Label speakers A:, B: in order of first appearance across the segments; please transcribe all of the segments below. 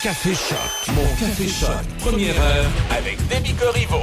A: Café Choc. Mon Café Choc. Première heure avec Demi Corriveau.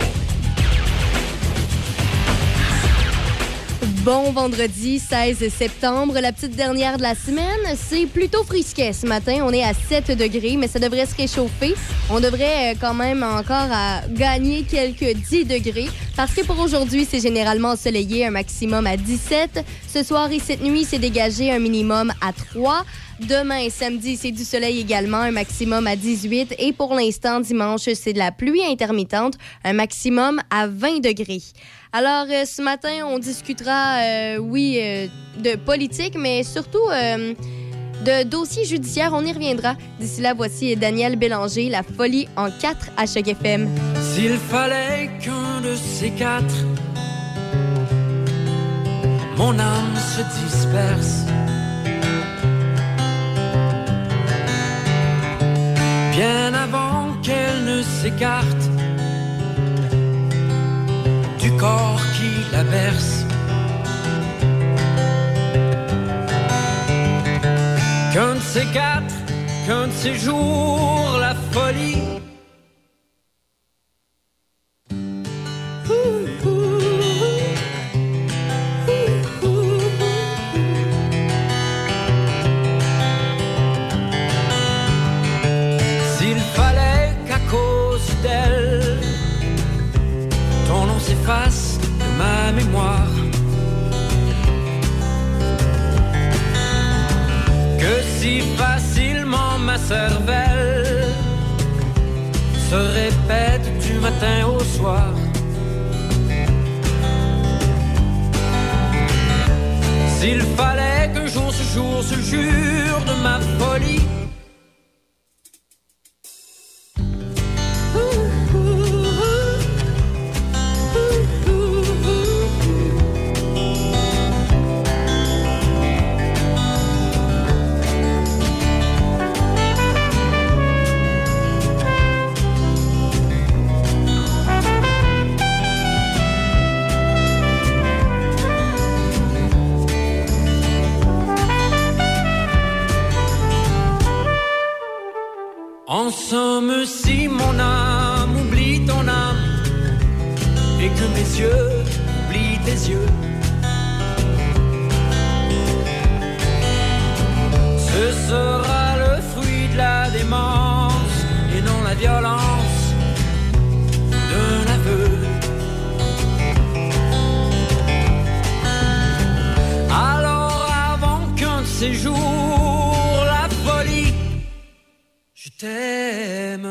B: Bon vendredi 16 septembre, la petite dernière de la semaine. C'est plutôt frisquet ce matin. On est à 7 degrés, mais ça devrait se réchauffer. On devrait quand même encore gagner quelques 10 degrés parce que pour aujourd'hui, c'est généralement ensoleillé, un maximum à 17. Ce soir et cette nuit, c'est dégagé, un minimum à 3. Demain, samedi, c'est du soleil également, un maximum à 18. Et pour l'instant, dimanche, c'est de la pluie intermittente, un maximum à 20 degrés. Alors, ce matin, on discutera, de politique, mais surtout de dossiers judiciaires. On y reviendra. D'ici là, voici Daniel Bélanger, La folie en 4 à Choc FM.
C: S'il fallait qu'un de ces quatre, mon âme se disperse, bien avant qu'elle ne s'écarte du corps qui la berce, qu'un de ces quatre, qu'un de ces jours, la folie s'il fallait qu'à cause d'elle ton nom s'efface de ma mémoire, que si facilement ma cervelle se répète du matin au soir, s'il fallait que jour ce jour se jure de ma folie, en somme, si mon âme oublie ton âme et que mes yeux oublient tes yeux, ce sera le fruit de la démence et non la violence d'un aveu. Alors avant qu'un de ces jours la folie, je t'aime.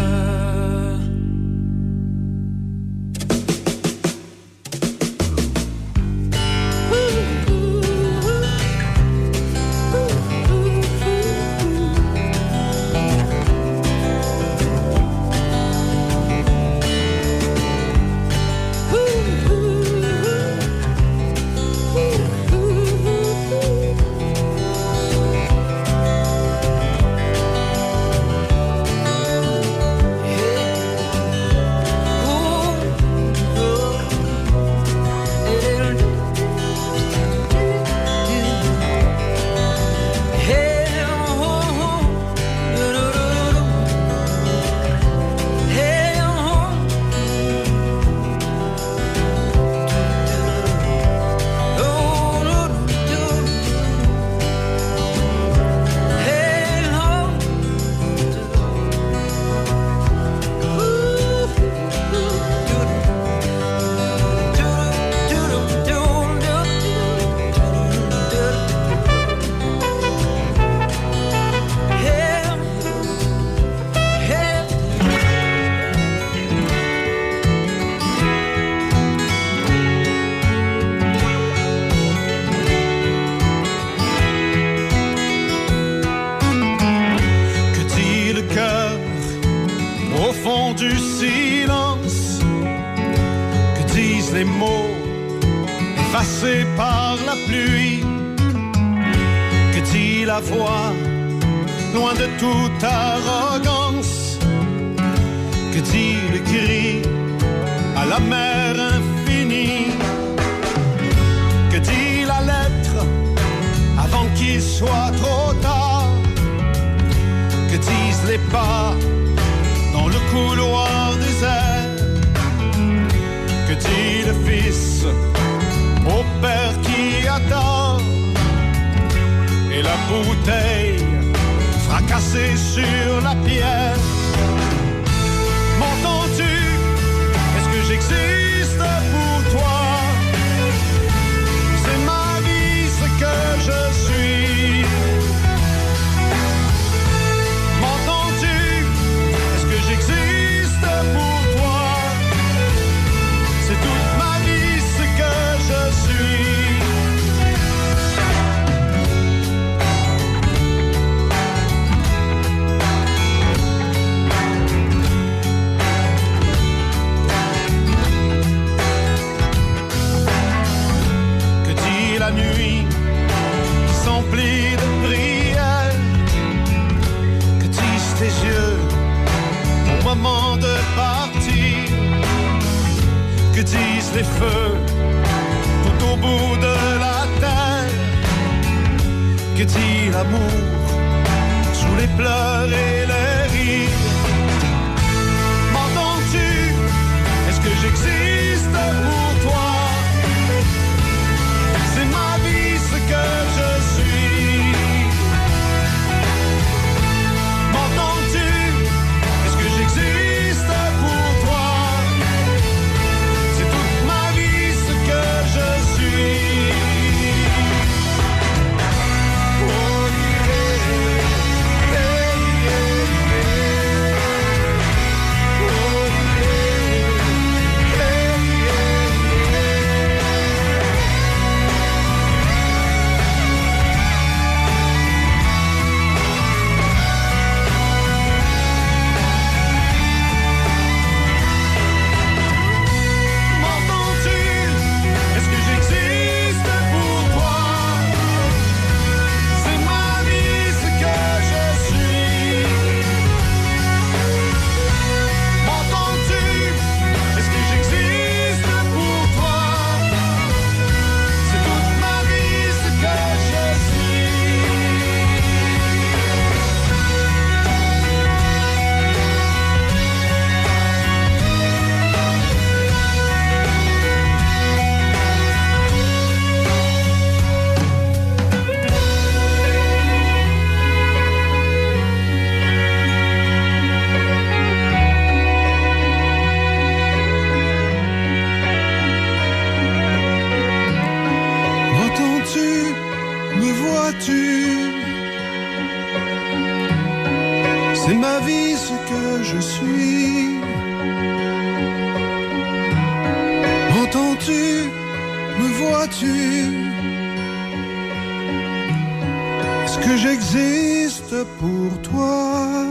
D: Du silence, que disent les mots effacés par la pluie, que dit la voix loin de toute arrogance, que dit le cri à la mer infinie, que dit la lettre avant qu'il soit trop tard, que disent les pas dans le couloir désert. Que dit le fils au père qui attend? Et la bouteille fracassée sur la pierre. M'entends-tu? Est-ce que j'existe pour toi? C'est ma vie ce que je suis. M'entends-tu? Est-ce que j'existe pour toi? C'est toute ma vie ce que je suis. La nuit qui s'emplit de prières, que disent tes yeux au moment de partir, que disent les feux tout au bout de la terre, que dit l'amour sous les pleurs et les rires. M'entends-tu? Est-ce que j'existe pour toi? C'est ma vie ce que je suis. M'entends-tu? Est-ce que j'existe pour toi? C'est toute ma vie ce que je suis. Oh, c'est ma vie ce que je suis. Entends-tu, me vois-tu? Est-ce que j'existe pour toi?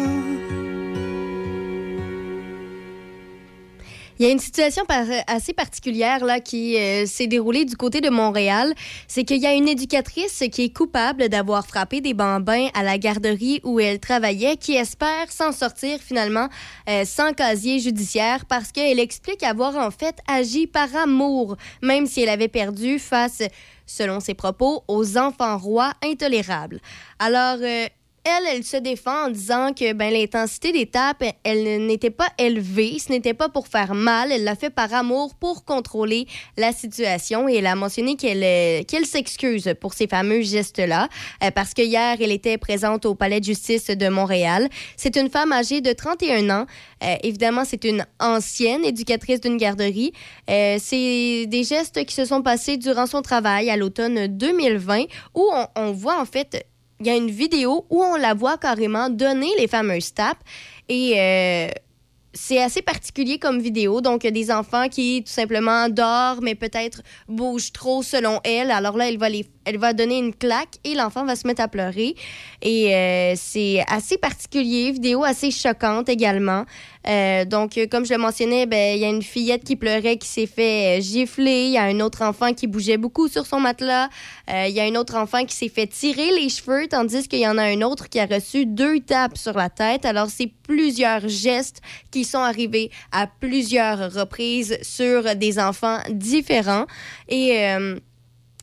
B: Il y a une situation assez particulière là, qui s'est déroulée du côté de Montréal. C'est qu'il y a une éducatrice qui est coupable d'avoir frappé des bambins à la garderie où elle travaillait, qui espère s'en sortir finalement sans casier judiciaire parce qu'elle explique avoir en fait agi par amour, même si elle avait perdu face, selon ses propos, aux enfants rois intolérables. Alors, elle se défend en disant que l'intensité des tapes, elle n'était pas élevée, ce n'était pas pour faire mal, elle l'a fait par amour pour contrôler la situation et elle a mentionné qu'elle s'excuse pour ces fameux gestes-là parce que hier, elle était présente au Palais de justice de Montréal. C'est une femme âgée de 31 ans. Évidemment, c'est une ancienne éducatrice d'une garderie. C'est des gestes qui se sont passés durant son travail à l'automne 2020 où on voit en fait... Il y a une vidéo où on la voit carrément donner les fameuses tapes et c'est assez particulier comme vidéo. Donc, des enfants qui tout simplement dorment mais peut-être bougent trop selon elle. Alors là, elle va donner une claque et l'enfant va se mettre à pleurer. Et c'est assez particulier, vidéo assez choquante également. Donc, comme je le mentionnais, il y a une fillette qui pleurait, qui s'est fait gifler. Il y a un autre enfant qui bougeait beaucoup sur son matelas. Il y a un autre enfant qui s'est fait tirer les cheveux, tandis qu'il y en a un autre qui a reçu 2 tapes sur la tête. Alors, c'est plusieurs gestes qui sont arrivés à plusieurs reprises sur des enfants différents. Et...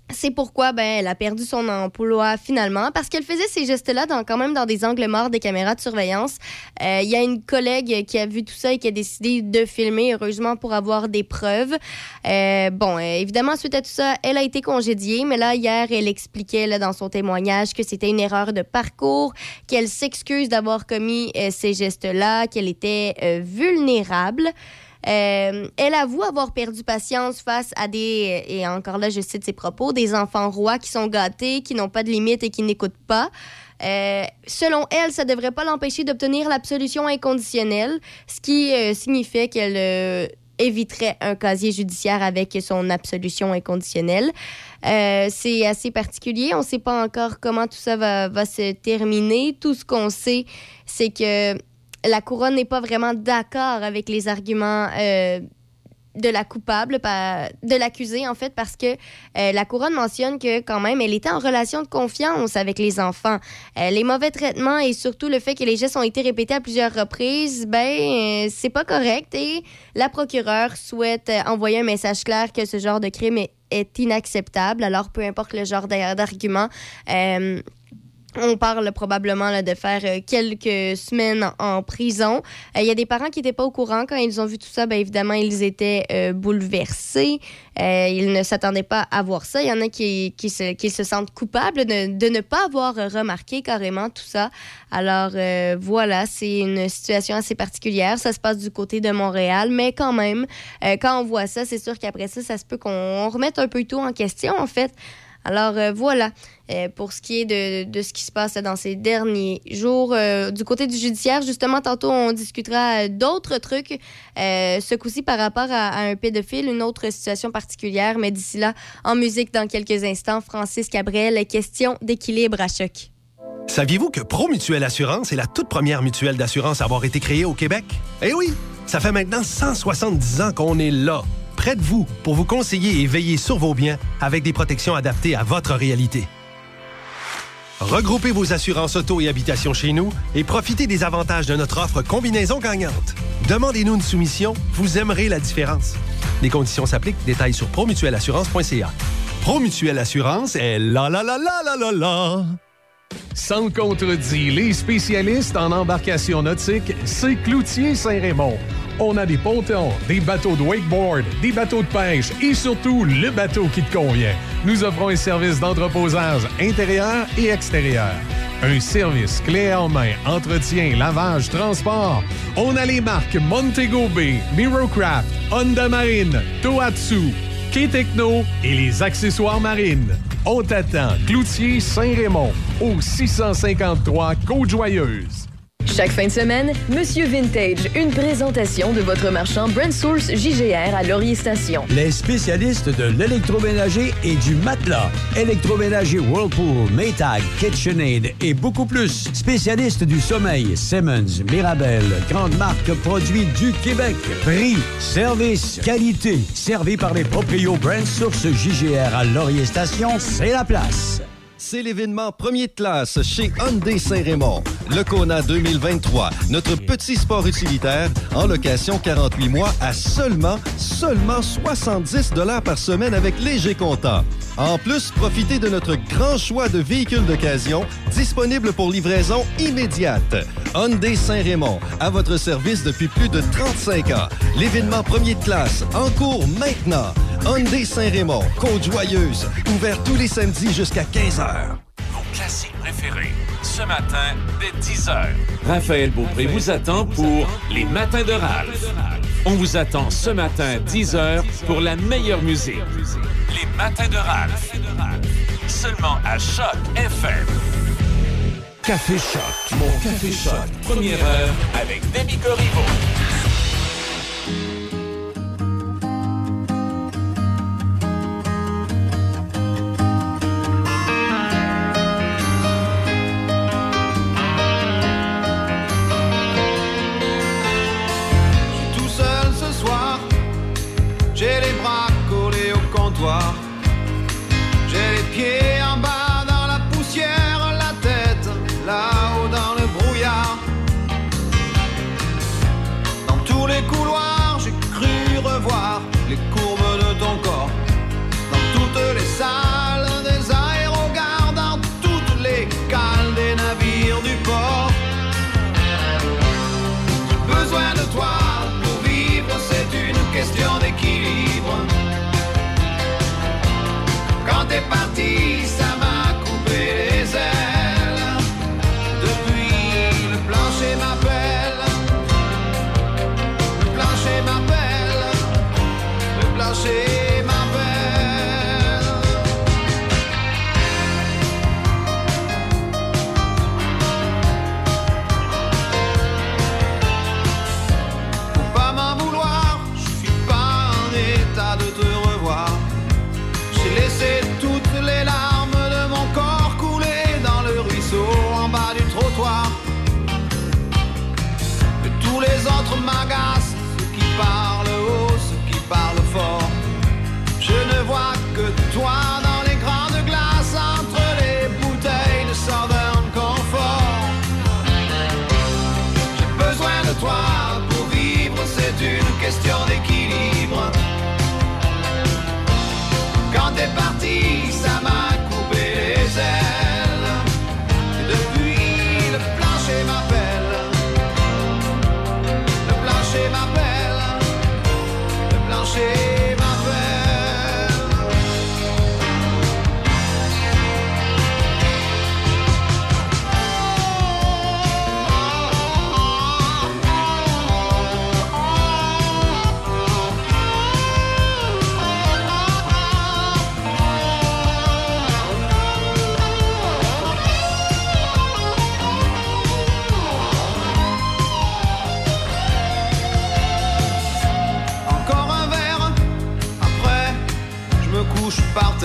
B: C'est pourquoi elle a perdu son emploi finalement, parce qu'elle faisait ces gestes-là quand même dans des angles morts des caméras de surveillance. Il y a une collègue qui a vu tout ça et qui a décidé de filmer, heureusement, pour avoir des preuves. Évidemment, suite à tout ça, elle a été congédiée, mais là, hier, elle expliquait dans son témoignage que c'était une erreur de parcours, qu'elle s'excuse d'avoir commis ces gestes-là, qu'elle était vulnérable. Elle avoue avoir perdu patience face à et encore là, je cite ses propos, des enfants rois qui sont gâtés, qui n'ont pas de limites et qui n'écoutent pas. Selon elle, ça ne devrait pas l'empêcher d'obtenir l'absolution inconditionnelle, ce qui signifiait qu'elle éviterait un casier judiciaire avec son absolution inconditionnelle. C'est assez particulier. On ne sait pas encore comment tout ça va se terminer. Tout ce qu'on sait, c'est que la couronne n'est pas vraiment d'accord avec les arguments de la coupable, de l'accusée, en fait, parce que la couronne mentionne que, quand même, elle était en relation de confiance avec les enfants. Les mauvais traitements et surtout le fait que les gestes ont été répétés à plusieurs reprises, c'est pas correct. Et la procureure souhaite envoyer un message clair que ce genre de crime est inacceptable. Alors, peu importe le genre d'argument, on parle probablement de faire quelques semaines en prison. Il y a des parents qui n'étaient pas au courant quand ils ont vu tout ça. Évidemment, ils étaient bouleversés. Ils ne s'attendaient pas à voir ça. Il y en a qui se sentent coupables de ne pas avoir remarqué carrément tout ça. Alors, voilà, c'est une situation assez particulière. Ça se passe du côté de Montréal, mais quand même, quand on voit ça, c'est sûr qu'après ça se peut qu'on remette un peu tout en question, en fait. Alors, voilà, pour ce qui est de ce qui se passe dans ces derniers jours. Du côté du judiciaire, justement, tantôt, on discutera d'autres trucs, ce coup-ci par rapport à un pédophile, une autre situation particulière. Mais d'ici là, en musique, dans quelques instants, Francis Cabrel, question d'équilibre à Choc.
E: Saviez-vous que Promutuelle Assurance est la toute première mutuelle d'assurance à avoir été créée au Québec? Eh oui, ça fait maintenant 170 ans qu'on est là, près de vous, pour vous conseiller et veiller sur vos biens avec des protections adaptées à votre réalité. Regroupez vos assurances auto et habitation chez nous et profitez des avantages de notre offre combinaison gagnante. Demandez-nous une soumission, vous aimerez la différence. Les conditions s'appliquent, détails sur promutuelleassurance.ca. Promutuelle Assurance est la la la la la la la.
F: Sans contredit, les spécialistes en embarcation nautique, c'est Cloutier Saint-Raymond. On a des pontons, des bateaux de wakeboard, des bateaux de pêche et surtout le bateau qui te convient. Nous offrons un service d'entreposage intérieur et extérieur. Un service clé en main, entretien, lavage, transport. On a les marques Montego Bay, Mirocraft, Honda Marine, Tohatsu, K-Techno et les accessoires marines. On t'attend, Cloutier Saint-Raymond, au 653 Côte-Joyeuse.
G: Chaque fin de semaine, Monsieur Vintage, une présentation de votre marchand Brand Source JGR à Laurier Station.
H: Les spécialistes de l'électroménager et du matelas. Électroménager Whirlpool, Maytag, KitchenAid et beaucoup plus. Spécialistes du sommeil, Simmons, Mirabel, grande marque produits du Québec. Prix, service, qualité. Servi par les proprios Brand Source JGR à Laurier Station, c'est la place.
I: C'est l'événement premier de classe chez Hyundai Saint-Raymond. Le Kona 2023, notre petit sport utilitaire en location 48 mois à seulement 70 $ par semaine avec léger comptant. En plus, profitez de notre grand choix de véhicules d'occasion disponibles pour livraison immédiate. Hyundai Saint-Raymond, à votre service depuis plus de 35 ans. L'événement premier de classe en cours maintenant. Hyundai Saint-Raymond, Côte-Joyeuse, ouvert tous les samedis jusqu'à 15h.
A: Vos classiques préférés, ce matin, dès 10h. Raphaël Beaupré vous attend pour Les Matins de Ralph. On vous attend ce matin, 10h, pour la meilleure musique. Les Matins de Ralph. Seulement à Choc FM. Café Choc. Mon Café Choc. Première heure avec Demi Corriveau.
D: J'ai les bras collés au comptoir, j'ai les pieds en bas dans la poussière, la tête là-haut dans le brouillard. Dans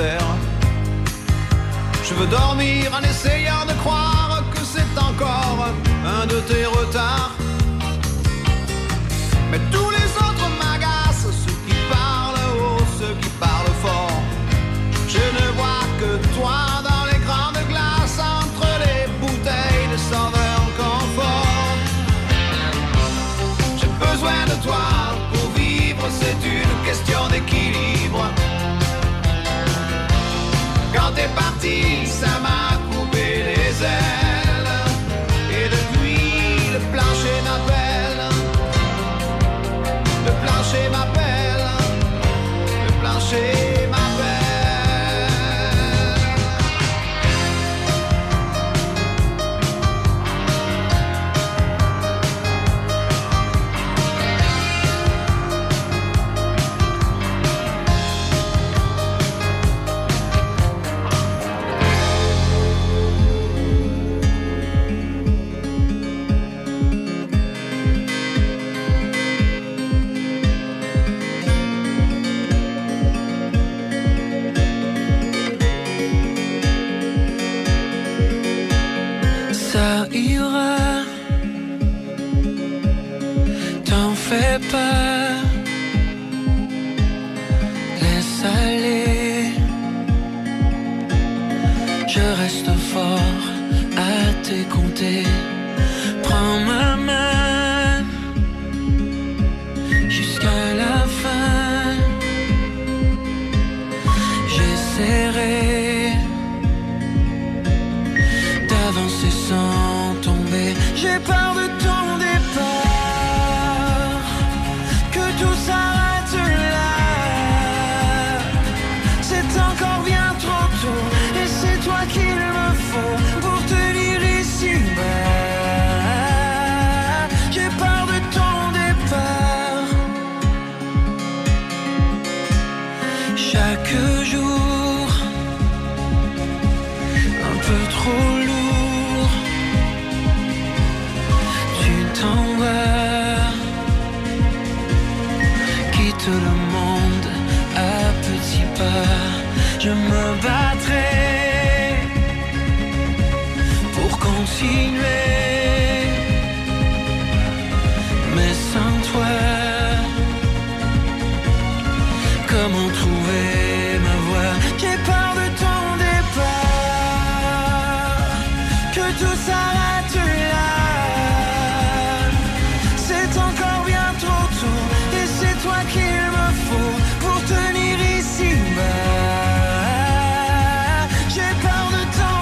D: terre. Je veux dormir en essayant de croire que c'est encore un de tes retards. Mais tous les autres m'agacent, ceux qui parlent haut, ceux qui parlent fort. Je ne vois que toi dans les grandes glaces, entre les bouteilles de Southern Comfort. J'ai besoin de toi pour vivre, c'est une question d'équilibre. Quand t'es parti, ça m'a coupé les ailes. Et depuis, le plancher m'appelle. Le plancher m'appelle. Le plancher m'appelle.
C: Ça ira, t'en fais pas, laisse aller. Je reste fort à t'écouter. Prends ma main jusqu'à la fin. J'essaierai d'avancer sans tomber. J'ai peur de ton départ, que tout s'arrête là. C'est encore bien trop tôt, et c'est toi qu'il me faut pour tenir ici-bas. J'ai peur de ton départ. Chaque jour un peu trop lourd, tu t'en vas, quitte le monde à petits pas. Je me battrai pour continuer, mais sans toi, comment trouver ma voie? J'ai peur de ton départ, que tout s'arrête là. C'est encore bien trop tôt, et c'est toi qu'il me faut pour tenir ici-bas. J'ai peur de ton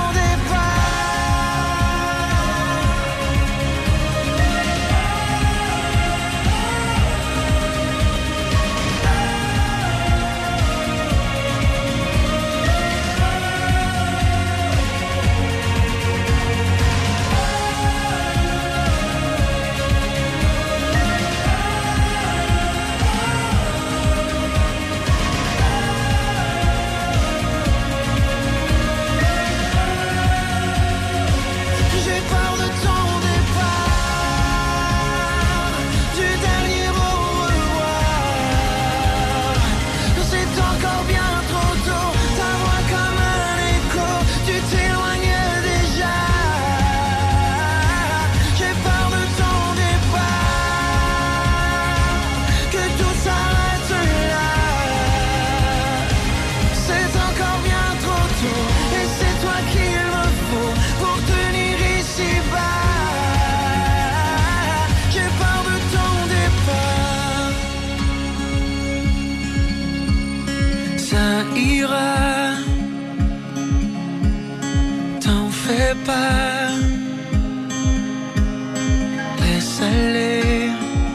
C: pas, laisse aller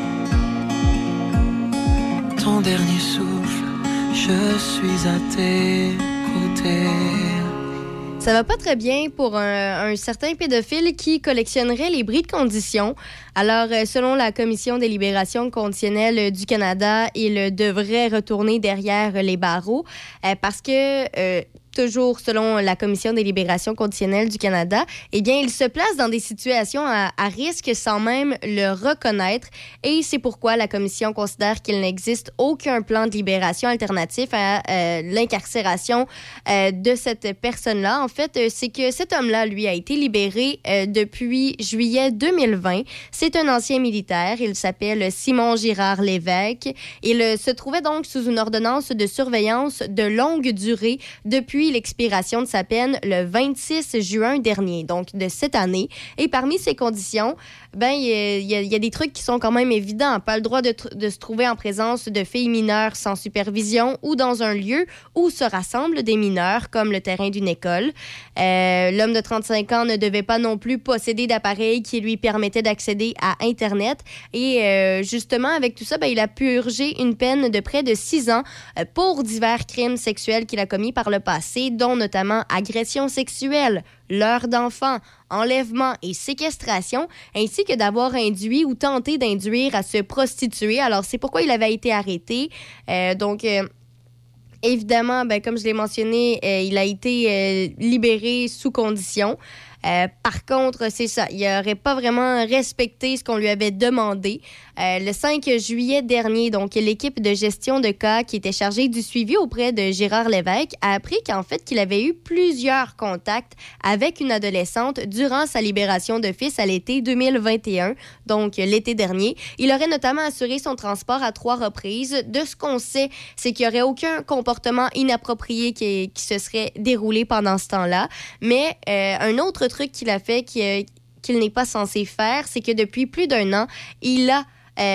C: ton dernier souffle, je suis à tes côtés.
B: Ça va pas très bien pour un certain pédophile qui collectionnerait les bris de condition. Alors, selon la Commission des libérations conditionnelles du Canada, il devrait retourner derrière les barreaux parce que toujours selon la Commission des libérations conditionnelles du Canada, eh bien, il se place dans des situations à risque sans même le reconnaître. Et c'est pourquoi la Commission considère qu'il n'existe aucun plan de libération alternatif à l'incarcération de cette personne-là. En fait, c'est que cet homme-là, lui, a été libéré depuis juillet 2020. C'est un ancien militaire. Il s'appelle Simon Girard Lévesque. Il se trouvait donc sous une ordonnance de surveillance de longue durée depuis l'expiration de sa peine le 26 juin dernier, donc de cette année. Et parmi ces conditions, il y a des trucs qui sont quand même évidents. Pas le droit de se trouver en présence de filles mineures sans supervision ou dans un lieu où se rassemblent des mineurs, comme le terrain d'une école. L'homme de 35 ans ne devait pas non plus posséder d'appareil qui lui permettait d'accéder à Internet. Et justement, avec tout ça, il a purgé une peine de près de 6 ans pour divers crimes sexuels qu'il a commis par le passé, dont notamment agression sexuelle, leurre d'enfants, enlèvement et séquestration, ainsi que d'avoir induit ou tenté d'induire à se prostituer. Alors, c'est pourquoi il avait été arrêté. Évidemment, comme je l'ai mentionné, il a été libéré sous condition. Par contre, c'est ça, il n'aurait pas vraiment respecté ce qu'on lui avait demandé. Le 5 juillet dernier, donc, l'équipe de gestion de cas qui était chargée du suivi auprès de Girard Lévesque a appris qu'il avait eu plusieurs contacts avec une adolescente durant sa libération d'office à l'été 2021, donc l'été dernier. Il aurait notamment assuré son transport à 3 reprises. De ce qu'on sait, c'est qu'il n'y aurait aucun comportement inapproprié qui se serait déroulé pendant ce temps-là. Mais un autre truc qu'il a fait qu'il n'est pas censé faire, c'est que depuis plus d'1 an, il a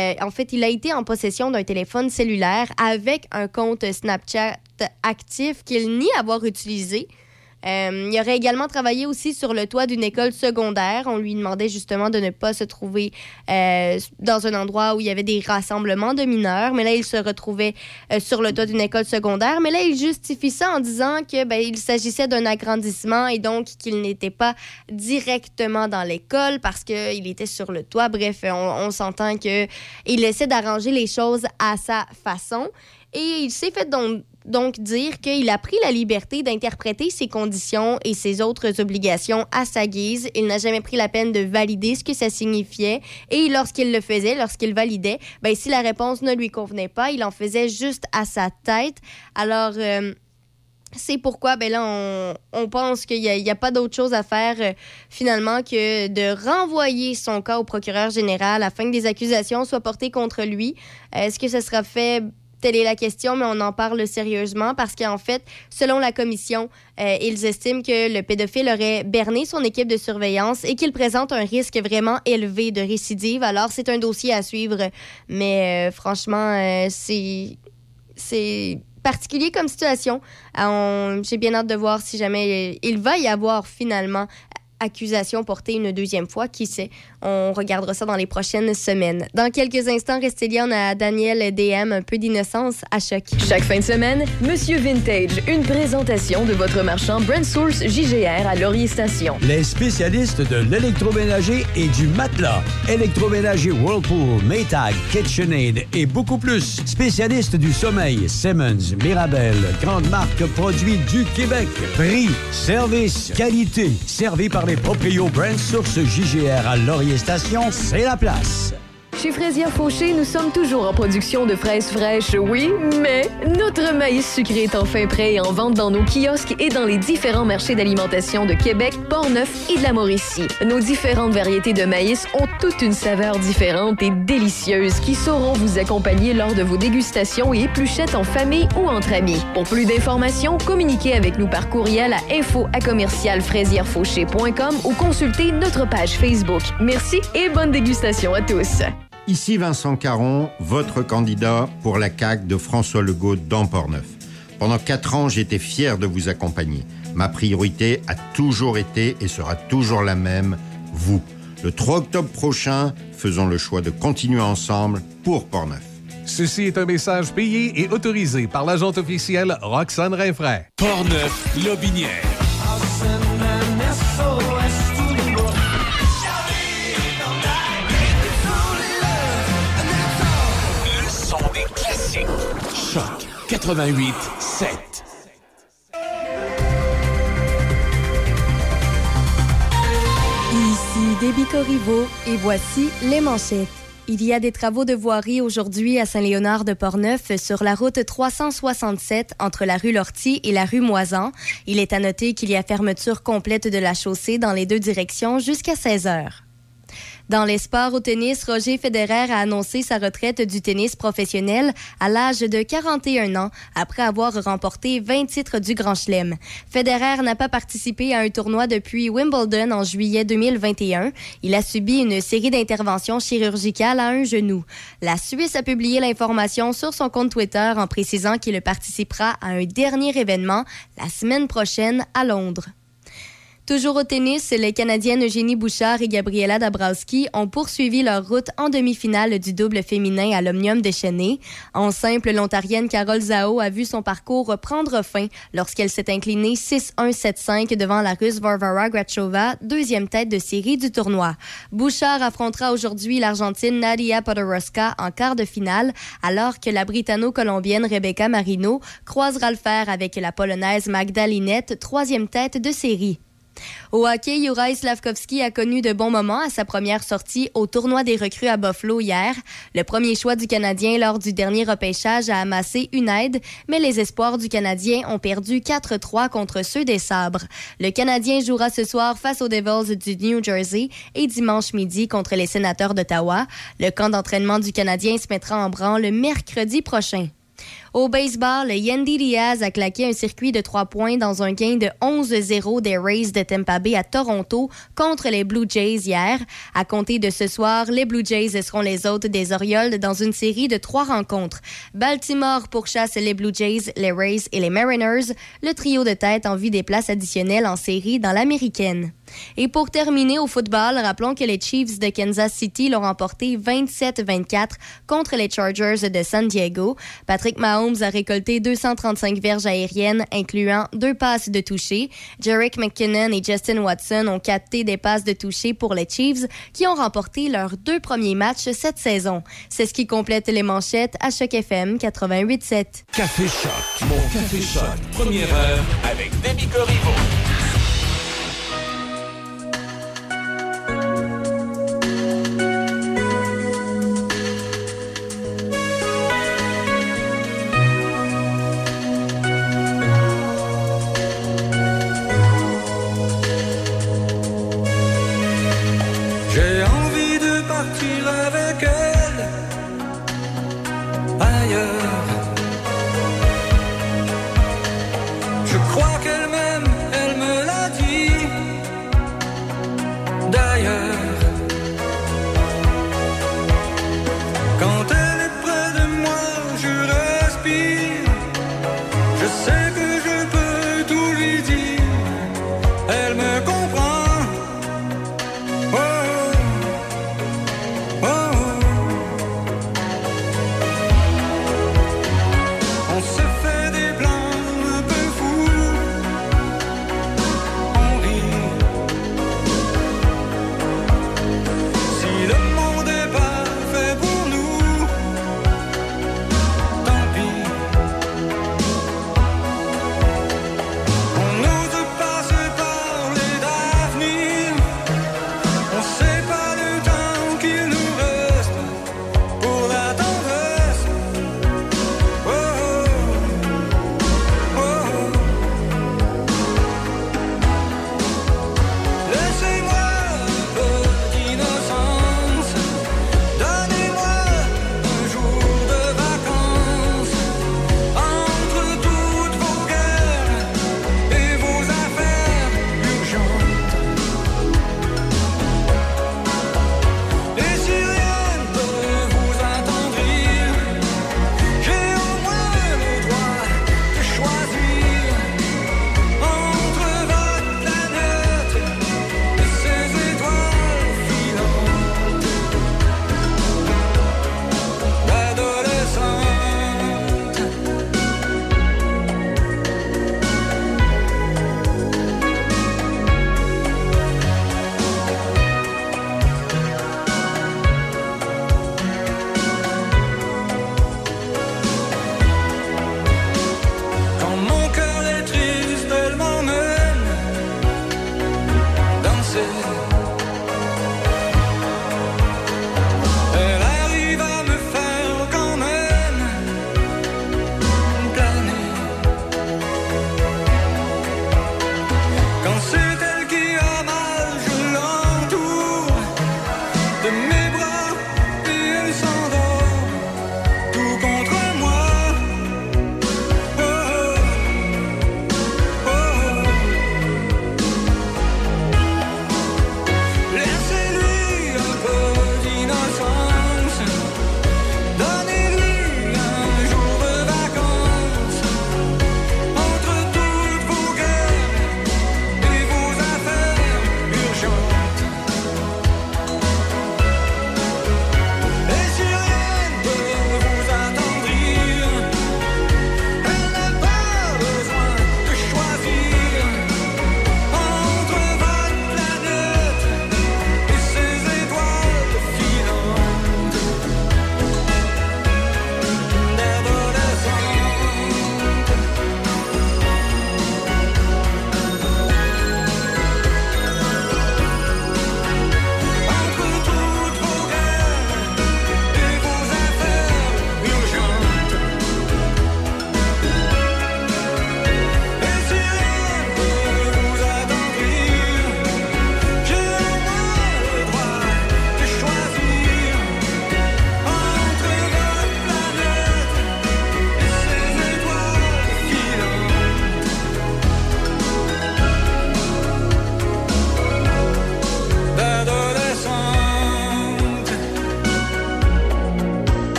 B: été en possession d'un téléphone cellulaire avec un compte Snapchat actif qu'il nie avoir utilisé. Il aurait également travaillé aussi sur le toit d'une école secondaire. On lui demandait justement de ne pas se trouver dans un endroit où il y avait des rassemblements de mineurs. Mais là, il se retrouvait sur le toit d'une école secondaire. Mais là, il justifie ça en disant qu'il s'agissait d'un agrandissement et donc qu'il n'était pas directement dans l'école parce qu'il était sur le toit. Bref, on s'entend qu'il essaie d'arranger les choses à sa façon. Et il s'est fait donc dire qu'il a pris la liberté d'interpréter ses conditions et ses autres obligations à sa guise. Il n'a jamais pris la peine de valider ce que ça signifiait. Et lorsqu'il le faisait, lorsqu'il validait, si la réponse ne lui convenait pas, il en faisait juste à sa tête. Alors, c'est pourquoi, là, on pense qu'il n'y a pas d'autre chose à faire, finalement, que de renvoyer son cas au procureur général afin que des accusations soient portées contre lui. Est-ce que ça sera fait? Telle est la question, mais on en parle sérieusement parce qu'en fait, selon la commission, ils estiment que le pédophile aurait berné son équipe de surveillance et qu'il présente un risque vraiment élevé de récidive. Alors, c'est un dossier à suivre, mais franchement, c'est particulier comme situation. J'ai bien hâte de voir si jamais il va y avoir finalement accusation portée une deuxième fois. Qui sait? On regardera ça dans les prochaines semaines. Dans quelques instants, restez liés, on a Daniel DM, un peu d'innocence à Choc.
G: Chaque fin de semaine, Monsieur Vintage, une présentation de votre marchand Brand Source JGR à Laurier Station.
H: Les spécialistes de l'électroménager et du matelas. Électroménager Whirlpool, Maytag, KitchenAid et beaucoup plus. Spécialistes du sommeil, Simmons, Mirabel, grande marque produits du Québec. Prix, service, qualité, servi par les proprios Brand Source JGR à Laurier Station, c'est la place.
G: Chez Fraisière Fauché, nous sommes toujours en production de fraises fraîches, oui, mais notre maïs sucré est enfin prêt et en vente dans nos kiosques et dans les différents marchés d'alimentation de Québec, Portneuf et de la Mauricie. Nos différentes variétés de maïs ont toute une saveur différente et délicieuse qui sauront vous accompagner lors de vos dégustations et épluchettes en famille ou entre amis. Pour plus d'informations, communiquez avec nous par courriel à info@commercialfraisierfauché.com ou consultez notre page Facebook. Merci et bonne dégustation à tous.
J: Ici Vincent Caron, votre candidat pour la CAQ de François Legault dans Portneuf. Pendant 4 ans, j'étais fier de vous accompagner. Ma priorité a toujours été et sera toujours la même, vous. Le 3 octobre prochain, faisons le choix de continuer ensemble pour Portneuf.
F: Ceci est un message payé et autorisé par l'agente officielle Roxane Rinfraie.
A: Portneuf-Lobinière. Choc 88.7.
B: Déby Corriveau et voici les manchettes. Il y a des travaux de voirie aujourd'hui à Saint-Léonard-de-Portneuf sur la route 367 entre la rue Lortie et la rue Moisan. Il est à noter qu'il y a fermeture complète de la chaussée dans les deux directions jusqu'à 16 heures. Dans les sports au tennis, Roger Federer a annoncé sa retraite du tennis professionnel à l'âge de 41 ans après avoir remporté 20 titres du Grand Chelem. Federer n'a pas participé à un tournoi depuis Wimbledon en juillet 2021. Il a subi une série d'interventions chirurgicales à un genou. La Suisse a publié l'information sur son compte Twitter en précisant qu'il participera à un dernier événement la semaine prochaine à Londres. Toujours au tennis, les Canadiennes Eugénie Bouchard et Gabriela Dabrowski ont poursuivi leur route en demi-finale du double féminin à l'Omnium de Chennai. En simple, l'Ontarienne Carole Zhao a vu son parcours prendre fin lorsqu'elle s'est inclinée 6-1-7-5 devant la Russe Varvara Grachova, deuxième tête de série du tournoi. Bouchard affrontera aujourd'hui l'Argentine Nadia Podoroska en quart de finale, alors que la Britanno-Colombienne Rebecca Marino croisera le fer avec la Polonaise Magda Linette, troisième tête de série. Au hockey, Juraj Slafkovský a connu de bons moments à sa première sortie au tournoi des recrues à Buffalo hier. Le premier choix du Canadien lors du dernier repêchage a amassé une aide, mais les espoirs du Canadien ont perdu 4-3 contre ceux des Sabres. Le Canadien jouera ce soir face aux Devils du New Jersey et dimanche midi contre les Sénateurs d'Ottawa. Le camp d'entraînement du Canadien se mettra en branle le mercredi prochain. Au baseball, Yandy Diaz a claqué un circuit de 3 points dans un gain de 11-0 des Rays de Tampa Bay à Toronto contre les Blue Jays hier. À compter de ce soir, les Blue Jays seront les hôtes des Orioles dans une série de 3 rencontres. Baltimore pourchasse les Blue Jays, les Rays et les Mariners. Le trio de tête en vue des places additionnelles en série dans l'Américaine. Et pour terminer au football, rappelons que les Chiefs de Kansas City l'ont remporté 27-24 contre les Chargers de San Diego. Patrick Mahomes a récolté 235 verges aériennes, incluant 2 passes de toucher. Jerick McKinnon et Justin Watson ont capté des passes de toucher pour les Chiefs, qui ont remporté leurs 2 premiers matchs cette saison. C'est ce qui complète les manchettes à Choc FM 88.7.
A: Café Choc, mon Café Choc, première heure avec Déby Corriveau.
C: J'ai envie de partir avec elle ailleurs. Je crois qu'elle m'aime, elle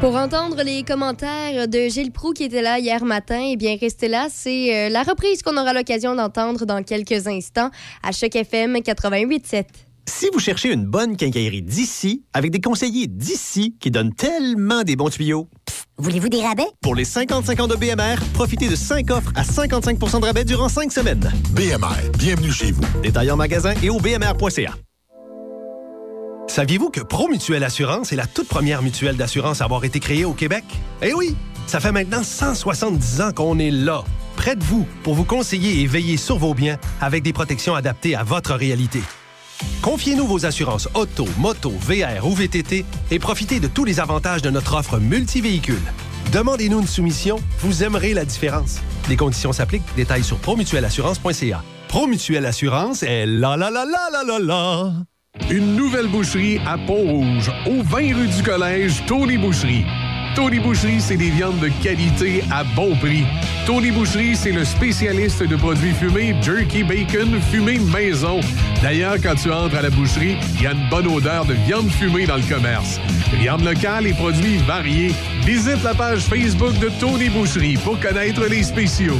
B: Pour entendre les commentaires de Gilles Proulx qui était là hier matin, eh bien, restez là. C'est la reprise qu'on aura l'occasion d'entendre dans quelques instants à Choc FM 88.7.
K: Si vous cherchez une bonne quincaillerie d'ici, avec des conseillers d'ici qui donnent tellement des bons tuyaux.
L: Psst, voulez-vous des rabais?
K: Pour les 50-50 de BMR, profitez de 5 offres à 55 % de rabais durant 5 semaines.
M: BMR, bienvenue chez vous.
K: Détail en magasin et au bmr.ca.
E: Saviez-vous que Promutuelle Assurance est la toute première mutuelle d'assurance à avoir été créée au Québec? Eh oui! Ça fait maintenant 170 ans qu'on est là, près de vous, pour vous conseiller et veiller sur vos biens avec des protections adaptées à votre réalité. Confiez-nous vos assurances auto, moto, VR ou VTT et profitez de tous les avantages de notre offre multivéhicule. Demandez-nous une soumission, vous aimerez la différence. Les conditions s'appliquent, détails sur promutuelleassurance.ca. Promutuelle Assurance est la la la la la la la.
F: Une nouvelle boucherie à Pont-Rouge, au 20 rue du Collège, Tony Boucherie. Tony Boucherie, c'est des viandes de qualité à bon prix. Tony Boucherie, c'est le spécialiste de produits fumés, jerky, bacon, fumé maison. D'ailleurs, quand tu entres à la boucherie, il y a une bonne odeur de viande fumée dans le commerce. Viande locale et produits variés. Visite la page Facebook de Tony Boucherie pour connaître les spéciaux.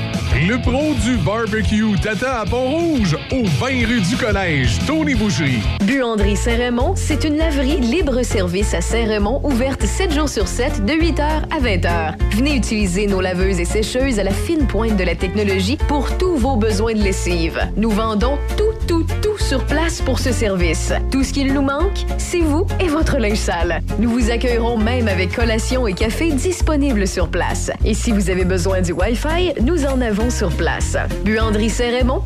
F: Le pro du barbecue t'attend à Pont-Rouge, au 20 rue du Collège, Tony Boucherie.
G: Buanderie Saint-Raymond, c'est une laverie libre-service à Saint-Raymond, ouverte 7 jours sur 7, de 8h à 20h. Venez utiliser nos laveuses et sécheuses à la fine pointe de la technologie pour tous vos besoins de lessive. Nous vendons tout sur place pour ce service. Tout ce qu'il nous manque, c'est vous et votre linge sale. Nous vous accueillerons même avec collation et café disponibles sur place. Et si vous avez besoin du Wi-Fi, nous en avons sur place. Buanderie Saint-Raymond,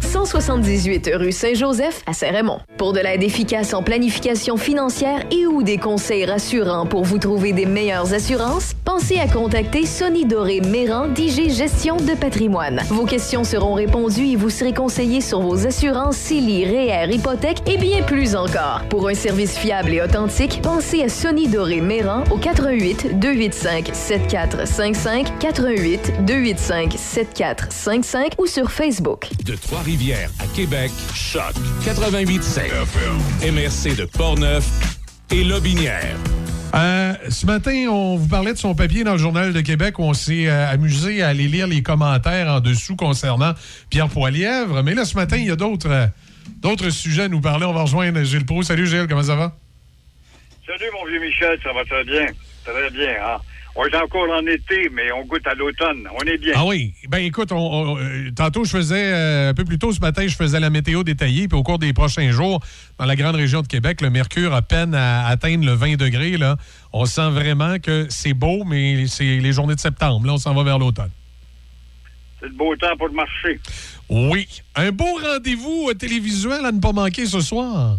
G: 178 rue Saint-Joseph à Saint-Raymond. Pour de l'aide efficace en planification financière et ou des conseils rassurants pour vous trouver des meilleures assurances, pensez à contacter Sonny Doré Méran d'IG Gestion de patrimoine. Vos questions seront répondues et vous serez conseillé sur vos assurances CELI, REER, hypothèque et bien plus encore. Pour un service fiable et authentique, pensez à Sonny Doré Méran au 88 285 7455 88 285 7455 ou sur Facebook.
A: De Trois-Rivières à Québec, Choc 88.7. MRC de Portneuf et Lobinière.
F: Ce matin, on vous parlait de son papier dans le Journal de Québec où on s'est amusé à aller lire les commentaires en dessous concernant Pierre Poilièvre. Mais là, ce matin, il y a d'autres sujets à nous parler. On va rejoindre Gilles Proulx. Salut Gilles, comment ça va?
N: Salut mon vieux Michel, ça va très bien. Très bien, hein? On est encore en été, mais on goûte à l'automne. On est bien.
F: Ah oui. Ben écoute, tantôt, je faisais, un peu plus tôt ce matin, je faisais la météo détaillée. Puis au cours des prochains jours, dans la grande région de Québec, le mercure a peine à atteindre le 20 degrés. Là. On sent vraiment que c'est beau, mais c'est les journées de septembre. Là, on s'en va vers l'automne.
N: C'est le beau temps pour le marché.
F: Oui. Un beau rendez-vous télévisuel à ne pas manquer ce soir.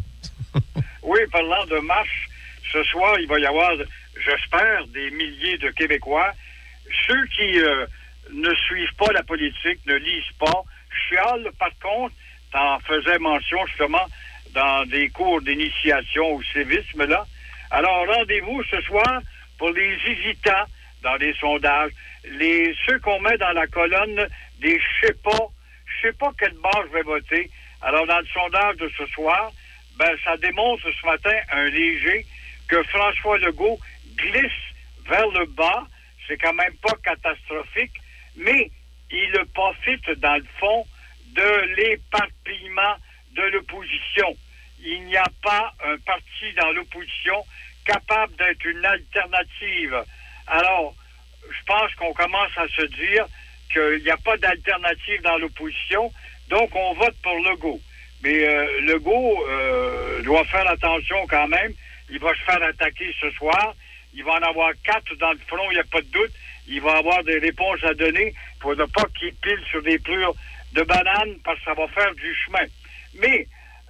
N: Oui, parlant de marche, ce soir, il va y avoir... J'espère des milliers de Québécois. Ceux qui ne suivent pas la politique, ne lisent pas, chialent, par contre, t'en faisais mention justement dans des cours d'initiation au civisme, là. Alors, rendez-vous ce soir pour les hésitants dans les sondages, ceux qu'on met dans la colonne des je sais pas quelle barre je vais voter. Alors, dans le sondage de ce soir, ben, ça démontre ce matin un léger que François Legault glisse vers le bas, c'est quand même pas catastrophique, mais il profite dans le fond de l'éparpillement de l'opposition. Il n'y a pas un parti dans l'opposition capable d'être une alternative. Alors, je pense qu'on commence à se dire qu'il n'y a pas d'alternative dans l'opposition, donc on vote pour Legault. Mais Legault doit faire attention quand même. Il va se faire attaquer ce soir. Il va en avoir 4 dans le front, il n'y a pas de doute. Il va avoir des réponses à donner pour ne pas qu'il pile sur des plures de bananes parce que ça va faire du chemin. Mais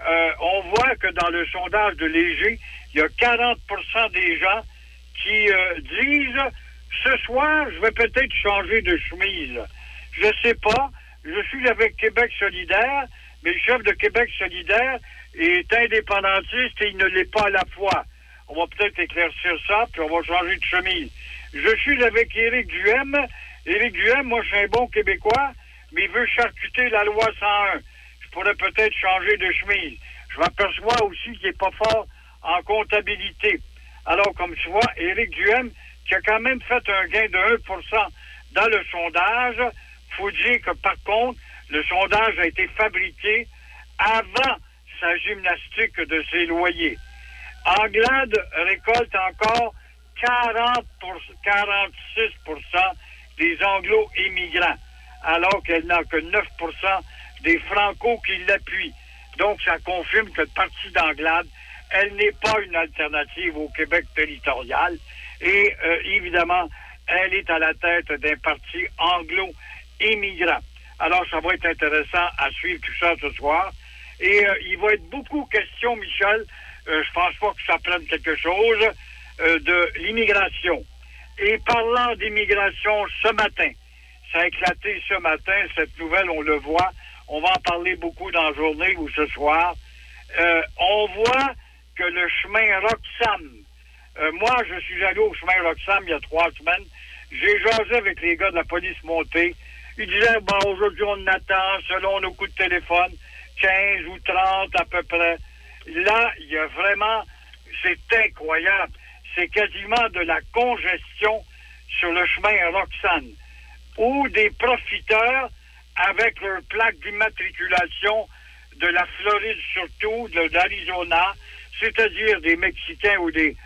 N: on voit que dans le sondage de Léger, il y a 40% des gens qui disent « Ce soir, je vais peut-être changer de chemise. » Je sais pas. Je suis avec Québec solidaire, mais le chef de Québec solidaire est indépendantiste et il ne l'est pas à la fois. On va peut-être éclaircir ça, puis on va changer de chemise. Je suis avec Éric Duhaime. Éric Duhaime, moi, je suis un bon Québécois, mais il veut charcuter la loi 101. Je pourrais peut-être changer de chemise. Je m'aperçois aussi qu'il n'est pas fort en comptabilité. Alors, comme tu vois, Éric Duhaime, qui a quand même fait un gain de 1% dans le sondage. Faut dire que, par contre, le sondage a été fabriqué avant sa gymnastique de ses loyers. Anglade récolte encore 46% des anglo-immigrants, alors qu'elle n'a que 9% des franco qui l'appuient. Donc, ça confirme que le parti d'Anglade, elle n'est pas une alternative au Québec territorial. Et, évidemment, elle est à la tête d'un parti anglo-immigrant. Alors, ça va être intéressant à suivre tout ça ce soir. Et il va être beaucoup question, Michel, je pense pas que ça prenne quelque chose, de l'immigration. Et parlant d'immigration ce matin, ça a éclaté ce matin, cette nouvelle, on le voit. On va en parler beaucoup dans la journée ou ce soir. On voit que le chemin Roxham, moi, je suis allé au chemin Roxham il y a 3 semaines. J'ai jasé avec les gars de la police montée. Ils disaient, bon, aujourd'hui, on attend, selon nos coups de téléphone, 15 ou 30 à peu près. Là, il y a vraiment, c'est incroyable. C'est quasiment de la congestion sur le chemin Roxham, où des profiteurs, avec leur plaque d'immatriculation de la Floride surtout, de l'Arizona, c'est-à-dire des Mexicains ou des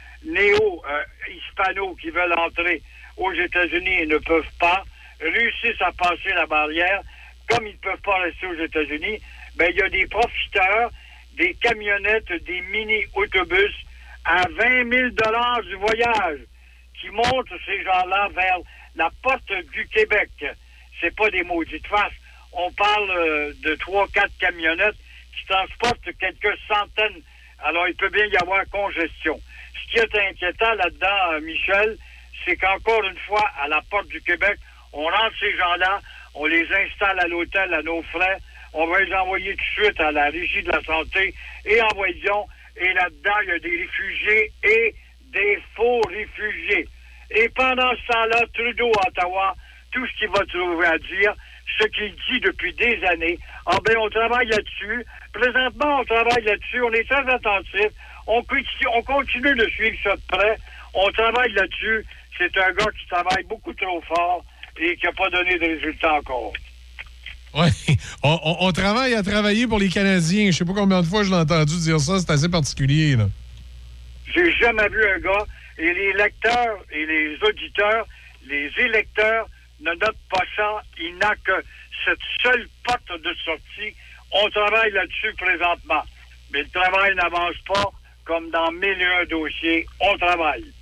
N: néo-hispanos qui veulent entrer aux États-Unis et ne peuvent pas, réussissent à passer la barrière, comme ils ne peuvent pas rester aux États-Unis, ben il y a des profiteurs, des camionnettes, des mini-autobus à 20 000 $ du voyage qui montent ces gens-là vers la porte du Québec. C'est pas des maudites faces. On parle de 3-4 camionnettes qui transportent quelques centaines. Alors, il peut bien y avoir congestion. Ce qui est inquiétant là-dedans, Michel, c'est qu'encore une fois, à la porte du Québec, on rentre ces gens-là, on les installe à l'hôtel à nos frais, on va les envoyer tout de suite à la Régie de la santé et envoyons. Et là-dedans, il y a des réfugiés et des faux réfugiés. Et pendant ce temps-là, Trudeau à Ottawa, tout ce qu'il va trouver à dire, ce qu'il dit depuis des années, on travaille là-dessus. Présentement, on travaille là-dessus. On est très attentifs. On continue de suivre ça de près. On travaille là-dessus. C'est un gars qui travaille beaucoup trop fort et qui n'a pas donné de résultats encore.
F: Oui, on travaille à travailler pour les Canadiens. Je ne sais pas combien de fois je l'ai entendu dire ça. C'est assez particulier, là. J'ai jamais vu un gars, et les lecteurs et les auditeurs, les électeurs ne notent pas ça. Il n'a que cette seule porte de sortie. On travaille là-dessus présentement. Mais le travail n'avance pas comme dans 1001 dossiers. On travaille.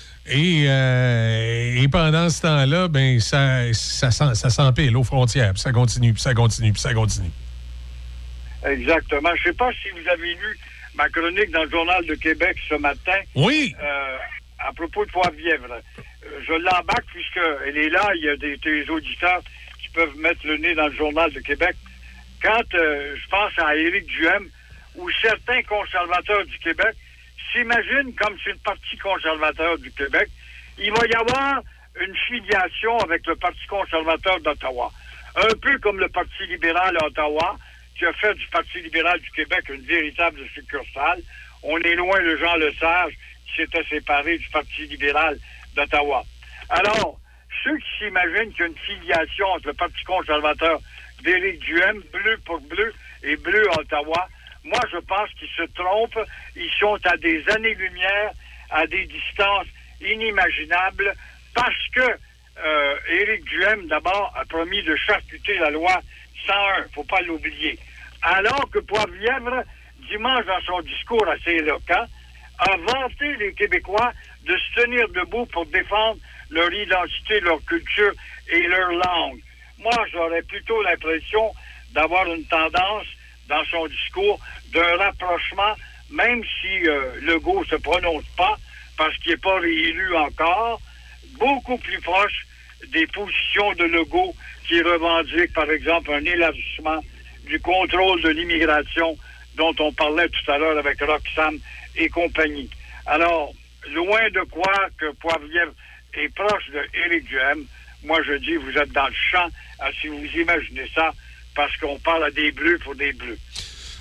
F: Et pendant ce temps-là, ben ça s'empile aux frontières, puis ça continue, puis ça continue, puis ça continue. Exactement. Je ne sais pas si vous avez lu ma chronique dans le Journal de Québec ce matin. Oui. À propos de Poivre-Lièvre. Je l'embarque puisqu'elle est là. Il y a des auditeurs qui peuvent mettre le nez dans le Journal de Québec. Quand je pense à Éric Duhem, où certains conservateurs du Québec s'imaginent comme c'est le Parti conservateur du Québec, il va y avoir une filiation avec le Parti conservateur d'Ottawa. Un peu comme le Parti libéral à Ottawa, qui a fait du Parti libéral du Québec une véritable succursale. On est loin de Jean Lesage, qui s'était séparé du Parti libéral d'Ottawa. Alors, ceux qui s'imaginent qu'il y a une filiation entre le Parti conservateur d'Éric Duhem, bleu pour bleu, et bleu à Ottawa, moi, je pense qu'ils se trompent. Ils sont à des années-lumière, à des distances inimaginables, parce que Éric Duhem, d'abord, a promis de charcuter la loi 101. Faut pas l'oublier. Alors que Poivre-Lièvre, dimanche, dans son discours assez éloquent, a vanté les Québécois de se tenir debout pour défendre leur identité, leur culture et leur langue. Moi, j'aurais plutôt l'impression d'avoir une tendance dans son discours d'un rapprochement, même si Legault ne se prononce pas, parce qu'il n'est pas réélu encore, beaucoup plus proche des positions de Legault qui revendique, par exemple, un élargissement du contrôle de l'immigration dont on parlait tout à l'heure avec Roxham et compagnie. Alors, loin de croire que Poivre-Lièvre est proche d'Éric Duhem, moi je dis, vous êtes dans le champ, si vous imaginez ça, parce qu'on parle à des bleus pour des bleus.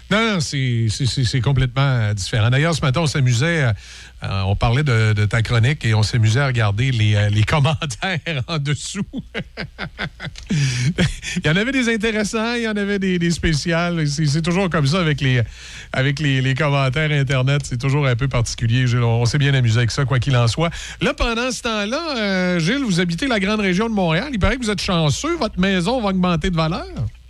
F: Non, c'est complètement différent. D'ailleurs, ce matin, on s'amusait, on parlait de ta chronique et on s'amusait à regarder les commentaires en dessous. Il y en avait des intéressants, il y en avait des spéciales. C'est toujours comme ça avec les commentaires Internet. C'est toujours un peu particulier. Gilles, on s'est bien amusé avec ça, quoi qu'il en soit. Là, pendant ce temps-là, Gilles, vous habitez la grande région de Montréal. Il paraît que vous êtes chanceux. Votre maison va augmenter de valeur.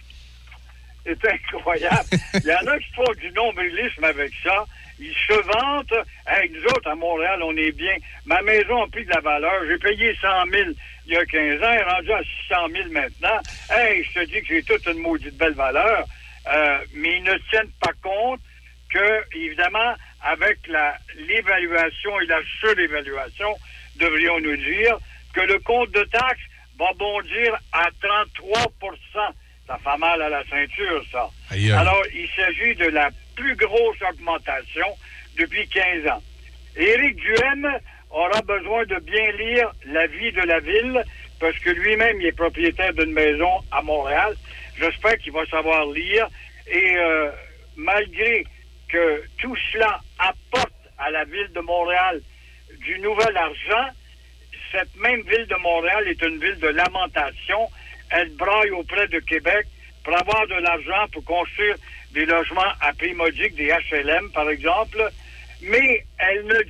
N: C'est incroyable. Il y en a qui font du nombrilisme avec ça. Ils se vantent. Hey, nous autres, à Montréal, on est bien. Ma maison a pris de la valeur. J'ai payé 100 000 il y a 15 ans. Elle est rendue à 600 000 maintenant. Hey, je te dis que j'ai toute une maudite belle valeur. Mais ils ne tiennent pas compte que, évidemment, avec l'évaluation et la surévaluation, devrions-nous dire que le compte de taxes va bondir à 33 %. Ça fait mal à la ceinture, ça. Aïe. Alors, il s'agit de la plus grosse augmentation depuis 15 ans. Éric Duhaime aura besoin de bien lire La vie de la ville, parce que lui-même, il est propriétaire d'une maison à Montréal. J'espère qu'il va savoir lire. Et malgré que tout cela apporte à la ville de Montréal du nouvel argent, cette même ville de Montréal est une ville de lamentation. Elle braille auprès de Québec pour avoir de l'argent pour construire des logements à prix modique, des HLM, par exemple. Mais elle ne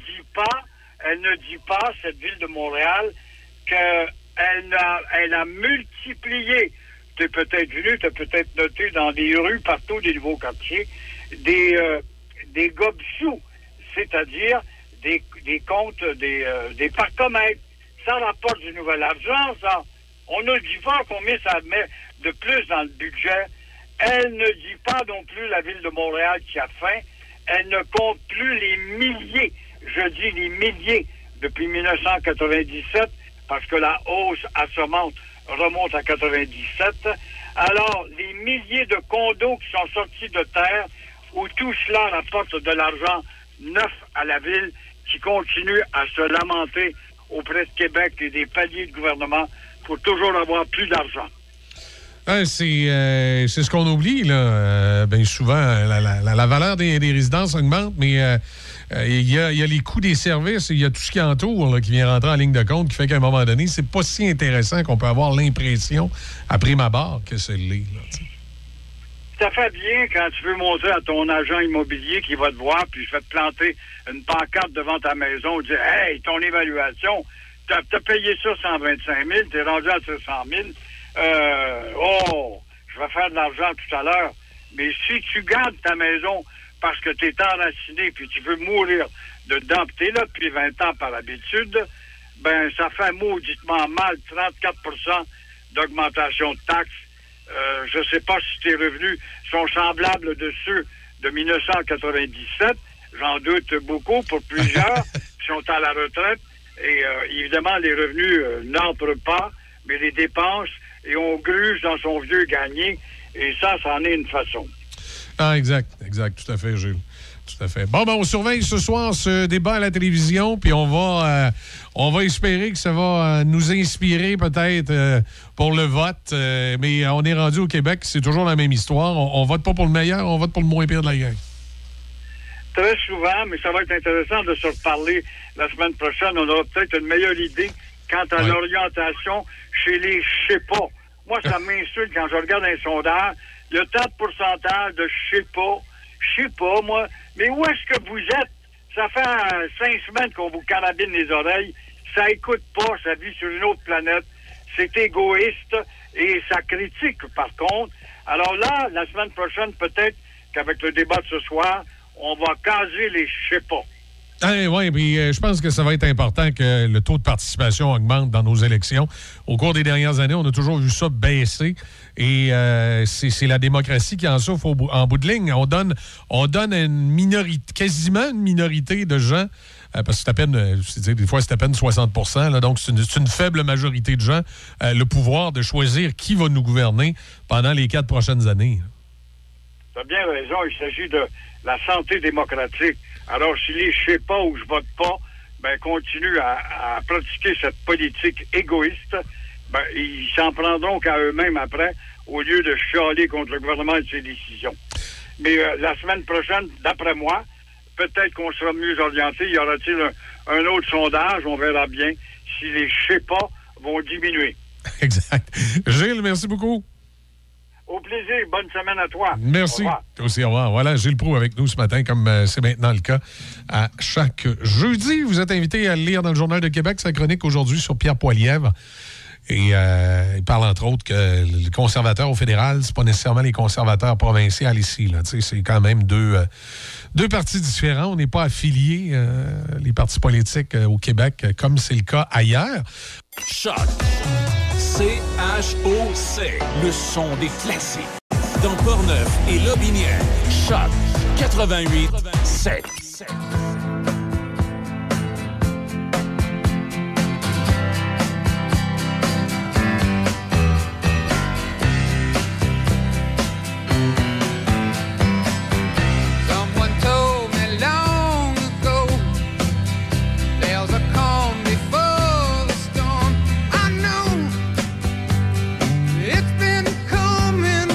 N: dit pas, cette ville de Montréal, qu'elle a multiplié. Tu es peut-être venu, tu as peut-être noté dans des rues partout des nouveaux quartiers, des gobsous, c'est-à-dire des comptes, des parcomètres. Ça rapporte du nouvel argent, ça. On ne dit pas combien ça met de plus dans le budget. Elle ne dit pas non plus, la ville de Montréal, qui a faim. Elle ne compte plus les milliers, je dis les milliers, depuis 1997, parce que la hausse assommante remonte à 97. Alors, les milliers de condos qui sont sortis de terre, où tout cela rapporte de l'argent neuf à la ville, qui continue à se lamenter auprès de Québec et des paliers de gouvernement pour toujours avoir plus d'argent.
F: C'est ce qu'on oublie, là. Bien souvent, la valeur des résidences augmente, mais il y a les coûts des services, il y a tout ce qui entoure là, qui vient rentrer en ligne de compte, qui fait qu'à un moment donné, c'est pas si intéressant qu'on peut avoir l'impression, à prime abord, que c'est l'est.
N: Ça fait bien quand tu veux montrer à ton agent immobilier qui va te voir, puis je vais te planter une pancarte devant ta maison, dire « Hey, ton évaluation, t'as payé ça 125 000, t'es rendu à 700 000. Je vais faire de l'argent tout à l'heure. » Mais si tu gardes ta maison parce que t'es enraciné puis tu veux mourir dedans, puis t'es là depuis 20 ans par habitude, ben ça fait mauditement mal, 34 % d'augmentation de taxes. Je ne sais pas si tes revenus sont semblables de ceux de 1997. J'en doute beaucoup pour plusieurs qui sont à la retraite. Et évidemment, les revenus n'entrent pas, mais les dépenses, et on gruge dans son vieux gagné. Et ça en est une façon.
F: Ah, exact. Tout à fait, Gilles. Tout à fait. Bon, ben, on surveille ce soir ce débat à la télévision, puis on va espérer que ça va nous inspirer peut-être pour le vote. Mais on est rendu au Québec, c'est toujours la même histoire. On vote pas pour le meilleur, on vote pour le moins pire de la gang.
N: Très souvent, mais ça va être intéressant de se reparler la semaine prochaine. On aura peut-être une meilleure idée quant à l'orientation chez les « je sais pas ». Moi, ça m'insulte quand je regarde un sondage. Il y a tant de pourcentage de « je sais pas, moi ». Mais où est-ce que vous êtes? Ça fait 5 semaines qu'on vous carabine les oreilles. Ça écoute pas, ça vit sur une autre planète. C'est égoïste et ça critique, par contre. Alors là, la semaine prochaine, peut-être qu'avec le débat de ce soir, on va caser les « je sais pas ».
F: Oui, puis je pense que ça va être important que le taux de participation augmente dans nos élections. Au cours des dernières années, on a toujours vu ça baisser et c'est la démocratie qui en souffre en bout de ligne. On donne à une minorité, quasiment une minorité de gens, parce que c'est à peine, des fois c'est à peine 60 %, là, donc c'est une faible majorité de gens, le pouvoir de choisir qui va nous gouverner pendant les 4 prochaines années.
N: Tu as bien raison, il s'agit de la santé démocratique. Alors, si les « je sais pas » ou « je vote pas », ben, continuent à pratiquer cette politique égoïste, ben, ils s'en prendront qu'à eux-mêmes après, au lieu de chialer contre le gouvernement et ses décisions. Mais la semaine prochaine, d'après moi, peut-être qu'on sera mieux orienté. Y aura-t-il un autre sondage? On verra bien si les « je sais pas » vont diminuer.
L: Exact. Gilles, merci beaucoup.
N: Au plaisir. Bonne semaine à toi.
L: Merci. Toi aussi, au revoir. Voilà, Gilles Proulx avec nous ce matin, comme c'est maintenant le cas à chaque jeudi. Vous êtes invité à le lire dans le Journal de Québec, sa chronique aujourd'hui sur Pierre Poilievre. Et il parle, entre autres, que les conservateurs au fédéral, c'est pas nécessairement les conservateurs provinciaux ici. Là. C'est quand même deux partis différents. On n'est pas affiliés, les partis politiques au Québec, comme c'est le cas ailleurs.
A: Choc. C-H-O-C. Le son des classiques. Dans Portneuf et Lobinière. Choc 88-7.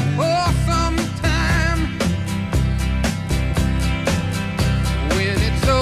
O: When it's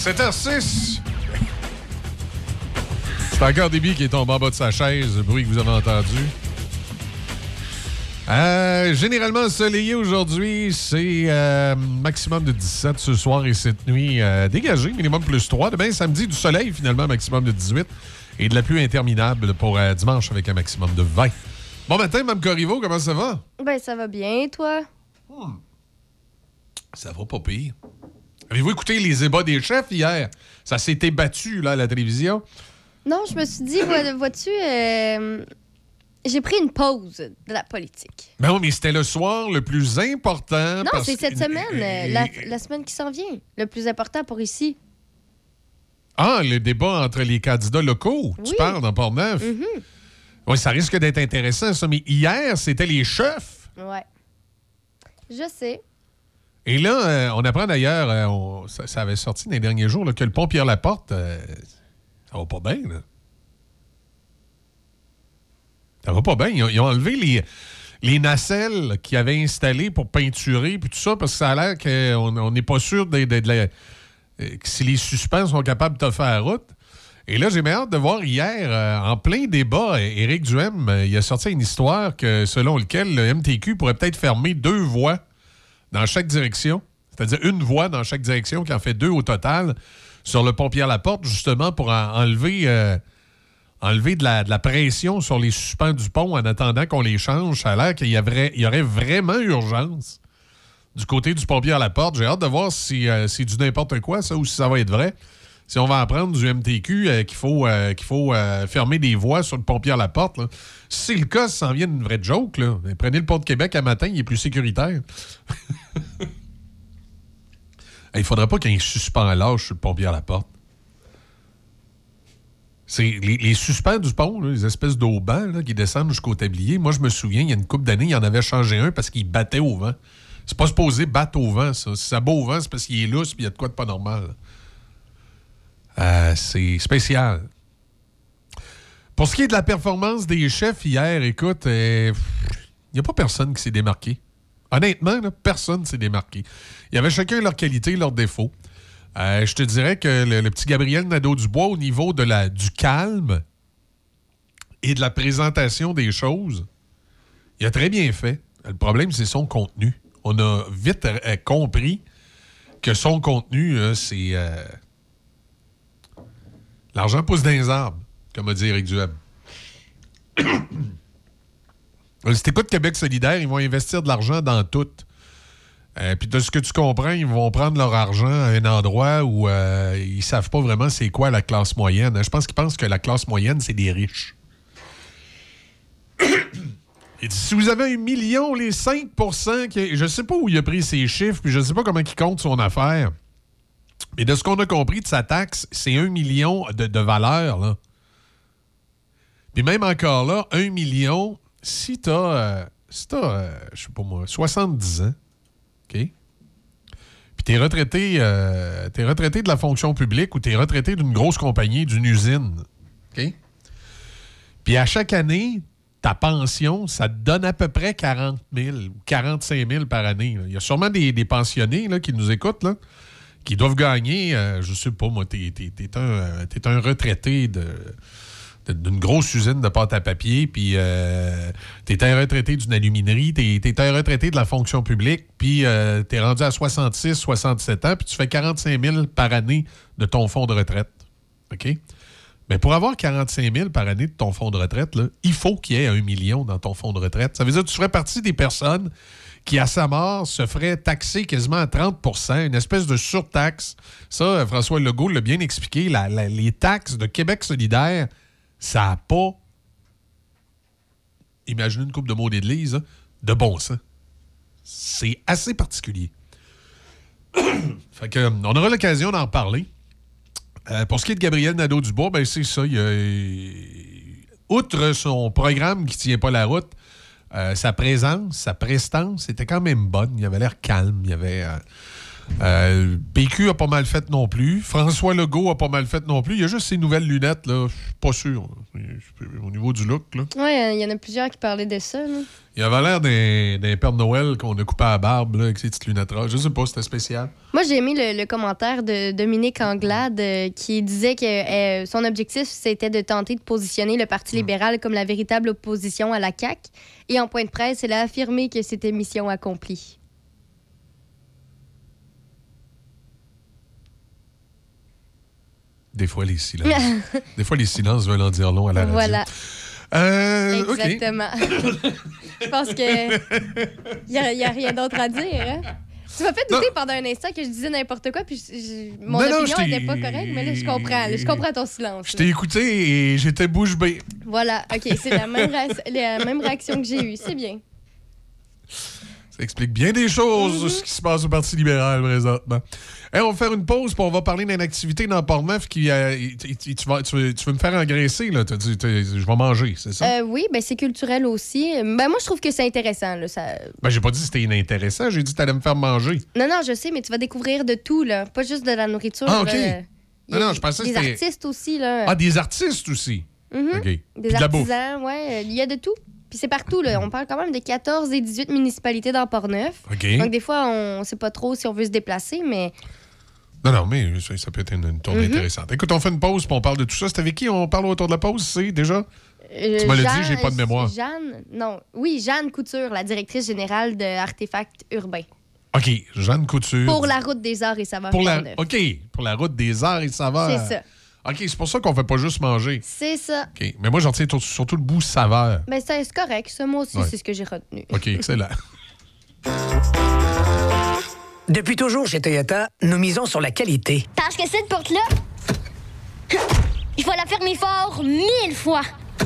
L: 7h06. C'est encore Déby qui est tombé en bas de sa chaise, le bruit que vous avez entendu. Généralement ensoleillé aujourd'hui, c'est maximum de 17 ce soir et cette nuit dégagé, minimum plus 3. Demain, samedi, du soleil finalement, maximum de 18 et de la pluie interminable pour dimanche avec un maximum de 20. Bon matin, Mme Corriveau, comment ça va?
B: Ben, ça va bien, toi?
L: Ça va pas pire. Avez-vous écouté les ébats des chefs hier? Ça s'était battu là, à la télévision.
B: Non, je me suis dit, vois-tu, j'ai pris une pause de la politique.
L: Ben oui, mais c'était le soir le plus important.
B: Non, c'est cette semaine, la semaine qui s'en vient, le plus important pour ici.
L: Ah, le débat entre les candidats locaux, tu parles dans Port-Neuf?
B: Mm-hmm.
L: Oui, ça risque d'être intéressant, ça. Mais hier, c'était les chefs.
B: Ouais. Je sais.
L: Et là, on apprend d'ailleurs, ça avait sorti dans les derniers jours, là, que le pont Pierre-Laporte, ça va pas bien, là. Ça va pas bien. Ils ont enlevé les nacelles qu'ils avaient installées pour peinturer puis tout ça, parce que ça a l'air qu'on n'est pas sûr que si les suspens sont capables de te faire route. Et là, j'ai bien hâte de voir hier, en plein débat, Éric Duhem, il a sorti une histoire selon laquelle le MTQ pourrait peut-être fermer 2 voies dans chaque direction. C'est-à-dire une voie dans chaque direction, qui en fait 2 au total, sur le pont Pierre-Laporte, justement pour enlever de la pression sur les suspens du pont en attendant qu'on les change. Ça a l'air qu'il y aurait vraiment urgence du côté du pont Pierre-Laporte. J'ai hâte de voir si c'est du n'importe quoi, ça, ou si ça va être vrai. Si on va apprendre du MTQ qu'il faut fermer des voies sur le pont Pierre-Laporte, là. Si c'est le cas, ça s'en vient d'une vraie joke, là. Prenez le pont de Québec à matin, il est plus sécuritaire. Il ne faudrait pas qu'il y ait un suspens à l'âge sur le pont Pierre-Laporte. C'est les suspens du pont, là, les espèces d'aubans là, qui descendent jusqu'au tablier. Moi, je me souviens, il y a une couple d'années, il y en avait changé un parce qu'il battait au vent. C'est pas supposé battre au vent, ça. Si ça bat au vent, c'est parce qu'il est lousse et il y a de quoi de pas normal. C'est spécial. Pour ce qui est de la performance des chefs hier, écoute, il n'y a pas personne qui s'est démarqué. Honnêtement, là, personne ne s'est démarqué. Il y avait chacun leurs qualités, leurs défauts. Je te dirais que le petit Gabriel Nadeau-Dubois, au niveau du calme et de la présentation des choses, il a très bien fait. Le problème, c'est son contenu. On a vite compris que son contenu, c'est... l'argent pousse dans les arbres, comme a dit Éric Duhem. Si t'écoutes Québec solidaire, ils vont investir de l'argent dans tout. Puis de ce que tu comprends, ils vont prendre leur argent à un endroit où ils savent pas vraiment c'est quoi la classe moyenne. Je pense qu'ils pensent que la classe moyenne, c'est des riches. Il dit, si vous avez 1 million, les 5 je sais pas où il a pris ses chiffres, puis je sais pas comment il compte son affaire. Mais de ce qu'on a compris de sa taxe, c'est 1 million de valeur, là. Puis même encore là, 1 million, si t'as je sais pas moi, 70 ans, OK? Puis t'es retraité de la fonction publique ou t'es retraité d'une grosse compagnie, d'une usine, OK? Puis à chaque année, ta pension, ça te donne à peu près 40 000 ou 45 000 par année. Il y a sûrement des pensionnés là, qui nous écoutent, là, qui doivent gagner, je sais pas, moi, t'es un retraité d'une grosse usine de pâte à papier, puis t'es un retraité d'une aluminerie, t'es un retraité de la fonction publique, puis t'es rendu à 66, 67 ans, puis tu fais 45 000 par année de ton fonds de retraite. OK? Mais pour avoir 45 000 par année de ton fonds de retraite, là, il faut qu'il y ait 1 million dans ton fonds de retraite. Ça veut dire que tu ferais partie des personnes qui, à sa mort, se ferait taxer quasiment à 30 %, une espèce de surtaxe. Ça, François Legault l'a bien expliqué, les taxes de Québec solidaire, ça n'a pas, imaginez une couple de mots d'église, hein, de bon sens. C'est assez particulier. Fait que, on aura l'occasion d'en parler. Pour ce qui est de Gabriel Nadeau-Dubois, ben c'est ça. Outre son programme qui ne tient pas la route, sa présence, sa prestance était quand même bonne. Il avait l'air calme. Il avait PQ a pas mal fait non plus. François Legault a pas mal fait non plus. Il y a juste ces nouvelles lunettes, là. Je suis pas sûr. Au niveau du look, là.
B: Oui, il y en a plusieurs qui parlaient de ça, là.
L: Il avait l'air d'un Père Noël qu'on a coupé à la barbe, là, avec ses petites lunettes-là. Je sais pas, c'était spécial.
B: Moi, j'ai aimé le commentaire de Dominique Anglade qui disait que son objectif, c'était de tenter de positionner le Parti libéral comme la véritable opposition à la CAQ. Et en point de presse, elle a affirmé que c'était mission accomplie.
L: Des fois, les silences veulent en dire long à la radio.
B: Voilà.
L: Exactement.
B: Okay. Je pense que il y a rien d'autre à dire. Hein? Tu m'as fait douter pendant un instant que je disais n'importe quoi, puis mon opinion n'était pas correcte, mais là, je comprends. Je comprends ton silence.
L: Je t'ai écouté et j'étais bouche bée.
B: Voilà, OK, c'est la même réaction que j'ai eue. C'est bien.
L: Ça explique bien des choses, ce qui se passe au Parti libéral présentement. Hey, on va faire une pause, puis on va parler d'une activité dans Port-Neuf qui... tu veux me faire engraisser, là. T'as dit, je vais manger, c'est ça?
B: Oui, ben c'est culturel aussi. Ben moi, je trouve que c'est intéressant, là. Ça...
L: Ben, j'ai pas dit que c'était inintéressant. J'ai dit que t'allais me faire manger.
B: Non, je sais, mais tu vas découvrir de tout, là. Pas juste de la nourriture.
L: Ah, OK.
B: Je
L: pensais que
B: c'était... Des artistes aussi, là.
L: Ah, des artistes aussi? OK.
B: Des artisans, ouais. Il y a de tout. Puis c'est partout, là. On parle quand même de 14 et 18 municipalités dans Port-Neuf.
L: OK.
B: Donc, des fois, on sait pas trop si on veut se déplacer, mais...
L: Non, mais ça peut être une tournée intéressante. Écoute, on fait une pause, puis on parle de tout ça. C'est avec qui on parle autour de la pause, c'est déjà? Tu me l'as dit, j'ai pas de mémoire.
B: Jeanne Couture, la directrice générale de Artefacts urbains.
L: OK, Jeanne Couture.
B: Pour la route des arts et saveurs.
L: OK, pour la route des arts et saveurs.
B: C'est ça.
L: OK, c'est pour ça qu'on fait pas juste manger.
B: C'est ça.
L: OK, mais moi, j'en tiens surtout le bout saveur.
B: Mais c'est correct, ça. Moi aussi, c'est ce que j'ai retenu.
L: OK, excellent.
O: Depuis toujours, chez Toyota, nous misons sur la qualité.
P: Parce que cette porte-là, il faut la fermer fort 1000 fois.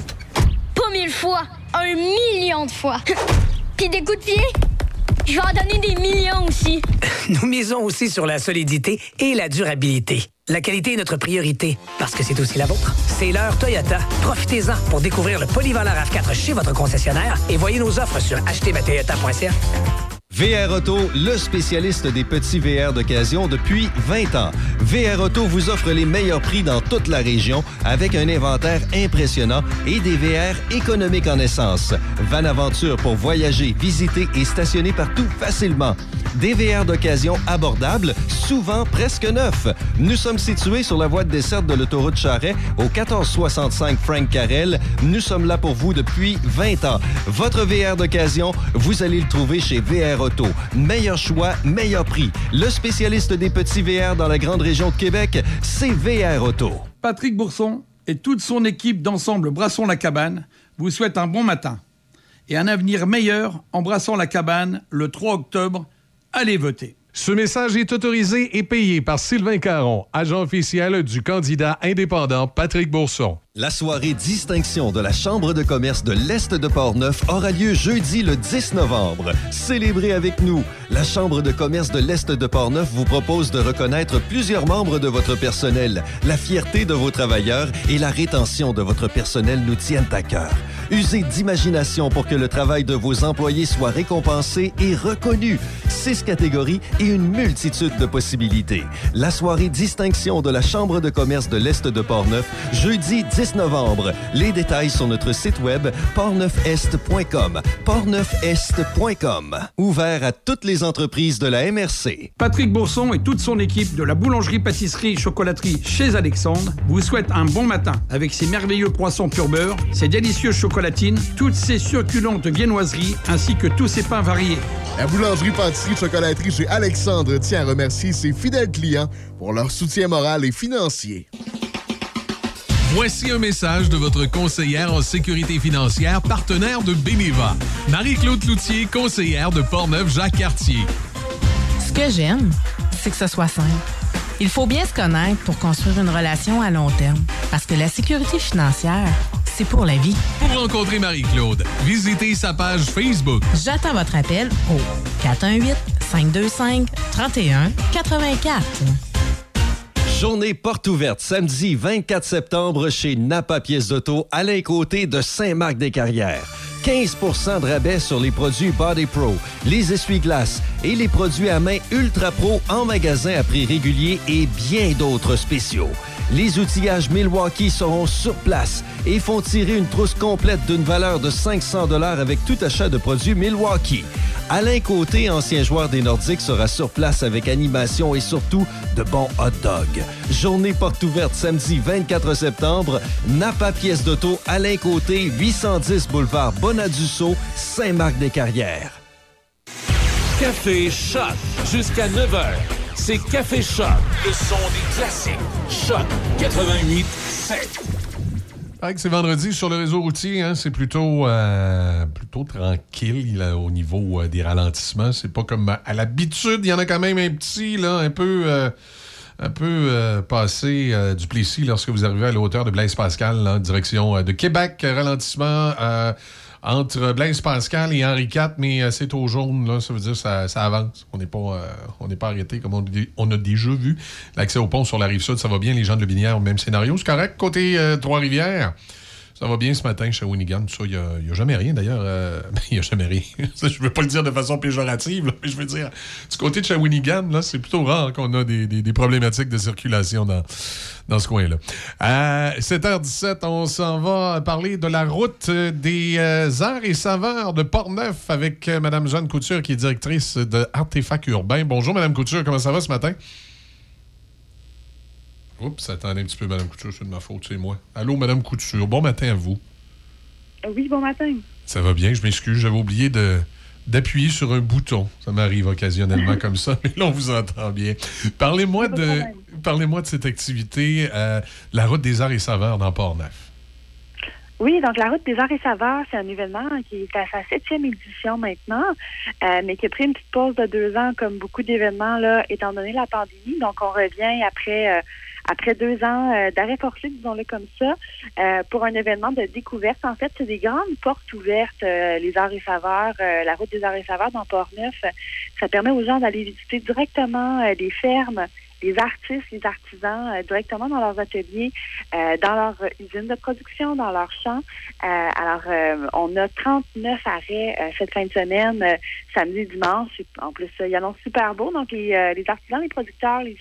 P: Pas 1000 fois, 1 million de fois. Puis des coups de pied, je vais en donner des millions aussi.
O: Nous misons aussi sur la solidité et la durabilité. La qualité est notre priorité, parce que c'est aussi la vôtre. C'est l'heure Toyota. Profitez-en pour découvrir le polyvalent RAV4 chez votre concessionnaire et voyez nos offres sur achetezmatoyota.ca.
I: VR Auto, le spécialiste des petits VR d'occasion depuis 20 ans. VR Auto vous offre les meilleurs prix dans toute la région avec un inventaire impressionnant et des VR économiques en essence. Van Aventure pour voyager, visiter et stationner partout facilement. Des VR d'occasion abordables, souvent presque neufs. Nous sommes situés sur la voie de desserte de l'autoroute Charret au 1465 Frank Carrel. Nous sommes là pour vous depuis 20 ans. Votre VR d'occasion, vous allez le trouver chez VR Auto. Meilleur choix, meilleur prix. Le spécialiste des petits VR dans la grande région de Québec, c'est VR Auto.
Q: Patrick Bourson et toute son équipe d'ensemble Brassons la Cabane vous souhaitent un bon matin et un avenir meilleur en brassant la cabane le 3 octobre. Allez voter.
F: Ce message est autorisé et payé par Sylvain Caron, agent officiel du candidat indépendant Patrick Bourson.
I: La soirée distinction de la Chambre de commerce de l'Est de Port-Neuf aura lieu jeudi le 10 novembre. Célébrez avec nous. La Chambre de commerce de l'Est de Port-Neuf vous propose de reconnaître plusieurs membres de votre personnel. La fierté de vos travailleurs et la rétention de votre personnel nous tiennent à cœur. Usez d'imagination pour que le travail de vos employés soit récompensé et reconnu. 6 catégories et une multitude de possibilités. La soirée distinction de la Chambre de commerce de l'Est de Port-Neuf, jeudi 10 novembre. Les détails sur notre site web portneufest.com. portneufest.com. Ouvert à toutes les entreprises de la MRC.
Q: Patrick Bourson et toute son équipe de la boulangerie-pâtisserie-chocolaterie chez Alexandre vous souhaitent un bon matin avec ses merveilleux croissants pur beurre, ses délicieuses chocolatines, toutes ses succulentes viennoiseries ainsi que tous ses pains variés.
R: La boulangerie-pâtisserie-chocolaterie chez Alexandre tient à remercier ses fidèles clients pour leur soutien moral et financier.
A: Voici un message de votre conseillère en sécurité financière, partenaire de Beneva. Marie-Claude Cloutier, conseillère de Portneuf-Jacques-Cartier.
S: Ce que j'aime, c'est que ce soit simple. Il faut bien se connaître pour construire une relation à long terme. Parce que la sécurité financière, c'est pour la vie.
A: Pour rencontrer Marie-Claude, visitez sa page Facebook.
S: J'attends votre appel au 418-525-3184.
I: Journée porte ouverte samedi 24 septembre chez Napa Pièces d'Auto, Alain Côté de Saint-Marc-des-Carrières. 15 % de rabais sur les produits Body Pro, les essuie-glaces et les produits à main Ultra Pro en magasin à prix régulier et bien d'autres spéciaux. Les outillages Milwaukee seront sur place et font tirer une trousse complète d'une valeur de 500 $ avec tout achat de produits Milwaukee. Alain Côté, ancien joueur des Nordiques, sera sur place avec animation et surtout de bons hot dogs. Journée porte ouverte samedi 24 septembre. Napa Pièce d'auto, Alain Côté, 810 boulevard Bonadusseau, Saint-Marc-des-Carrières.
A: Café Choc, jusqu'à 9h. C'est Café Choc, le son des classiques. Choc 88.7.
L: C'est vendredi sur le réseau routier, hein, c'est plutôt tranquille là, au niveau des ralentissements. C'est pas comme à l'habitude, il y en a quand même un petit, là, un peu passé du Plessis lorsque vous arrivez à la hauteur de Blaise Pascal, là, direction de Québec, ralentissement entre Blaise Pascal et Henri IV, mais c'est au jaune, là, ça veut dire que ça avance. On n'est pas arrêté comme on a déjà vu. L'accès au pont sur la Rive-Sud, ça va bien. Les gens de Lobinière, même scénario. C'est correct. Côté Trois-Rivières, ça va bien ce matin chez Shawinigan. Tout ça, il n'y a jamais rien, d'ailleurs. Il n'y a jamais rien. Je ne veux pas le dire de façon péjorative, là, mais je veux dire, du côté de Shawinigan, là, c'est plutôt rare qu'on a des problématiques de circulation dans ce coin-là. À 7h17, on s'en va parler de la route des arts et saveurs de Portneuf avec Mme Jeanne Couture, qui est directrice de Artefacts urbains. Bonjour, Mme Couture. Comment ça va ce matin? Oups, attendez un petit peu, Mme Couture, c'est de ma faute, c'est moi. Allô, Mme Couture, bon matin à vous.
T: Oui, bon matin.
L: Ça va bien, je m'excuse, j'avais oublié d'appuyer sur un bouton. Ça m'arrive occasionnellement comme ça, mais là, on vous entend bien. Parlez-moi de cette activité, la route des arts et saveurs dans Portneuf.
T: Oui, donc la route des arts et saveurs, c'est un événement qui est à sa 7e édition maintenant, mais qui a pris une petite pause de 2 ans, comme beaucoup d'événements, là, étant donné la pandémie. Donc, on revient après 2 ans d'arrêt forcé, disons-le comme ça, pour un événement de découverte. En fait, c'est des grandes portes ouvertes, les arts et saveurs, la route des arts et saveurs dans Portneuf. Ça permet aux gens d'aller visiter directement les fermes, les artistes, les artisans, directement dans leurs ateliers, dans leurs usines de production, dans leurs champs. Alors, on a 39 arrêts cette fin de semaine, samedi et dimanche. En plus, il annonce super beau. Donc, les artisans, les producteurs, les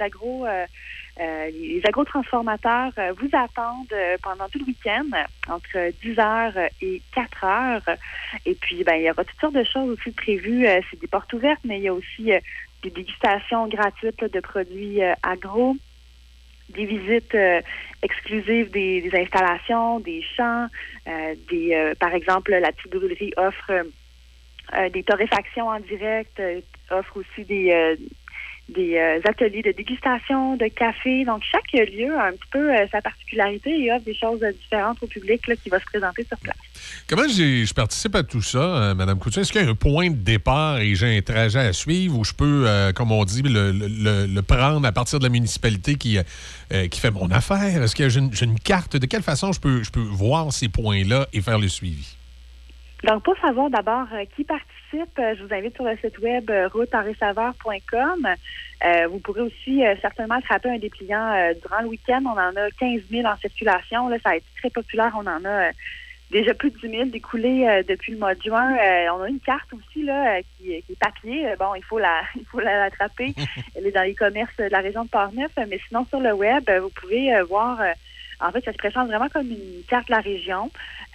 T: agrotransformateurs vous attendent pendant tout le week-end, entre 10h et 4h. Et puis, il y aura toutes sortes de choses aussi prévues. C'est des portes ouvertes, mais il y a aussi des dégustations gratuites là, de produits agro, des visites exclusives des installations, des champs, par exemple, la petite brûlerie offre des torréfactions en direct, offre aussi des ateliers de dégustation, de café. Donc, chaque lieu a un petit peu sa particularité et offre des choses différentes au public là, qui va se présenter sur place.
L: Comment je participe à tout ça, Mme Couture? Est-ce qu'il y a un point de départ et j'ai un trajet à suivre ou je peux, comme on dit, le prendre à partir de la municipalité qui fait mon affaire? Est-ce que j'ai une carte? De quelle façon je peux voir ces points-là et faire le suivi?
T: Donc, pour savoir d'abord qui participe, je vous invite sur le site web routeartsaveurs.com. Vous pourrez aussi certainement attraper un dépliant durant le week-end. On en a 15 000 en circulation. Là, ça a été très populaire. On en a déjà plus de 10 000 découlés depuis le mois de juin. On a une carte aussi là qui est papier. Bon, il faut l'attraper. Elle est dans les commerces de la région de Portneuf. Mais sinon, sur le web, vous pouvez voir... En fait, ça se présente vraiment comme une carte de la région.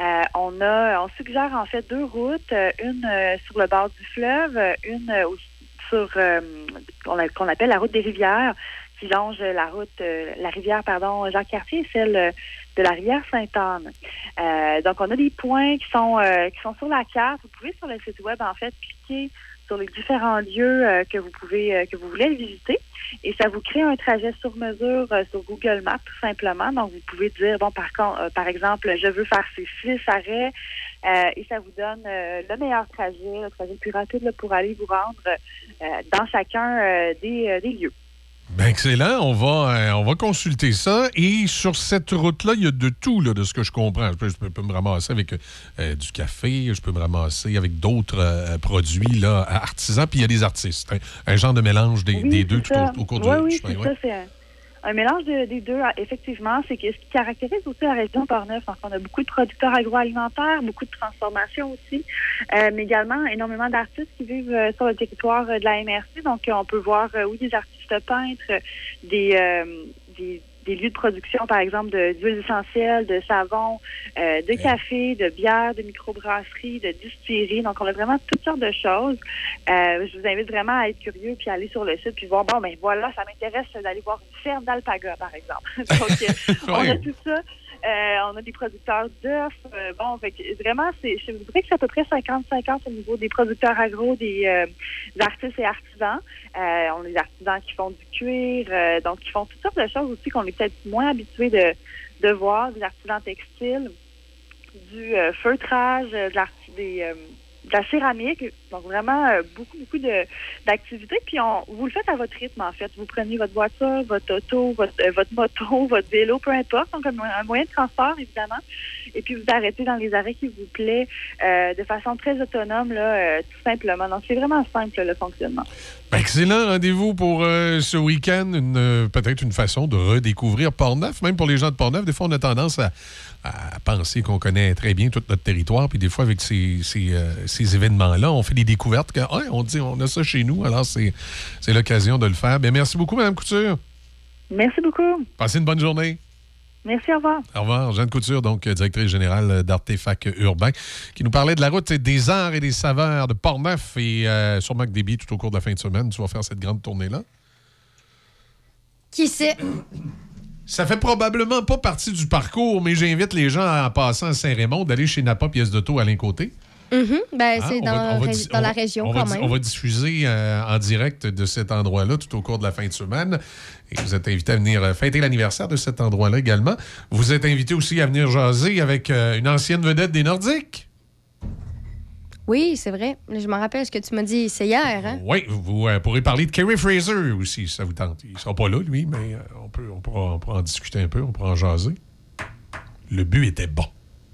T: On suggère en fait 2 routes, une sur le bord du fleuve, une qu'on appelle la route des rivières, qui longe la rivière Jacques-Cartier et celle de la rivière Sainte-Anne. Donc, on a des points qui sont sur la carte. Vous pouvez sur le site web en fait cliquer sur les différents lieux que vous voulez visiter. Et ça vous crée un trajet sur mesure sur Google Maps, tout simplement. Donc, vous pouvez dire, par exemple, je veux faire ces 6 arrêts et ça vous donne le meilleur trajet, le trajet le plus rapide là, pour aller vous rendre dans chacun des lieux.
L: Bien, excellent. On va consulter ça. Et sur cette route-là, il y a de tout, là, de ce que je comprends. Je peux me ramasser avec du café, je peux me ramasser avec d'autres produits là, artisans, puis il y a des artistes. Un genre de mélange des deux tout au cours du chemin.
T: Oui, c'est ça. Un mélange des deux, effectivement. C'est que ce qui caractérise aussi la région de Portneuf, donc on a beaucoup de producteurs agroalimentaires, beaucoup de transformations aussi, mais également énormément d'artistes qui vivent sur le territoire de la MRC. Donc, on peut voir, oui, des artistes peintres, des lieux de production, par exemple, d'huiles essentielles, de savon, de café, de bière, de microbrasserie, de distillerie. Donc, on a vraiment toutes sortes de choses. Je vous invite vraiment à être curieux puis à aller sur le site puis voir, bon, ben voilà, ça m'intéresse d'aller voir une ferme d'alpaga, par exemple. Donc, on a tout ça. On a des producteurs d'œufs. Bon, fait que vraiment, je vous dirais que c'est à peu près 50-50 au niveau des producteurs agro, des artistes et artisans. On a des artisans qui font du cuir, donc qui font toutes sortes de choses aussi qu'on est peut-être moins habitués de voir, des artisans textiles, du feutrage, de la céramique, donc vraiment beaucoup d'activités. Puis vous le faites à votre rythme, en fait. Vous prenez votre voiture, votre auto, votre moto, votre vélo, peu importe, donc un moyen de transport, évidemment. Et puis vous arrêtez dans les arrêts qui vous plaît de façon très autonome, là, tout simplement. Donc c'est vraiment simple, le fonctionnement.
L: Excellent rendez-vous pour ce week-end. Peut-être une façon de redécouvrir Portneuf. Même pour les gens de Portneuf, des fois, on a tendance à penser qu'on connaît très bien tout notre territoire. Puis des fois, avec ces événements-là, on fait des découvertes on dit on a ça chez nous. Alors, c'est l'occasion de le faire. Bien, merci beaucoup, Mme Couture.
T: Merci beaucoup.
L: Passez une bonne journée.
T: Merci, au revoir.
L: Au revoir. Jeanne Couture, donc directrice générale d'Artefacts Urbains, qui nous parlait de la route des arts et des saveurs de Portneuf et sûrement que des billets tout au cours de la fin de semaine. Tu vas faire cette grande tournée-là?
B: Qui sait?
L: Ça fait probablement pas partie du parcours, mais j'invite les gens en passant à Saint-Raymond d'aller chez Napa Pièce d'Auto à l'Incoté.
B: C'est dans la région quand même.
L: On va diffuser en direct de cet endroit-là tout au cours de la fin de semaine. Et vous êtes invité à venir fêter l'anniversaire de cet endroit-là également. Vous êtes invité aussi à venir jaser avec une ancienne vedette des Nordiques.
B: Oui, c'est vrai. Je m'en rappelle ce que tu m'as dit, c'est hier. Hein?
L: Oui, vous pourrez parler de Kerry Fraser aussi, si ça vous tente. Il ne sera pas là, lui, mais on pourra en discuter un peu, on pourra en jaser. Le but était bon.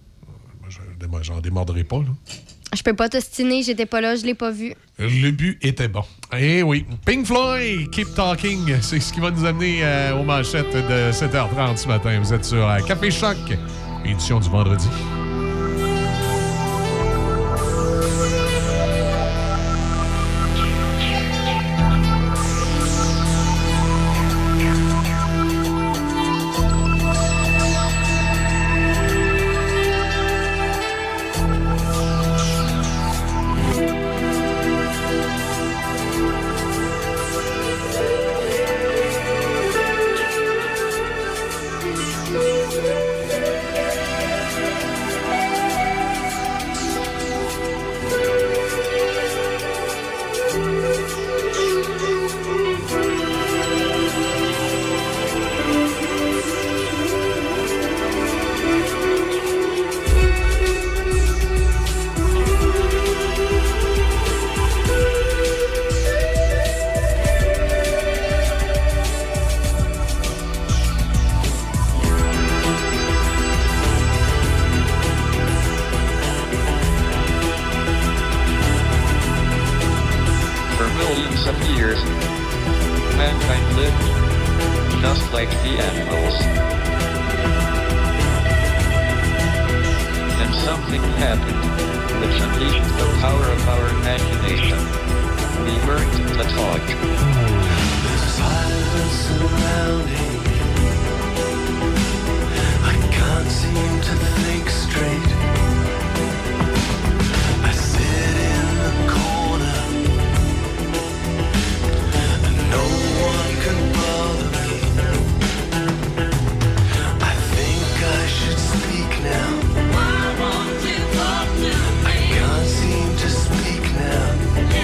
L: Moi, j'en démordrai pas, là.
B: Je peux pas t'ostiner, j'étais pas là, je l'ai pas vu.
L: Le but était bon. Eh oui. Pink Floyd, Keep Talking, c'est ce qui va nous amener aux manchettes de 7h30 ce matin. Vous êtes sur Café Choc, édition du vendredi.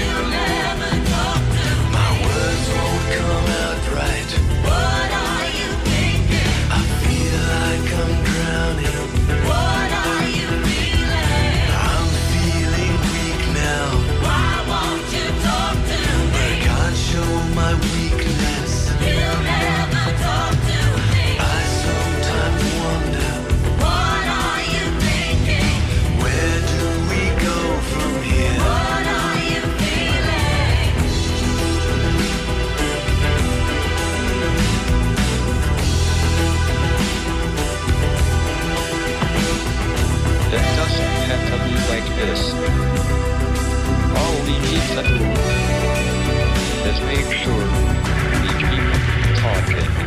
D: What are you
U: this. All we need to do is make sure we keep talking.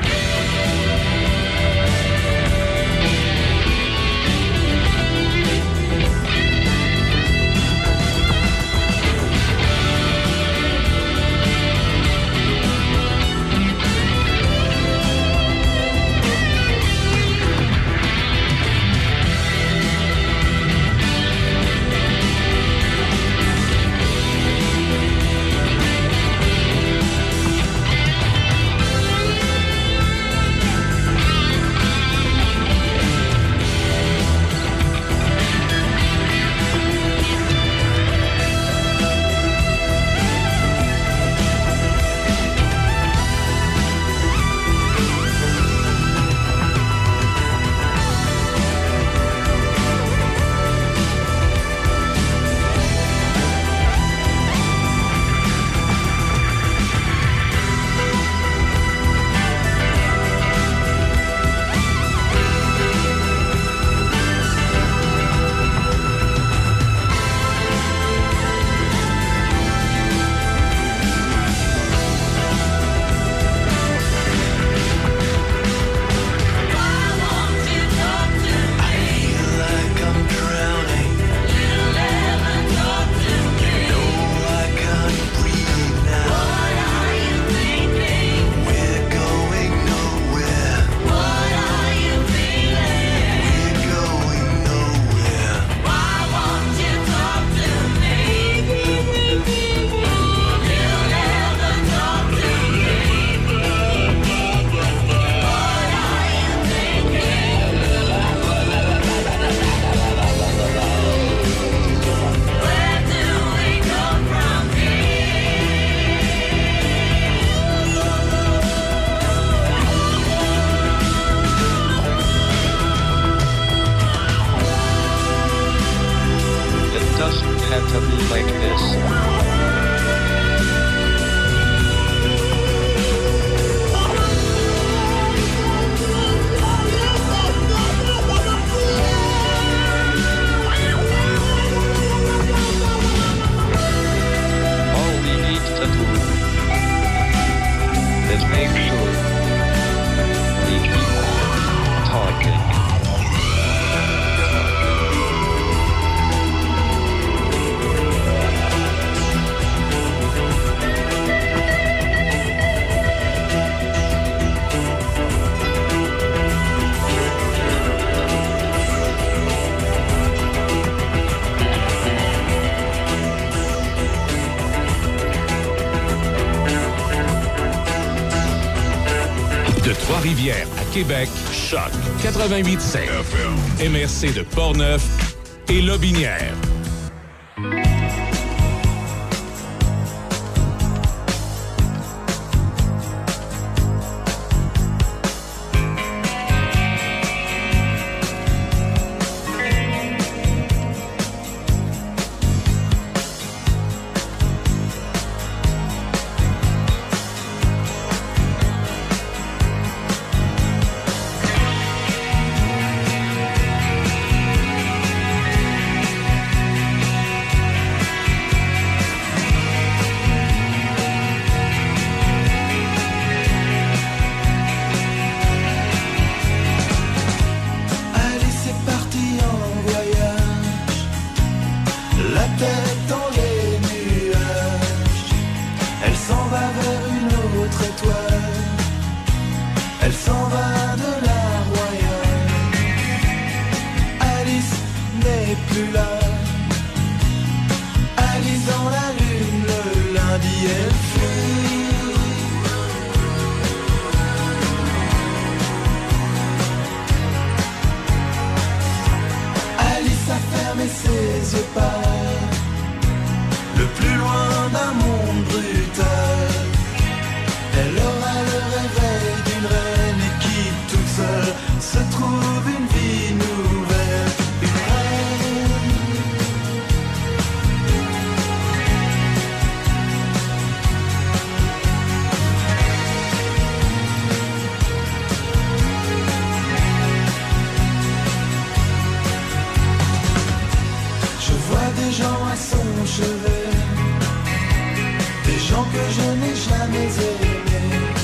A: Trois-Rivières à Québec, Choc 88.7. MRC de Portneuf et Lobinière.
D: que je n'ai jamais aimé.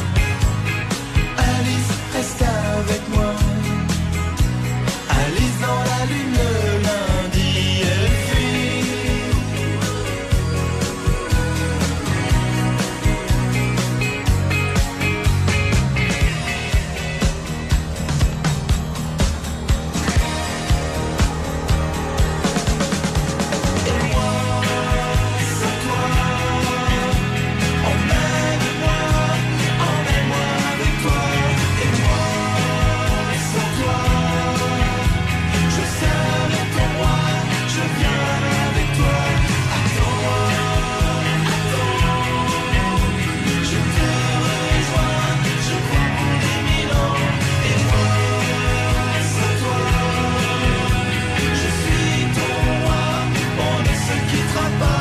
D: Alice, reste avec moi. Alice dans la lune le lundi, elle fuit. Et moi, c'est toi. Emmène-moi avec toi. Et moi, c'est toi. Je serai ton roi, je viens avec toi. Attends-moi, je te rejoins, je crois pour 10 000 ans. Et moi, c'est toi. Je suis ton roi, on ne se quittera pas.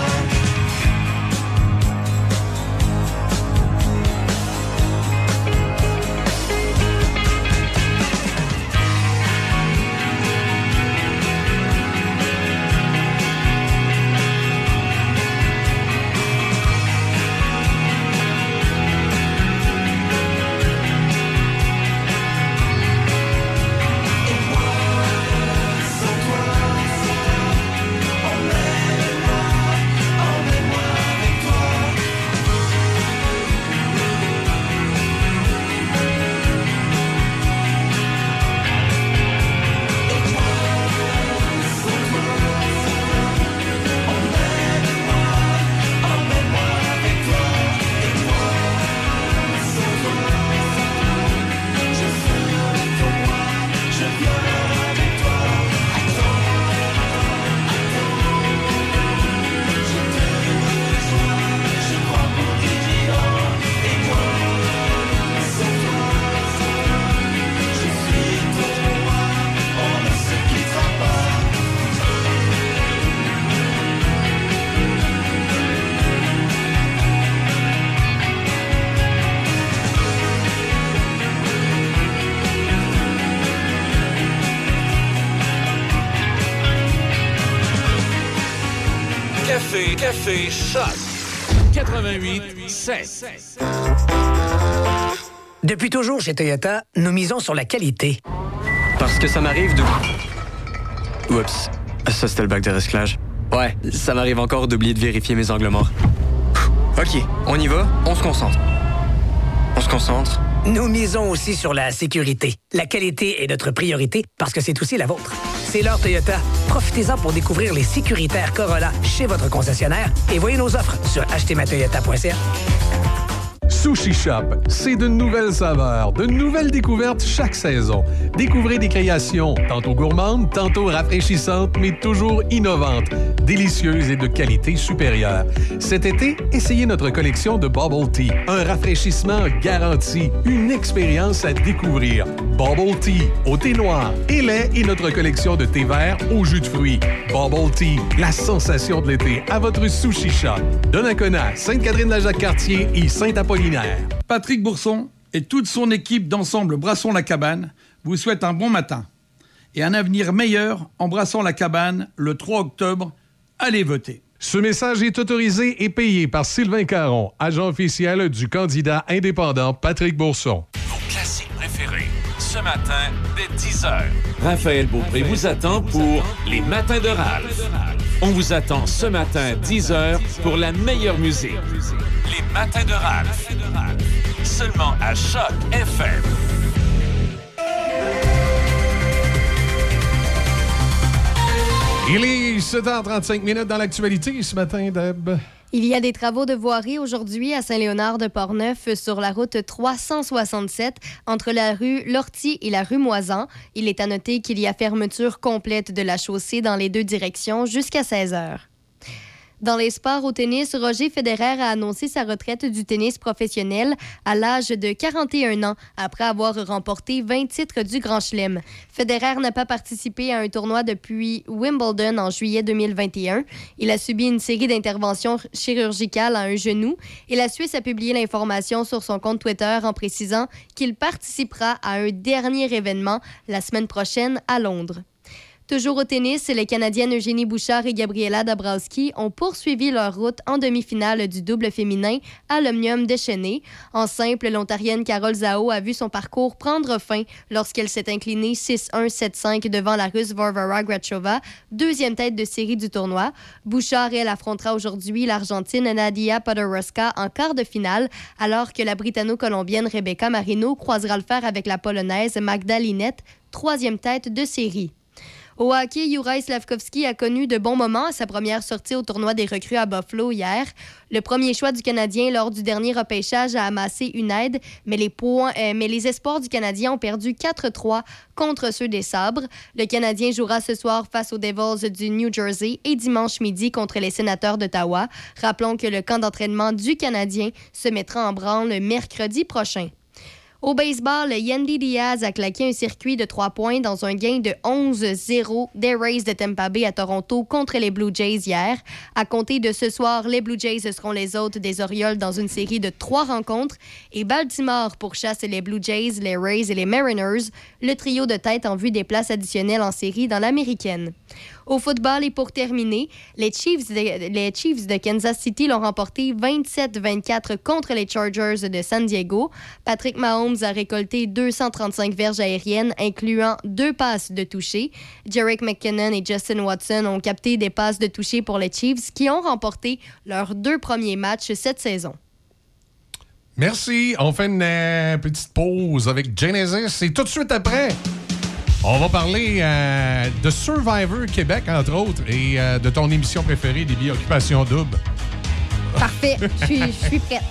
A: Café Choc 88.7.
O: Depuis toujours, chez Toyota, nous misons sur la qualité.
H: Parce que ça m'arrive de... Oups, ça c'était le bac de recyclage. Ouais, ça m'arrive encore d'oublier de vérifier mes angles morts. OK, on y va, on se concentre. On se concentre.
O: Nous misons aussi sur la sécurité. La qualité est notre priorité parce que c'est aussi la vôtre. C'est l'heure Toyota. Profitez-en pour découvrir les sécuritaires Corolla chez votre concessionnaire et voyez nos offres sur achetezmatoyota.ca.
F: Sushi Shop, c'est de nouvelles saveurs, de nouvelles découvertes chaque saison. Découvrez des créations tantôt gourmandes, tantôt rafraîchissantes, mais toujours innovantes, délicieuses et de qualité supérieure. Cet été, essayez notre collection de Bubble Tea, un rafraîchissement garanti, une expérience à découvrir. Bubble Tea, au thé noir et lait et notre collection de thé vert au jus de fruits. Bubble Tea, la sensation de l'été à votre Sushi Shop. Donnacona, Sainte-Catherine-la-Jacques-Cartier et Saint-Apollinaire.
Q: Patrick Bourson et toute son équipe d'ensemble Brassons la Cabane vous souhaitent un bon matin et un avenir meilleur en brassant la cabane le 3 octobre. Allez voter.
F: Ce message est autorisé et payé par Sylvain Caron, agent officiel du candidat indépendant Patrick Bourson.
A: Vos classiques préférés, ce matin, dès 10h. Raphaël Beaupré vous attend pour les Matins de Ralph. On vous attend ce matin, 10h, pour la meilleure musique. Les Matins de Ralph. Seulement à Choc FM.
F: Il est 7h35 dans l'actualité ce matin, Deb.
B: Il y a des travaux de voirie aujourd'hui à Saint-Léonard-de-Portneuf sur la route 367 entre la rue Lortie et la rue Moisan. Il est à noter qu'il y a fermeture complète de la chaussée dans les deux directions jusqu'à 16h. Dans les sports au tennis, Roger Federer a annoncé sa retraite du tennis professionnel à l'âge de 41 ans, après avoir remporté 20 titres du Grand Chelem. Federer n'a pas participé à un tournoi depuis Wimbledon en juillet 2021. Il a subi une série d'interventions chirurgicales à un genou et la Suisse a publié l'information sur son compte Twitter en précisant qu'il participera à un dernier événement la semaine prochaine à Londres. Toujours au tennis, les Canadiennes Eugénie Bouchard et Gabriela Dabrowski ont poursuivi leur route en demi-finale du double féminin à l'Omnium de Chennai. En simple, l'Ontarienne Carole Zhao a vu son parcours prendre fin lorsqu'elle s'est inclinée 6-1, 7-5 devant la Russe Varvara Grachova, deuxième tête de série du tournoi. Bouchard, elle, affrontera aujourd'hui l'Argentine Nadia Podoroska en quart de finale, alors que la Britanno-Colombienne Rebecca Marino croisera le fer avec la Polonaise Magda Linette, troisième tête de série. Au hockey, Juraj Slafkovský a connu de bons moments à sa première sortie au tournoi des recrues à Buffalo hier. Le premier choix du Canadien lors du dernier repêchage a amassé une aide, mais les espoirs du Canadien ont perdu 4-3 contre ceux des Sabres. Le Canadien jouera ce soir face aux Devils du New Jersey et dimanche midi contre les Sénateurs d'Ottawa. Rappelons que le camp d'entraînement du Canadien se mettra en branle mercredi prochain. Au baseball, Yandy Diaz a claqué un circuit de 3 points dans un gain de 11-0 des Rays de Tampa Bay à Toronto contre les Blue Jays hier. À compter de ce soir, les Blue Jays seront les hôtes des Orioles dans une série de 3 rencontres et Baltimore pourchasse les Blue Jays, les Rays et les Mariners, le trio de tête en vue des places additionnelles en série dans l'Américaine. Au football et pour terminer, les Chiefs de Kansas City l'ont remporté 27-24 contre les Chargers de San Diego. Patrick Mahomes a récolté 235 verges aériennes, incluant 2 passes de toucher. Jerick McKinnon et Justin Watson ont capté des passes de toucher pour les Chiefs qui ont remporté leurs 2 premiers matchs cette saison.
L: Merci. On fait une petite pause avec Genesis et tout de suite après, on va parler de Survivor Québec, entre autres, et de ton émission préférée, Déby, Occupation Double.
B: Parfait. Je suis prête.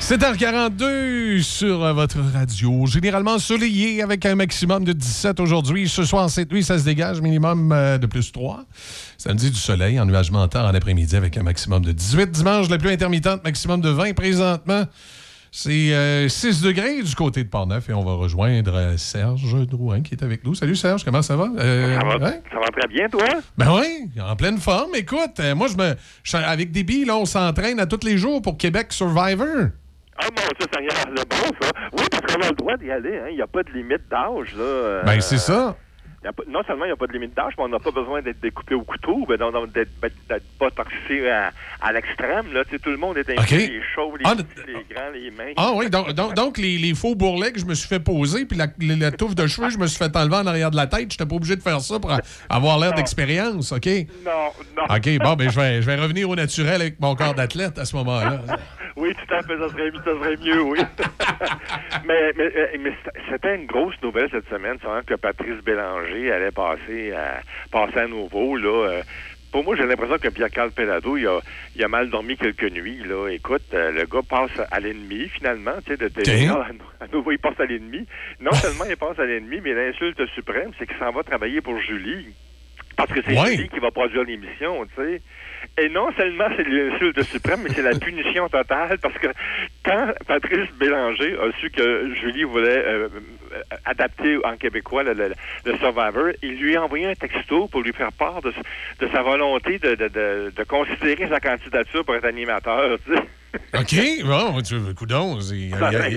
L: 7h42 sur votre radio. Généralement ensoleillé avec un maximum de 17 aujourd'hui. Ce soir, cette nuit, ça se dégage, minimum de plus 3. Samedi, du soleil, ennuagement tard en après-midi avec un maximum de 18. Dimanche, la pluie intermittente, maximum de 20 présentement. C'est 6 degrés du côté de Port-Neuf et on va rejoindre Serge Drouin qui est avec nous. Salut Serge, comment ça va?
J: Ça va très bien, toi?
L: Ben oui, en pleine forme. Écoute, moi, avec Déby, là, on s'entraîne à tous les jours pour Québec Survivor.
J: Ah bon, ça, c'est bon, ça. Oui, parce qu'on a le droit d'y aller. Hein. Il n'y a pas de limite d'âge. Là.
L: Ben, c'est ça.
J: Non seulement il n'y a pas de limite d'âge, mais on n'a pas besoin d'être découpé au couteau, d'être pas toxé à l'extrême. Là. Tout le monde est inclus, les chauves, les petits, les grands, les minces.
L: Ah oui, donc les faux bourrelets que je me suis fait poser, puis la touffe de cheveux, je me suis fait enlever en arrière de la tête. Je n'étais pas obligé de faire ça pour avoir l'air d'expérience, OK?
J: Non.
L: OK, bon, ben je vais revenir au naturel avec mon corps d'athlète à ce moment-là.
J: Oui, tout à fait, ça serait mieux, oui. mais c'était une grosse nouvelle cette semaine, que Patrice Bélanger allait passer à nouveau, là. Pour moi, j'ai l'impression que Pierre-Carl Pellado, il a mal dormi quelques nuits, là. Écoute, le gars passe à l'ennemi, finalement, tu sais, de télé. À nouveau, il passe à l'ennemi. Non seulement il passe à l'ennemi, mais l'insulte suprême, c'est qu'il s'en va travailler pour Julie. Parce que c'est Julie qui va produire l'émission, tu sais. Et non seulement c'est l'insulte suprême, mais c'est la punition totale, parce que quand Patrice Bélanger a su que Julie voulait adapter en québécois le Survivor, il lui a envoyé un texto pour lui faire part de sa volonté de considérer sa candidature pour être animateur, tu sais.
L: OK, bon, coudonc, il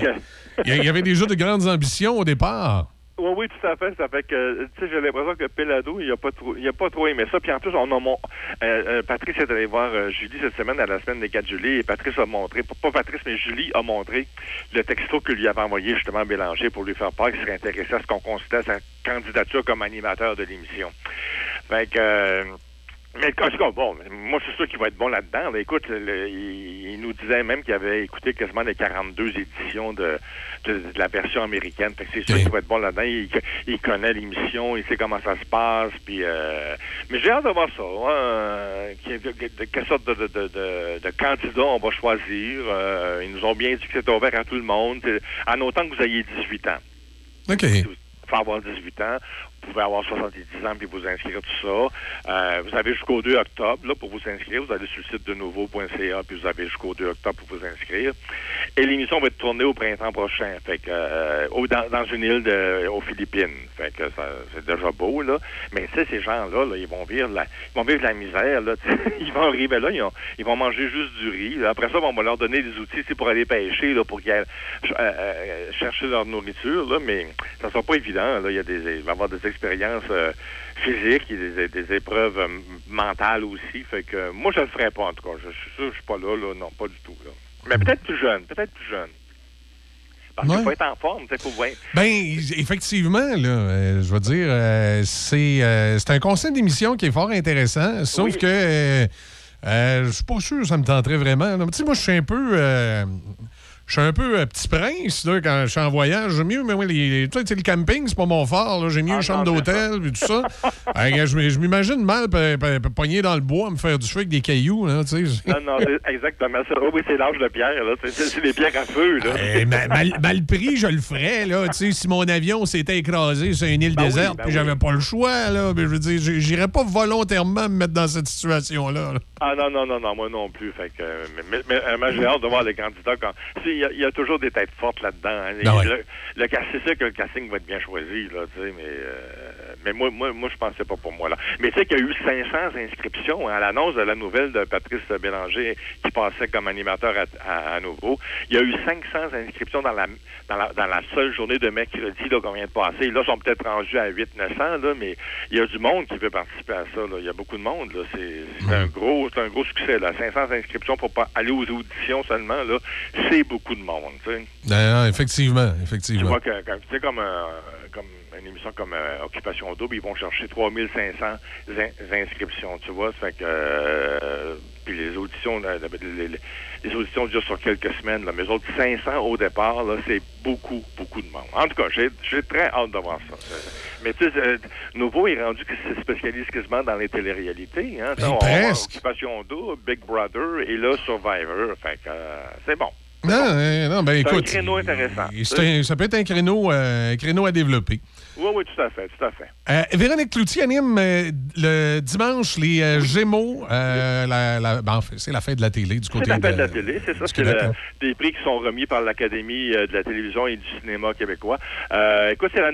L: y avait déjà de grandes ambitions au départ.
J: Oui, tout à fait. Ça fait que, tu sais, j'ai l'impression que Pellado, il a pas trop aimé ça. Puis en plus, Patrice est allé voir Julie cette semaine, à la semaine des 4 juillet, et Patrice a montré, pas Patrice, mais Julie a montré le texto que lui avait envoyé justement Bélanger pour lui faire part qu'il serait intéressé à ce qu'on considère sa candidature comme animateur de l'émission. Fait que... Mais en tout cas, bon, moi, c'est sûr qu'il va être bon là-dedans. Là, écoute, il nous disait même qu'il avait écouté quasiment les 42 éditions de la version américaine. Fait que c'est sûr qu'il va être bon là-dedans. Il connaît l'émission, il sait comment ça se passe. Puis, mais j'ai hâte de voir ça. Quelle sorte de candidat on va choisir. Ils nous ont bien dit que c'était ouvert à tout le monde. En autant que vous ayez 18 ans.
L: OK.
J: Il faut avoir 18 ans. Vous pouvez avoir 70 ans puis vous inscrire tout ça. Vous avez jusqu'au 2 octobre là, pour vous inscrire. Vous allez sur le site de nouveau.ca puis vous avez jusqu'au 2 octobre pour vous inscrire. Et l'émission va être tournée au printemps prochain. Fait que dans une île aux Philippines. Fait que c'est déjà beau, là. Mais tu sais, ces gens-là, là, ils vont vivre la misère, là. Ils vont arriver là, ils vont manger juste du riz. Là. Après ça, on va leur donner des outils pour aller pêcher, là, pour qu'ils aillent chercher leur nourriture, là, mais ça sera pas évident. Là. Il va y avoir des expériences physiques et des épreuves mentales aussi. Fait que moi, je le ferais pas, en tout cas. Je suis sûr que je suis pas là, non, pas du tout. Là. Mais peut-être plus jeune. Parce qu'il faut être en forme, il faut voir.
L: Ben, effectivement, là, je veux dire, c'est un concept d'émission qui est fort intéressant, sauf que je suis pas sûr que ça me tenterait vraiment. Tu sais, moi, je suis un peu petit prince là, quand je suis en voyage. J'aime mieux, mais oui, tu sais, le camping, c'est pas mon fort. Là. J'ai mieux une chambre d'hôtel et tout ça. Je m'imagine mal pogner dans le bois, me faire du feu avec des cailloux. Là, tu sais.
J: Non, c'est exactement ça. Oui, c'est l'âge de pierre. Là. C'est des pierres à feu. Là.
L: Mal pris, je le ferais. Là, tu sais, si mon avion s'était écrasé sur une île déserte puis j'avais pas le choix, là, je veux dire, j'irais pas volontairement me mettre dans cette situation-là. Là.
J: Ah non, moi non plus. Fait que, mais j'ai hâte de voir les candidats quand... Il y a toujours des têtes fortes là-dedans. Hein. C'est sûr que le casting va être bien choisi, là, tu sais, mais moi, je pensais pas pour moi, là. Mais tu sais qu'il y a eu 500 inscriptions à l'annonce de la nouvelle de Patrice Bélanger qui passait comme animateur à nouveau. Il y a eu 500 inscriptions dans la seule journée de mercredi, là, qu'on vient de passer. Là, ils sont peut-être rendus à 800-900, là, mais il y a du monde qui veut participer à ça, là. Il y a beaucoup de monde, là. C'est un gros succès, là. 500 inscriptions pour pas aller aux auditions seulement, là. C'est beaucoup de monde, tu sais.
L: Non, effectivement.
J: Tu vois que, tu sais, comme une émission comme Occupation Double, ils vont chercher 3500 inscriptions, tu vois, ça fait que puis les auditions les auditions durent sur quelques semaines, là, mais les autres 500 au départ, là, c'est beaucoup de monde. En tout cas, j'ai très hâte de voir ça. Mais tu sais, Nouveau est rendu que se spécialise quasiment dans les téléréalités, hein.
L: Presque.
J: Occupation Double, Big Brother et là Survivor, fait que c'est bon.
L: Non, ben écoute.
J: C'est un créneau intéressant.
L: Ça peut être un créneau à développer.
J: Oui, tout à fait.
L: Véronique Cloutier anime le dimanche les Gémeaux. C'est la fête de la télé du côté
J: C'est la fête de la télé, c'est ça. C'est des prix qui sont remis par l'Académie de la télévision et du cinéma québécois. Écoute, c'est la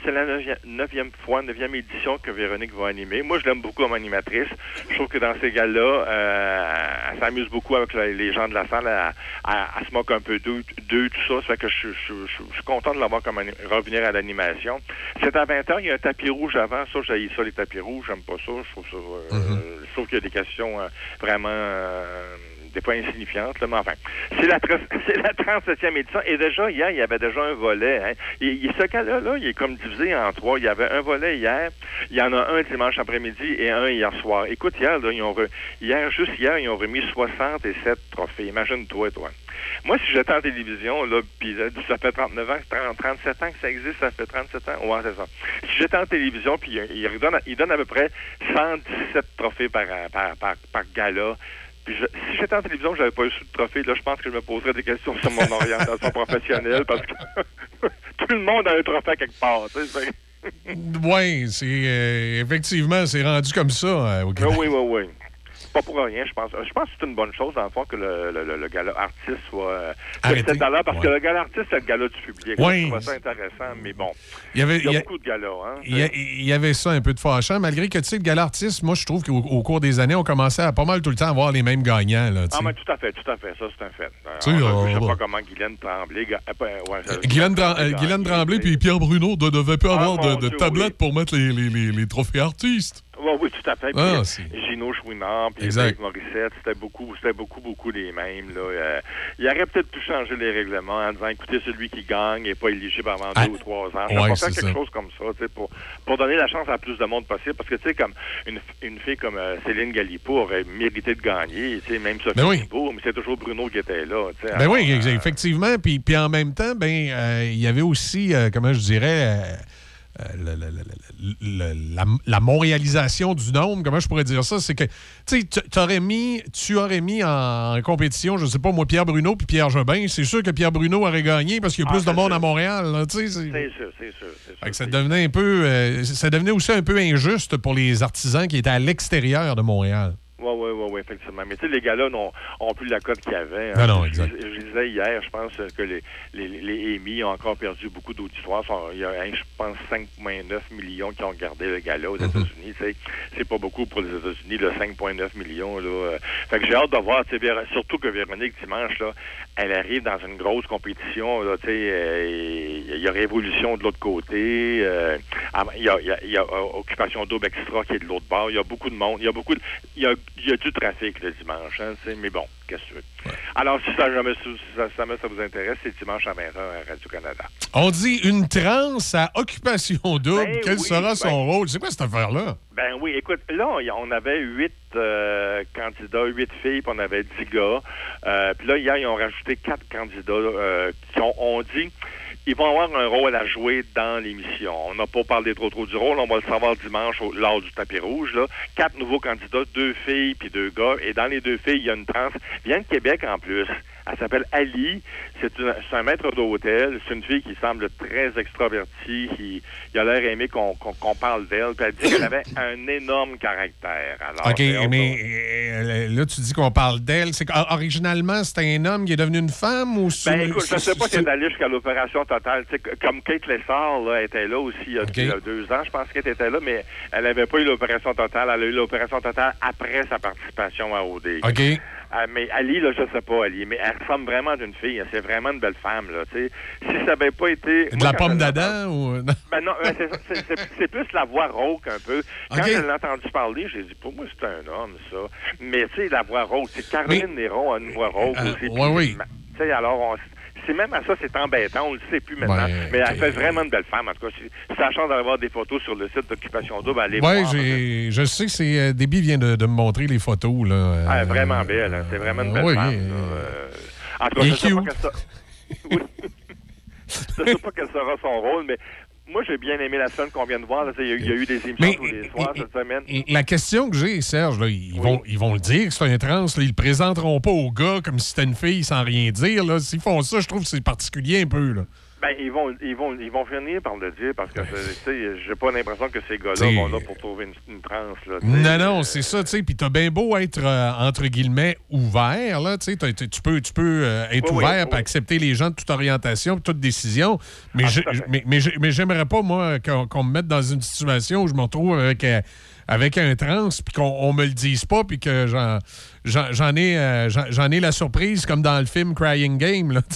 J: 9e édition que Véronique va animer. Moi, je l'aime beaucoup comme animatrice. Je trouve que dans ces gars-là, elle s'amuse beaucoup avec les gens de la salle. Elle se moque un peu d'eux, tout ça. Ça fait que je suis content de l'avoir comme revenir à l'animation. C'est à 20h, il y a un tapis rouge avant. Ça, j'haïs ça, les tapis rouges. J'aime pas ça. Je trouve ça. Je trouve qu'il y a des questions vraiment des fois insignifiantes. Là, mais enfin, c'est la 37e édition. Et déjà, hier, il y avait déjà un volet. Hein. Ce cas-là, il est comme divisé en 3. Il y avait un volet hier. Il y en a un dimanche après-midi et un hier soir. Écoute, hier, ils ont remis 67 trophées. Imagine-toi, toi. Moi, si j'étais en télévision, là, puis ça fait 39 ans, 37 ans que ça existe, ça fait 37 ans. Ouais, c'est ça. Si j'étais en télévision, puis il donne à peu près 117 trophées par gala. Puis si j'étais en télévision, j'avais pas eu de trophée, là, je pense que je me poserais des questions sur mon orientation professionnelle parce que tout le monde a un trophée quelque part, tu sais.
L: Oui, effectivement, c'est rendu comme ça au Québec.
J: Oui. Pas pour rien, je pense. Je pense que c'est une bonne chose, dans le fond, que le gala artiste soit
L: arrêté.
J: Parce que le gala artiste, c'est le gala du public.
L: Oui.
J: Je trouve ça intéressant, mais bon. Il y a beaucoup de galas. Hein,
L: il y avait ça un peu de fâchant, malgré que, tu sais, le gala artiste, moi, je trouve qu'au cours des années, on commençait à pas mal tout le temps avoir les mêmes gagnants. Là,
J: mais tout à fait. Ça, c'est un fait. Je sais pas comment Guylaine Tremblay...
L: Guylaine Tremblay puis Pierre Bruno ne devaient pas avoir de tablette pour mettre les trophées artistes.
J: Oui, tout à fait. Puis, Gino Chouinard, puis Dave Morissette, c'était beaucoup les mêmes. Là. Il aurait peut-être pu changer les règlements en disant, écoutez, celui qui gagne n'est pas éligible avant 2 ou 3 ans. On va faire quelque chose comme ça, pour donner la chance à plus de monde possible. Parce que, tu sais, comme une fille comme Céline Galipo aurait mérité de gagner, même Sophie Thibault, mais c'est toujours Bruno qui était là.
L: Effectivement. Puis en même temps, il y avait aussi, comment je dirais... la montréalisation du nombre, comment je pourrais dire ça, c'est que tu aurais mis en compétition, je sais pas moi, Pierre Bruno puis Pierre Jobin, c'est sûr que Pierre Bruno aurait gagné parce qu'il y a plus de monde à Montréal. Là, c'est sûr. Ça devenait un peu, ça devenait aussi un peu injuste pour les artisans qui étaient à l'extérieur de Montréal.
J: Oui, effectivement. Mais tu sais, les gars-là n'ont plus la cote qu'il y avait.
L: Hein. Non, exact.
J: Je disais hier, je pense que les Emmy ont encore perdu beaucoup d'auditoires. Il y a, je pense, 5,9 millions qui ont regardé le gala aux États-Unis. C'est pas beaucoup pour les États-Unis, 5,9 millions. Là. Fait que j'ai hâte de voir, surtout que Véronique, dimanche, là, elle arrive dans une grosse compétition. Il y a Révolution de l'autre côté. Il y a Occupation Double Extra qui est de l'autre bord. Il y a beaucoup de monde. Il y a du trafic le dimanche, hein, mais bon, qu'est-ce que tu veux. Ouais. Alors, si ça vous intéresse, c'est dimanche à 20h à Radio-Canada.
L: On dit une transe à Occupation Double. Quel sera son rôle? C'est quoi cette affaire-là?
J: Ben oui, écoute, là, on avait 8 candidats, 8 filles, puis on avait 10 gars. Puis là, hier, ils ont rajouté 4 candidats qui ont dit... Ils vont avoir un rôle à jouer dans l'émission. On n'a pas parlé trop du rôle. On va le savoir dimanche lors du tapis rouge. Là. 4 nouveaux candidats, 2 filles puis 2 gars. Et dans les 2 filles, il y a une trans. Elle vient de Québec en plus. Elle s'appelle Ali. C'est un maître d'hôtel. C'est une fille qui semble très extravertie. Il a l'air aimé qu'on parle d'elle. Puis elle dit qu'elle avait un énorme caractère. Alors,
L: OK, mais là, tu dis qu'on parle d'elle. C'est originalement, c'était un homme qui est devenu une femme ou...
J: Ben écoute, je ne sais pas si elle est allée jusqu'à l'opération totale. Comme Kate Lessard là, était là aussi il y a 2 ans. Je pense qu'elle était là, mais elle n'avait pas eu l'opération totale. Elle a eu l'opération totale après sa participation à OD.
L: OK.
J: Mais Ali, là, je sais pas, Ali, mais elle ressemble vraiment d'une fille. Hein. C'est vraiment une belle femme, là, tu sais. Si ça n'avait pas été...
L: De la pomme d'Adam ou...
J: Ben non, c'est plus la voix rauque un peu. Quand je l'ai entendu parler, j'ai dit, pour moi, c'est un homme, ça. Mais, tu sais, la voix rauque, c'est Caroline Néron a une voix rauque aussi.
L: Oui.
J: Tu sais, alors, c'est même à ça, c'est embêtant, on ne le sait plus maintenant. Mais elle fait vraiment une belle femme, en tout cas. Si ça chance d'avoir des photos sur le site d'Occupation Double, allez voir.
L: Oui, je sais que c'est... Déby vient de me montrer les photos, là.
J: Elle est vraiment belle, hein. C'est vraiment une belle femme. En tout cas, je ne sais pas quel sera son rôle, mais Moi, j'ai bien aimé la semaine qu'on vient de voir. Il y a eu des émissions tous les soirs cette semaine.
L: La question que j'ai, Serge, là, ils vont le dire que c'est un trans. Là, ils le présenteront pas au gars comme si c'était une fille sans rien dire. Là. S'ils font ça, je trouve que c'est particulier un peu. Là.
J: Ben, ils vont finir par le dire parce que j'ai pas l'impression que ces gars-là vont là pour trouver une transe. Là,
L: non, c'est ça, tu sais. Puis t'as bien beau être, entre guillemets, ouvert, là, tu sais. Tu peux être ouvert et accepter les gens de toute orientation, de toute décision. Mais j'aimerais pas, moi, qu'on me mette dans une situation où je me retrouve avec un trans puis qu'on me le dise pas puis que j'en ai la surprise comme dans le film Crying Game, là.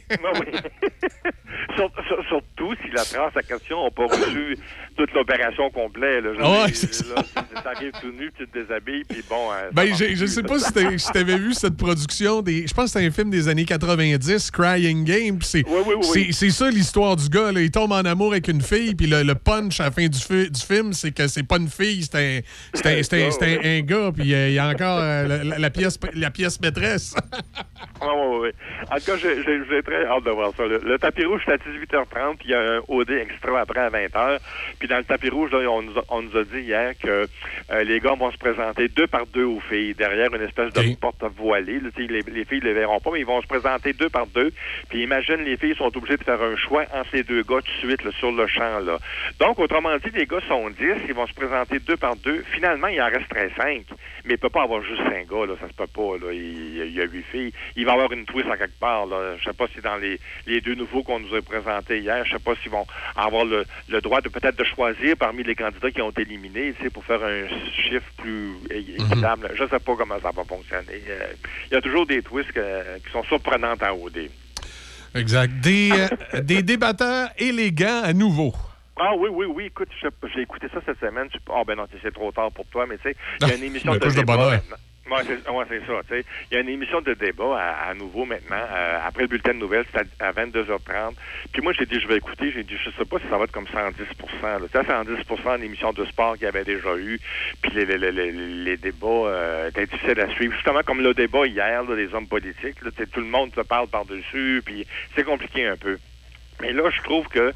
J: Surtout si la trans en question n'a pas reçu toute l'opération complète. Là, t'arrives tout nu, tu te déshabilles, puis bon...
L: je sais pas si t'avais vu cette production je pense que c'est un film des années 90, Crying Game. C'est ça l'histoire du gars. Là. Il tombe en amour avec une fille, puis le punch à la fin du film, c'est que c'est pas une fille, c'est un gars, puis il y a encore la pièce maîtresse.
J: Oui. En tout cas, j'ai très hâte de voir ça. Le tapis rouge, c'est à 18h30, puis il y a un OD extra après à 20h. Puis dans le tapis rouge, là, on nous a dit hier que les gars vont se présenter 2 par 2 aux filles, derrière une espèce de porte voilée. Là, les filles ne les verront pas, mais ils vont se présenter 2 par 2. Puis imagine, les filles sont obligées de faire un choix entre ces 2 gars tout de suite là, sur le champ. Là. Donc, autrement dit, les gars sont 10, ils vont se présenter 2 par 2. Finalement, il en resterait 5. Mais il ne peut pas avoir juste 5 gars, là, ça se peut pas. Là. Il y a 8 filles. Il va y avoir une twist à quelque part. Là. Je sais pas si dans les 2 nouveaux qu'on nous a présentés hier, je sais pas s'ils vont avoir le droit de peut-être de choisir parmi les candidats qui ont été éliminés, pour faire un chiffre plus équitable. Je sais pas comment ça va fonctionner. Il y a toujours des twists qui sont surprenantes en OD.
L: Exact. Des débatteurs élégants à nouveau.
J: Ah oui. Écoute, j'ai écouté ça cette semaine. Ben non, c'est trop tard pour toi, mais tu sais, il y a une émission de débat maintenant. Oui, c'est ça. Tu sais, il y a une émission de débat à nouveau maintenant. Après le bulletin de nouvelles, c'est à 22h30. Puis moi, j'ai dit, je vais écouter. J'ai dit, je sais pas si ça va être comme 110 là. Tu sais, 110 d'émissions de sport qu'il y avait déjà eu. Puis les débats étaient difficiles à suivre. Justement, comme le débat hier, là, des hommes politiques. Là, tout le monde se parle par-dessus. Puis c'est compliqué un peu. Mais là, je trouve que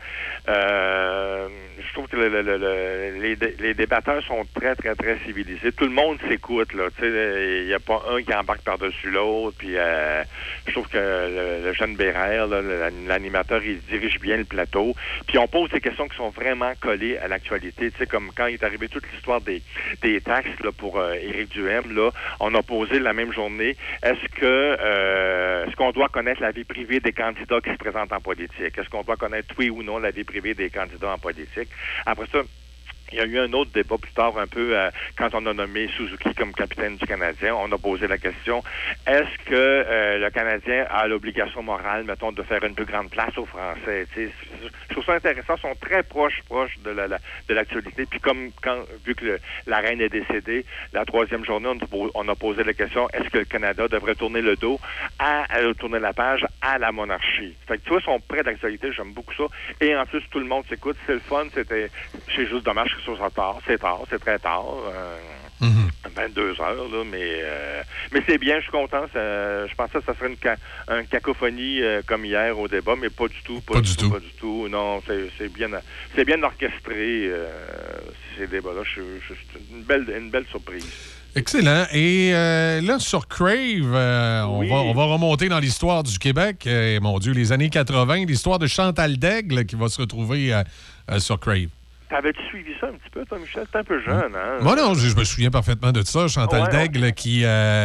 J: les débatteurs sont très, très, très civilisés. Tout le monde s'écoute, là. Tu sais, il n'y a pas un qui embarque par-dessus l'autre. Puis je trouve que le jeune Bérère, là, l'animateur, il dirige bien le plateau. Puis on pose des questions qui sont vraiment collées à l'actualité. Tu sais, comme quand il est arrivé toute l'histoire des taxes là, pour Éric Duhem, là, on a posé la même journée. Est-ce qu'on doit connaître la vie privée des candidats qui se présentent en politique? Est-ce qu'on doit connaître, oui ou non, la vie privée des candidats en politique? Après ça, il y a eu un autre débat plus tard, un peu, quand on a nommé Suzuki comme capitaine du Canadien. On a posé la question, est-ce que le Canadien a l'obligation morale, mettons, de faire une plus grande place aux Français? T'sais, je trouve ça intéressant. Ils sont très proches de l'actualité. Puis vu que la reine est décédée, la 3e journée, on a posé la question, est-ce que le Canada devrait tourner le dos tourner la page à la monarchie? Fait que tu vois, ils sont près de l'actualité. J'aime beaucoup ça. Et en plus, tout le monde s'écoute. C'est le fun. C'est juste dommage que ce soit tard. C'est très tard. 22 heures, là, mais c'est bien, je suis content. Je pensais que ça serait une cacophonie comme hier au débat, mais pas du tout. Pas du tout. Non, c'est bien orchestré, ces débats-là. C'est une belle surprise.
L: Excellent. Et là, sur Crave, on va remonter dans l'histoire du Québec. Mon Dieu, les années 80, l'histoire de Chantal Daigle qui va se retrouver sur Crave.
J: T'avais-tu suivi ça un petit peu, toi, Michel? T'es un peu jeune, hein?
L: Moi, non, je me souviens parfaitement de ça. Chantal Daigle qui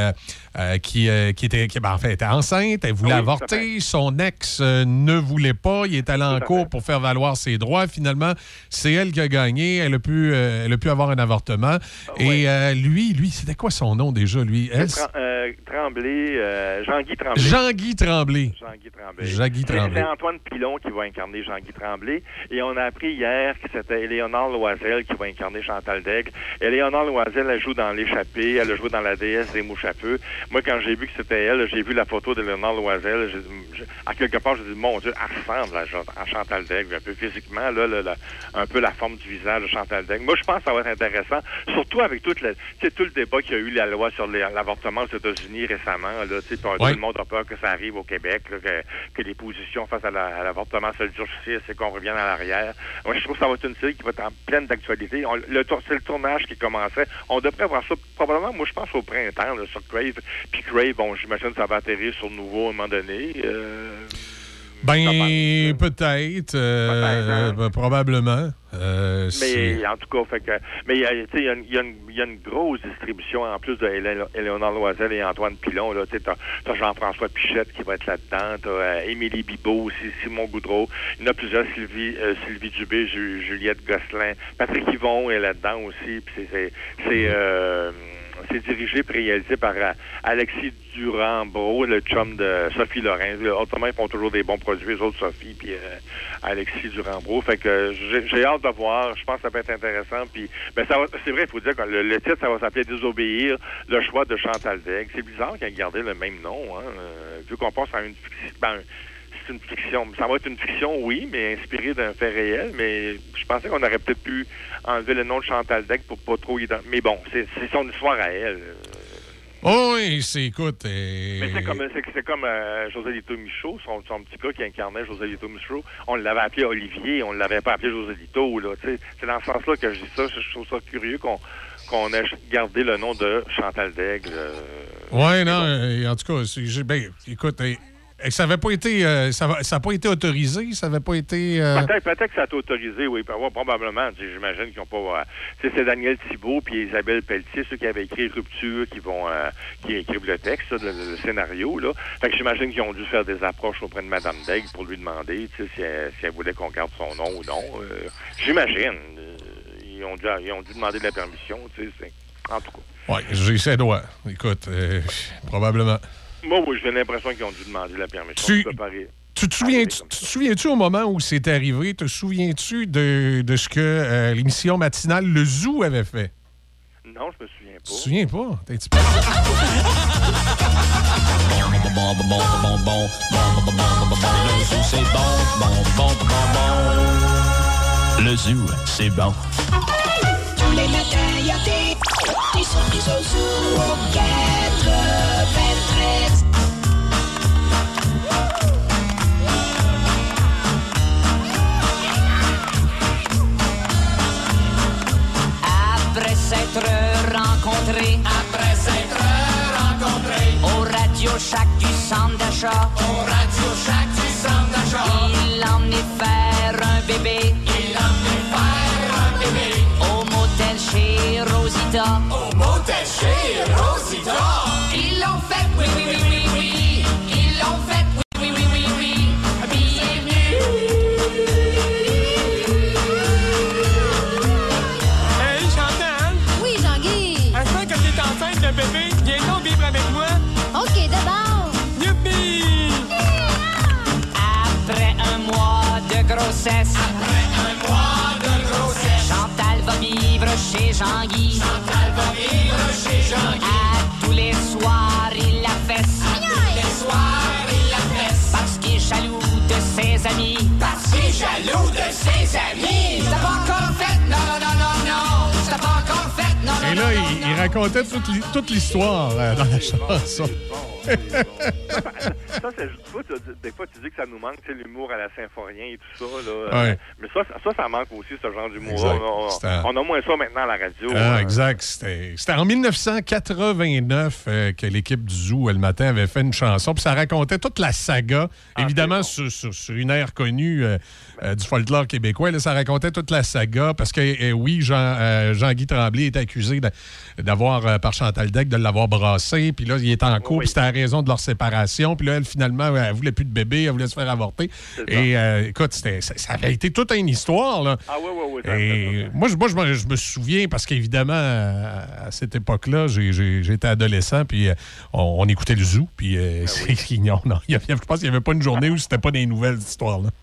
L: était enceinte, elle voulait avorter. Son ex ne voulait pas. Il est allé en cours pour faire valoir ses droits. Finalement, c'est elle qui a gagné. Elle a pu avoir un avortement. Et lui, c'était quoi son nom déjà, lui?
J: Jean-Guy Tremblay.
L: Jean-Guy Tremblay.
J: C'est Antoine Pilon qui va incarner Jean-Guy Tremblay. Et on a appris hier que c'était Éléonore Loisel qui va incarner Chantal Daigle. Éléonore Loisel, elle joue dans L'Échappée, elle a joué dans La déesse des mouches à feu. Moi, quand j'ai vu que c'était elle, j'ai vu la photo d'Éléonore Loisel, à quelque part, j'ai dit, mon Dieu, elle ressemble à Chantal Daigle, un peu physiquement, là, un peu la forme du visage de Chantal Daigle. Moi, je pense que ça va être intéressant, surtout avec tout le débat qu'il y a eu, la loi sur l'avortement aux États-Unis récemment, là, tout le monde a peur que ça arrive au Québec, là, que les positions face à l'avortement se durcissent et qu'on revienne à l'arrière. Moi, je trouve que ça va être une série qui va être en pleine d'actualité. C'est le tournage qui commençait. On devrait voir ça probablement, moi, je pense au printemps, là, sur Crave. Puis Crave, bon, j'imagine que ça va atterrir sur Nouveau à un moment donné.
L: Peut-être, probablement.
J: Mais en tout cas, mais il y a une grosse distribution en plus de Éléonore Loisel et Antoine Pilon. Là, t'as Jean-François Pichette qui va être là-dedans, t'as Émilie Bibeau aussi, Simon Goudreau. Il y en a plusieurs, Sylvie Dubé, Juliette Gosselin, Patrick Yvon est là-dedans aussi. Puis c'est dirigé et réalisé par Alexis Durand-Bro, le chum de Sophie Lorrain. Autrement, ils font toujours des bons produits, les autres Sophie puis Alexis Durand-Bro. Fait que j'ai hâte de voir. Je pense que ça peut être intéressant. Puis, c'est vrai, il faut dire que le titre, ça va s'appeler Désobéir, le choix de Chantal Daigle. C'est bizarre qu'il ait gardé le même nom, vu qu'on passe à une fiction. C'est une fiction. Ça va être une fiction, oui, mais inspirée d'un fait réel. Mais je pensais qu'on aurait peut-être pu enlever le nom de Chantal Daigle pour pas trop mais bon, c'est son histoire à elle.
L: Oh oui, écoute...
J: Mais c'est comme Joselito Michaud, son petit gars qui incarnait Joselito Michaud. On l'avait appelé Olivier, on ne l'avait pas appelé Joselito. Là, c'est dans ce sens-là que je dis ça. Je trouve ça curieux qu'on ait gardé le nom de Chantal Daigle.
L: Oui, non, en tout cas, écoute... ça n'avait pas été, ça n'a pas été autorisé, ça n'avait pas été...
J: Peut-être que ça a été autorisé, oui, probablement. J'imagine qu'ils n'ont pas... c'est Daniel Thibault puis Isabelle Pelletier, ceux qui avaient écrit Rupture, qui écrivent le texte, le scénario, là. Fait que j'imagine qu'ils ont dû faire des approches auprès de Mme Daigle pour lui demander si elle voulait qu'on garde son nom ou non. J'imagine. Ils ont dû demander de la permission, en tout cas.
L: Oui, j'ai ses doigts. Écoute, probablement...
J: Moi, oui, j'ai l'impression qu'ils ont dû demander la permission.
L: Tu te souviens-tu au moment où c'est arrivé, te souviens-tu de ce que l'émission matinale Le Zoo avait fait?
J: Non, je me souviens pas.
L: Tu te souviens pas? T'es un petit peu...
C: Le Zoo, c'est bon. Le Zoo, c'est bon.
D: Tous les matins, il y a des surprises au Zoo au 93.
V: Après s'être rencontrés, au Radio Shack du centre d'achat, il l'emmenait faire un bébé, au motel chez Rosita, ils l'ont fait, oui, oui, oui, oui, oui, ils l'ont fait, oui, oui, oui, oui, oui, bienvenue.
W: Hey, Chantal!
B: Oui, Jean-Guy!
W: À ce que t'es enceinte de bébé, viens donc vivre avec moi!
B: OK, d'abord!
W: Youpi!
V: Après un mois de grossesse, Chantal va vivre chez Jean-Guy. À tous les soirs, il la fesse. Parce qu'il est jaloux de ses amis. C'est pas encore fait, non, non, non, non, non. C'est pas encore fait, non, non,
L: Et là, il racontait toute l'histoire dans la chanson.
J: Ça, des fois, tu dis que ça nous manque, l'humour à la Symphorien et tout ça. Là,
L: ouais.
J: Mais ça manque aussi, ce genre d'humour. On a moins ça maintenant à la radio.
L: Exact. C'était en 1989 que l'équipe du Zoo, le matin, avait fait une chanson. Puis ça racontait toute la saga, évidemment, sur une aire connue du folklore québécois. Là, ça racontait toute la saga parce que, oui, Jean-Guy Tremblay est accusé d'avoir, par Chantal Daigle, de l'avoir brassé. Puis là, il est en cours. Puis c'était la raison de leur séparation. Puis là, elle, finalement, elle voulait plus de bébé. Elle voulait se faire avorter. Et écoute, ça avait été toute une histoire. Là.
J: Ah oui.
L: Et moi, je me souviens parce qu'évidemment, à cette époque-là, j'étais adolescent. Puis on écoutait le Zoo. Puis je pense qu'il n'y avait pas une journée où c'était pas des nouvelles, cette histoire-là.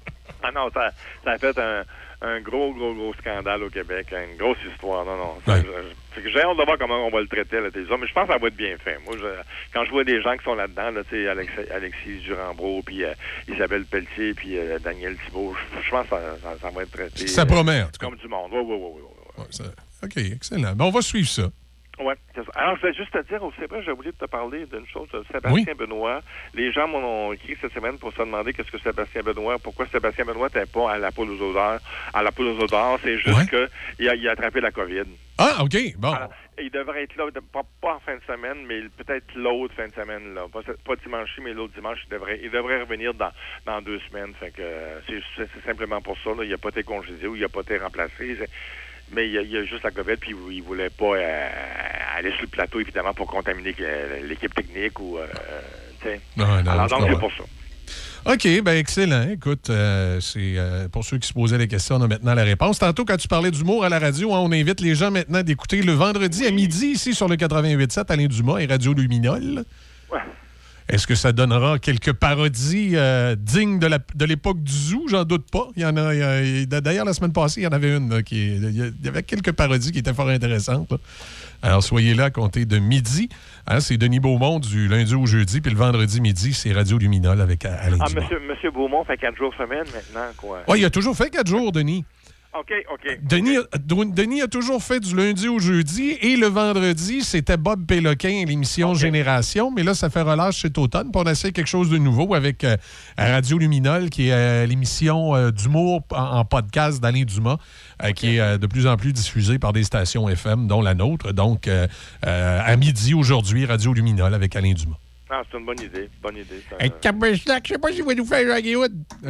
J: Ah non, ça a fait un gros scandale au Québec, une grosse histoire. Non. Fait que j'ai hâte de voir comment on va le traiter, la télévision, mais je pense que ça va être bien fait. Moi, quand je vois des gens qui sont là-dedans, là, tu sais, Alexis Durand-Brault, puis Isabelle Pelletier, puis Daniel Thibault, je pense que ça va être traité.
L: Ça promet, en tout cas.
J: Comme du monde. Oui.
L: OK, excellent. Ben, on va suivre ça.
J: Oui. Alors, je voulais juste te dire, c'est vrai, j'ai oublié de te parler d'une chose. Sébastien Benoît, les gens m'ont écrit cette semaine pour se demander qu'est-ce que Sébastien Benoît, pourquoi Sébastien Benoît n'était pas à la poule aux odeurs. À la poule aux odeurs, c'est juste qu'il a attrapé la COVID.
L: Ah, OK, bon.
J: Alors, il devrait être là, pas en fin de semaine, mais peut-être l'autre fin de semaine, là. Pas dimanche, mais l'autre dimanche, il devrait revenir dans 2 semaines. Fait que c'est simplement pour ça, là. Il n'a pas été congédié ou il n'a pas été remplacé. Mais il y a juste la COVID, puis il voulait pas aller sur le plateau, évidemment, pour contaminer l'équipe technique ou, tu sais. Alors, donc, c'est pour ça.
L: OK, bien, excellent. Écoute, c'est pour ceux qui se posaient des questions, on a maintenant la réponse. Tantôt, quand tu parlais d'humour à la radio, on invite les gens maintenant d'écouter le vendredi à midi, ici, sur le 88.7, Alain Dumas et Radio Luminol. Ouais. Est-ce que ça donnera quelques parodies dignes de l'époque du Zoo? J'en doute pas. Il y en a. D'ailleurs, la semaine passée, il y en avait une. Il y avait quelques parodies qui étaient fort intéressantes. Là. Alors, soyez là à compter de midi. Hein, c'est Denis Beaumont du lundi au jeudi. Puis le vendredi midi, c'est Radio Luminol avec Alain Dumas.
J: Monsieur Beaumont fait 4 jours semaine maintenant, quoi.
L: Oui, il a toujours fait 4 jours, Denis.
J: OK.
L: Denis a toujours fait du lundi au jeudi et le vendredi, c'était Bob Péloquin, l'émission Génération. Mais là, ça fait relâche cet automne. Puis on essaie quelque chose de nouveau avec Radio Luminol, qui est l'émission d'humour en podcast d'Alain Dumas, qui est de plus en plus diffusée par des stations FM, dont la nôtre. Donc, à midi aujourd'hui, Radio Luminol avec Alain Dumas.
J: Ah, c'est une bonne idée.
L: Hey, Tabernacle, je sais pas si vous va nous faire un Hollywood.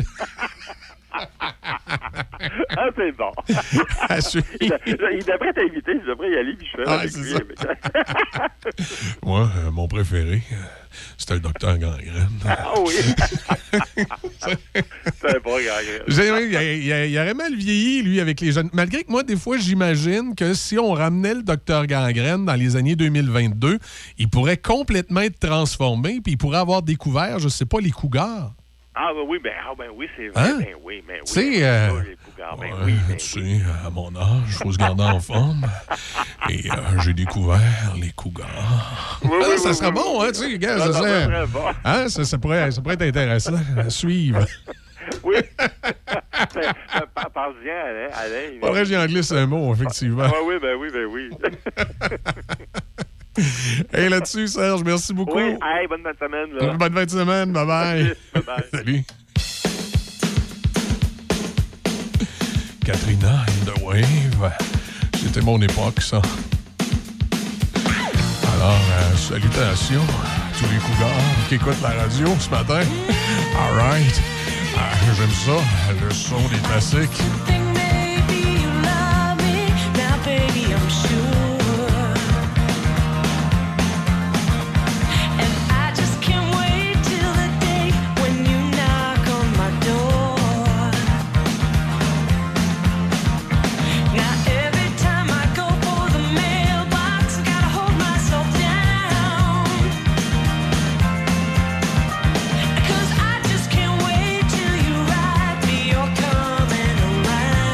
J: Ah, c'est bon. il devrait t'inviter, je devrais y aller, puis je fais avec lui.
L: Moi, mon préféré, c'était le docteur Gangrène.
J: Ah oui! C'est pas Gangrène.
L: Il aurait mal vieilli, lui, avec les jeunes. Malgré que moi, des fois, j'imagine que si on ramenait le docteur Gangrène dans les années 2022, il pourrait complètement être transformé, puis il pourrait avoir découvert, je sais pas, les cougars.
J: Ah oui, c'est vrai.
L: Hein?
J: Ben oui.
L: Tu sais, tu sais, à mon âge, il faut se garder en forme. Et j'ai découvert les cougars. Ça serait bon, hein, tu sais, gars, ça serait bon. Hein, ça pourrait être intéressant à suivre.
J: Oui. Parle-en, Alain.
L: Faudrait que j'y en glisse un mot, effectivement.
J: Oui.
L: Et là-dessus, Serge, merci beaucoup.
J: Oui, hey, bonne fin de semaine. Là.
L: Bonne fin de semaine, bye-bye.
J: Bye-bye.
L: Salut. Katrina in the Wave. C'était mon époque, ça. Alors, salutations à tous les cougars qui écoutent la radio ce matin. All right. J'aime ça, le son des classiques.
V: Coming around.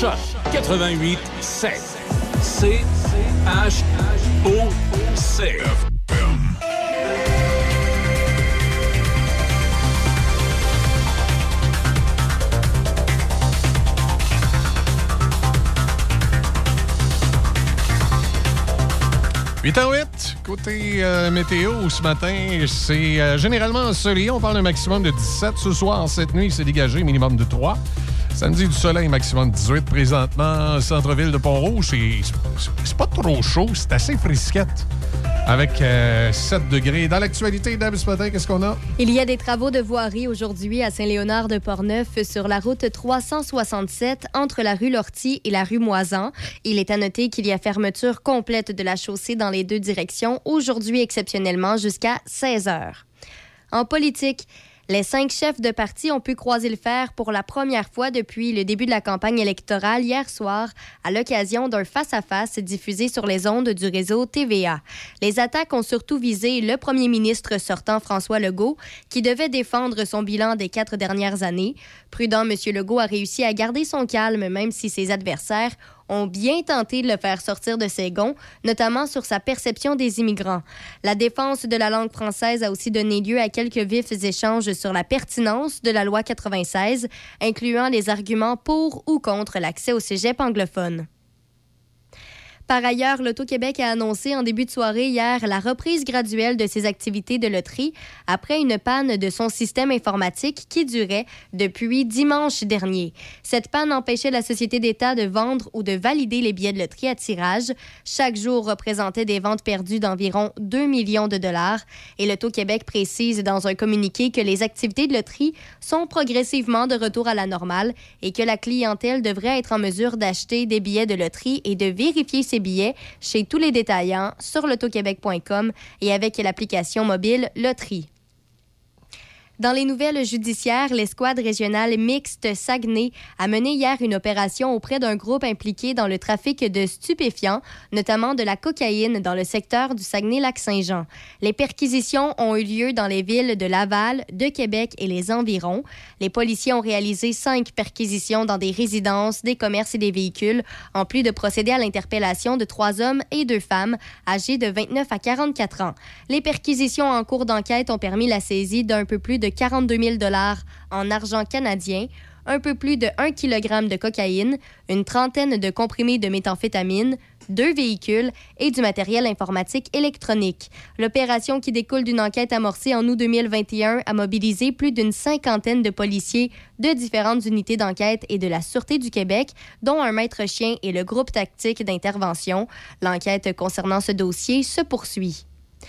A: Choc 88.7. C-H-O-C.
L: « 8h08, côté météo ce matin, c'est généralement ensoleillé. On parle d'un maximum de 17. Ce soir, cette nuit, c'est dégagé, minimum de 3. Samedi, du soleil, maximum de 18. Présentement, centre-ville de Pont-Rouge, c'est pas trop chaud, c'est assez frisquette. Avec 7 degrés. Dans l'actualité, Deb, ce matin, qu'est-ce qu'on a?
B: Il y a des travaux de voirie aujourd'hui à Saint-Léonard-de-Portneuf sur la route 367 entre la rue Lortie et la rue Moisan. Il est à noter qu'il y a fermeture complète de la chaussée dans les deux directions aujourd'hui exceptionnellement jusqu'à 16 heures. En politique, les 5 chefs de parti ont pu croiser le fer pour la première fois depuis le début de la campagne électorale hier soir à l'occasion d'un face-à-face diffusé sur les ondes du réseau TVA. Les attaques ont surtout visé le premier ministre sortant François Legault qui devait défendre son bilan des 4 dernières années. Prudent, M. Legault a réussi à garder son calme même si ses adversaires ont bien tenté de le faire sortir de ses gonds, notamment sur sa perception des immigrants. La défense de la langue française a aussi donné lieu à quelques vifs échanges sur la pertinence de la loi 96, incluant les arguments pour ou contre l'accès au cégep anglophone. Par ailleurs, l'Auto-Québec a annoncé en début de soirée hier la reprise graduelle de ses activités de loterie après une panne de son système informatique qui durait depuis dimanche dernier. Cette panne empêchait la Société d'État de vendre ou de valider les billets de loterie à tirage. Chaque jour représentait des ventes perdues d'environ 2 millions de dollars. Et l'Auto-Québec précise dans un communiqué que les activités de loterie sont progressivement de retour à la normale et que la clientèle devrait être en mesure d'acheter des billets de loterie et de vérifier ses billets chez tous les détaillants sur l'autoquebec.com et avec l'application mobile Loterie. Dans les nouvelles judiciaires, l'escouade régionale mixte Saguenay a mené hier une opération auprès d'un groupe impliqué dans le trafic de stupéfiants, notamment de la cocaïne dans le secteur du Saguenay-Lac-Saint-Jean. Les perquisitions ont eu lieu dans les villes de Laval, de Québec et les environs. Les policiers ont réalisé 5 perquisitions dans des résidences, des commerces et des véhicules, en plus de procéder à l'interpellation de 3 hommes et 2 femmes âgés de 29 à 44 ans. Les perquisitions en cours d'enquête ont permis la saisie d'un peu plus de 42 000 $ en argent canadien, un peu plus de 1 kg de cocaïne, une trentaine de comprimés de méthamphétamine, 2 véhicules et du matériel informatique électronique. L'opération qui découle d'une enquête amorcée en août 2021 a mobilisé plus d'une 50aine de policiers de différentes unités d'enquête et de la Sûreté du Québec, dont un maître chien et le groupe tactique d'intervention. L'enquête concernant ce dossier se poursuit.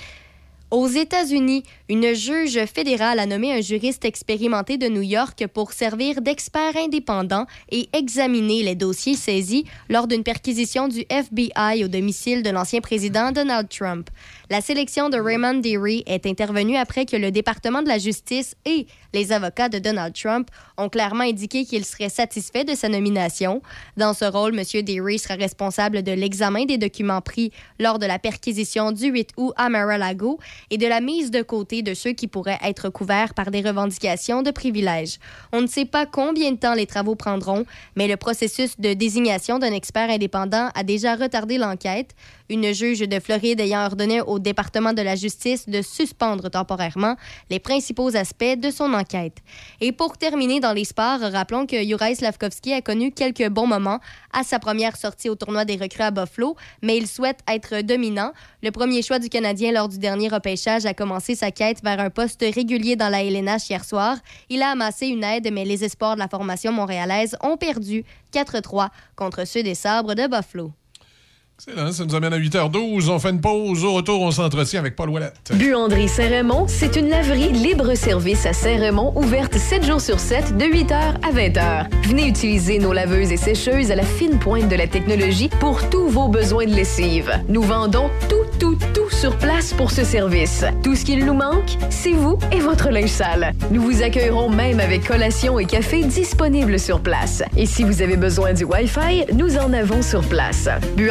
B: Aux États-Unis, une juge fédérale a nommé un juriste expérimenté de New York pour servir d'expert indépendant et examiner les dossiers saisis lors d'une perquisition du FBI au domicile de l'ancien président Donald Trump. La sélection de Raymond Deary est intervenue après que le département de la justice et les avocats de Donald Trump ont clairement indiqué qu'ils seraient satisfaits de sa nomination. Dans ce rôle, M. Deary sera responsable de l'examen des documents pris lors de la perquisition du 8 août à Mar-a-Lago et de la mise de côté de ceux qui pourraient être couverts par des revendications de privilèges. On ne sait pas combien de temps les travaux prendront, mais le processus de désignation d'un expert indépendant a déjà retardé l'enquête. Une juge de Floride ayant ordonné au département de la justice de suspendre temporairement les principaux aspects de son enquête. Et pour terminer dans les sports, rappelons que Juraj Slafkovský a connu quelques bons moments à sa première sortie au tournoi des recrues à Buffalo, mais il souhaite être dominant. Le premier choix du Canadien lors du dernier repêchage a commencé sa quête vers un poste régulier dans la LNH hier soir. Il a amassé une aide, mais les espoirs de la formation montréalaise ont perdu 4-3 contre ceux des Sabres de Buffalo.
L: Excellent, ça nous amène à 8h12. On fait une pause. Au retour, on s'entretient avec Paul Ouellette.
G: Buanderie Saint-Raymond, c'est une laverie libre-service à Saint-Raymond, ouverte 7 jours sur 7, de 8h à 20h. Venez utiliser nos laveuses et sécheuses à la fine pointe de la technologie pour tous vos besoins de lessive. Nous vendons tout sur place pour ce service. Tout ce qu'il nous manque, c'est vous et votre linge sale. Nous vous accueillerons même avec collation et café disponibles sur place. Et si vous avez besoin du Wi-Fi, nous en avons sur place. Buanderie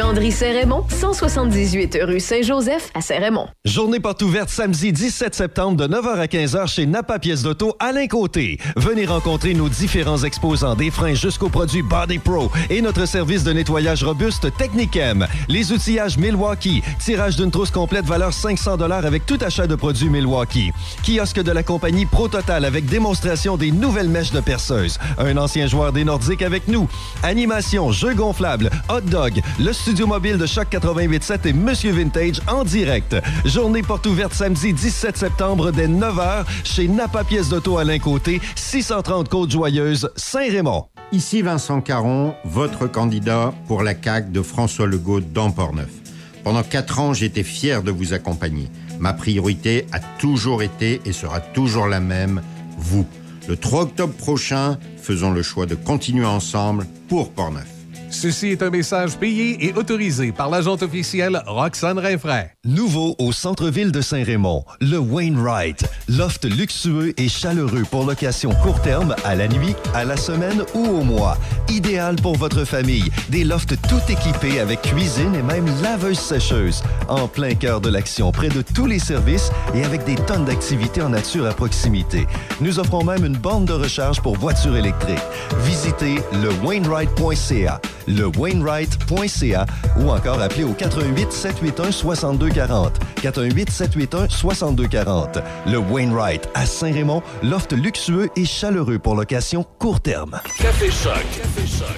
G: Saint-Raymond, 178 rue Saint-Joseph à Saint-Raymond.
I: Journée porte ouverte samedi 17 septembre de 9h à 15h chez Napa Pièces d'Auto Alain Côté. Venez rencontrer nos différents exposants des freins jusqu'aux produits Body Pro et notre service de nettoyage robuste Technichem. Les outillages Milwaukee. Tirage d'une trousse complète valeur 500$ avec tout achat de produits Milwaukee. Kiosque de la compagnie Pro Total avec démonstration des nouvelles mèches de perceuse. Un ancien joueur des Nordiques avec nous. Animation, jeux gonflables, hot dog, le studio mobile de Choc 88.7 et Monsieur Vintage en direct. Journée porte ouverte samedi 17 septembre dès 9h chez Napa Pièces d'Auto Alain Côté, 630 Côte-Joyeuse, Saint-Raymond.
E: Ici Vincent Caron, votre candidat pour la CAQ de François Legault dans Portneuf. Pendant 4 ans, j'ai été fier de vous accompagner. Ma priorité a toujours été et sera toujours la même, vous. Le 3 octobre prochain, faisons le choix de continuer ensemble pour Portneuf.
F: Ceci est un message payé et autorisé par l'agente officielle Roxane Rinfraie.
I: Nouveau au centre-ville de Saint-Raymond, le Wainwright. Loft luxueux et chaleureux pour location court terme, à la nuit, à la semaine ou au mois. Idéal pour votre famille. Des lofts tout équipés avec cuisine et même laveuse-sécheuse. En plein cœur de l'action, près de tous les services et avec des tonnes d'activités en nature à proximité. Nous offrons même une borne de recharge pour voitures électriques. Visitez le Wainwright.ca. le Wainwright.ca ou encore appelez au 88 781 6240. 88 781 6240. Le Wainwright à Saint-Raymond, loft luxueux et chaleureux pour location court terme.
A: Café Choc. Café Choc.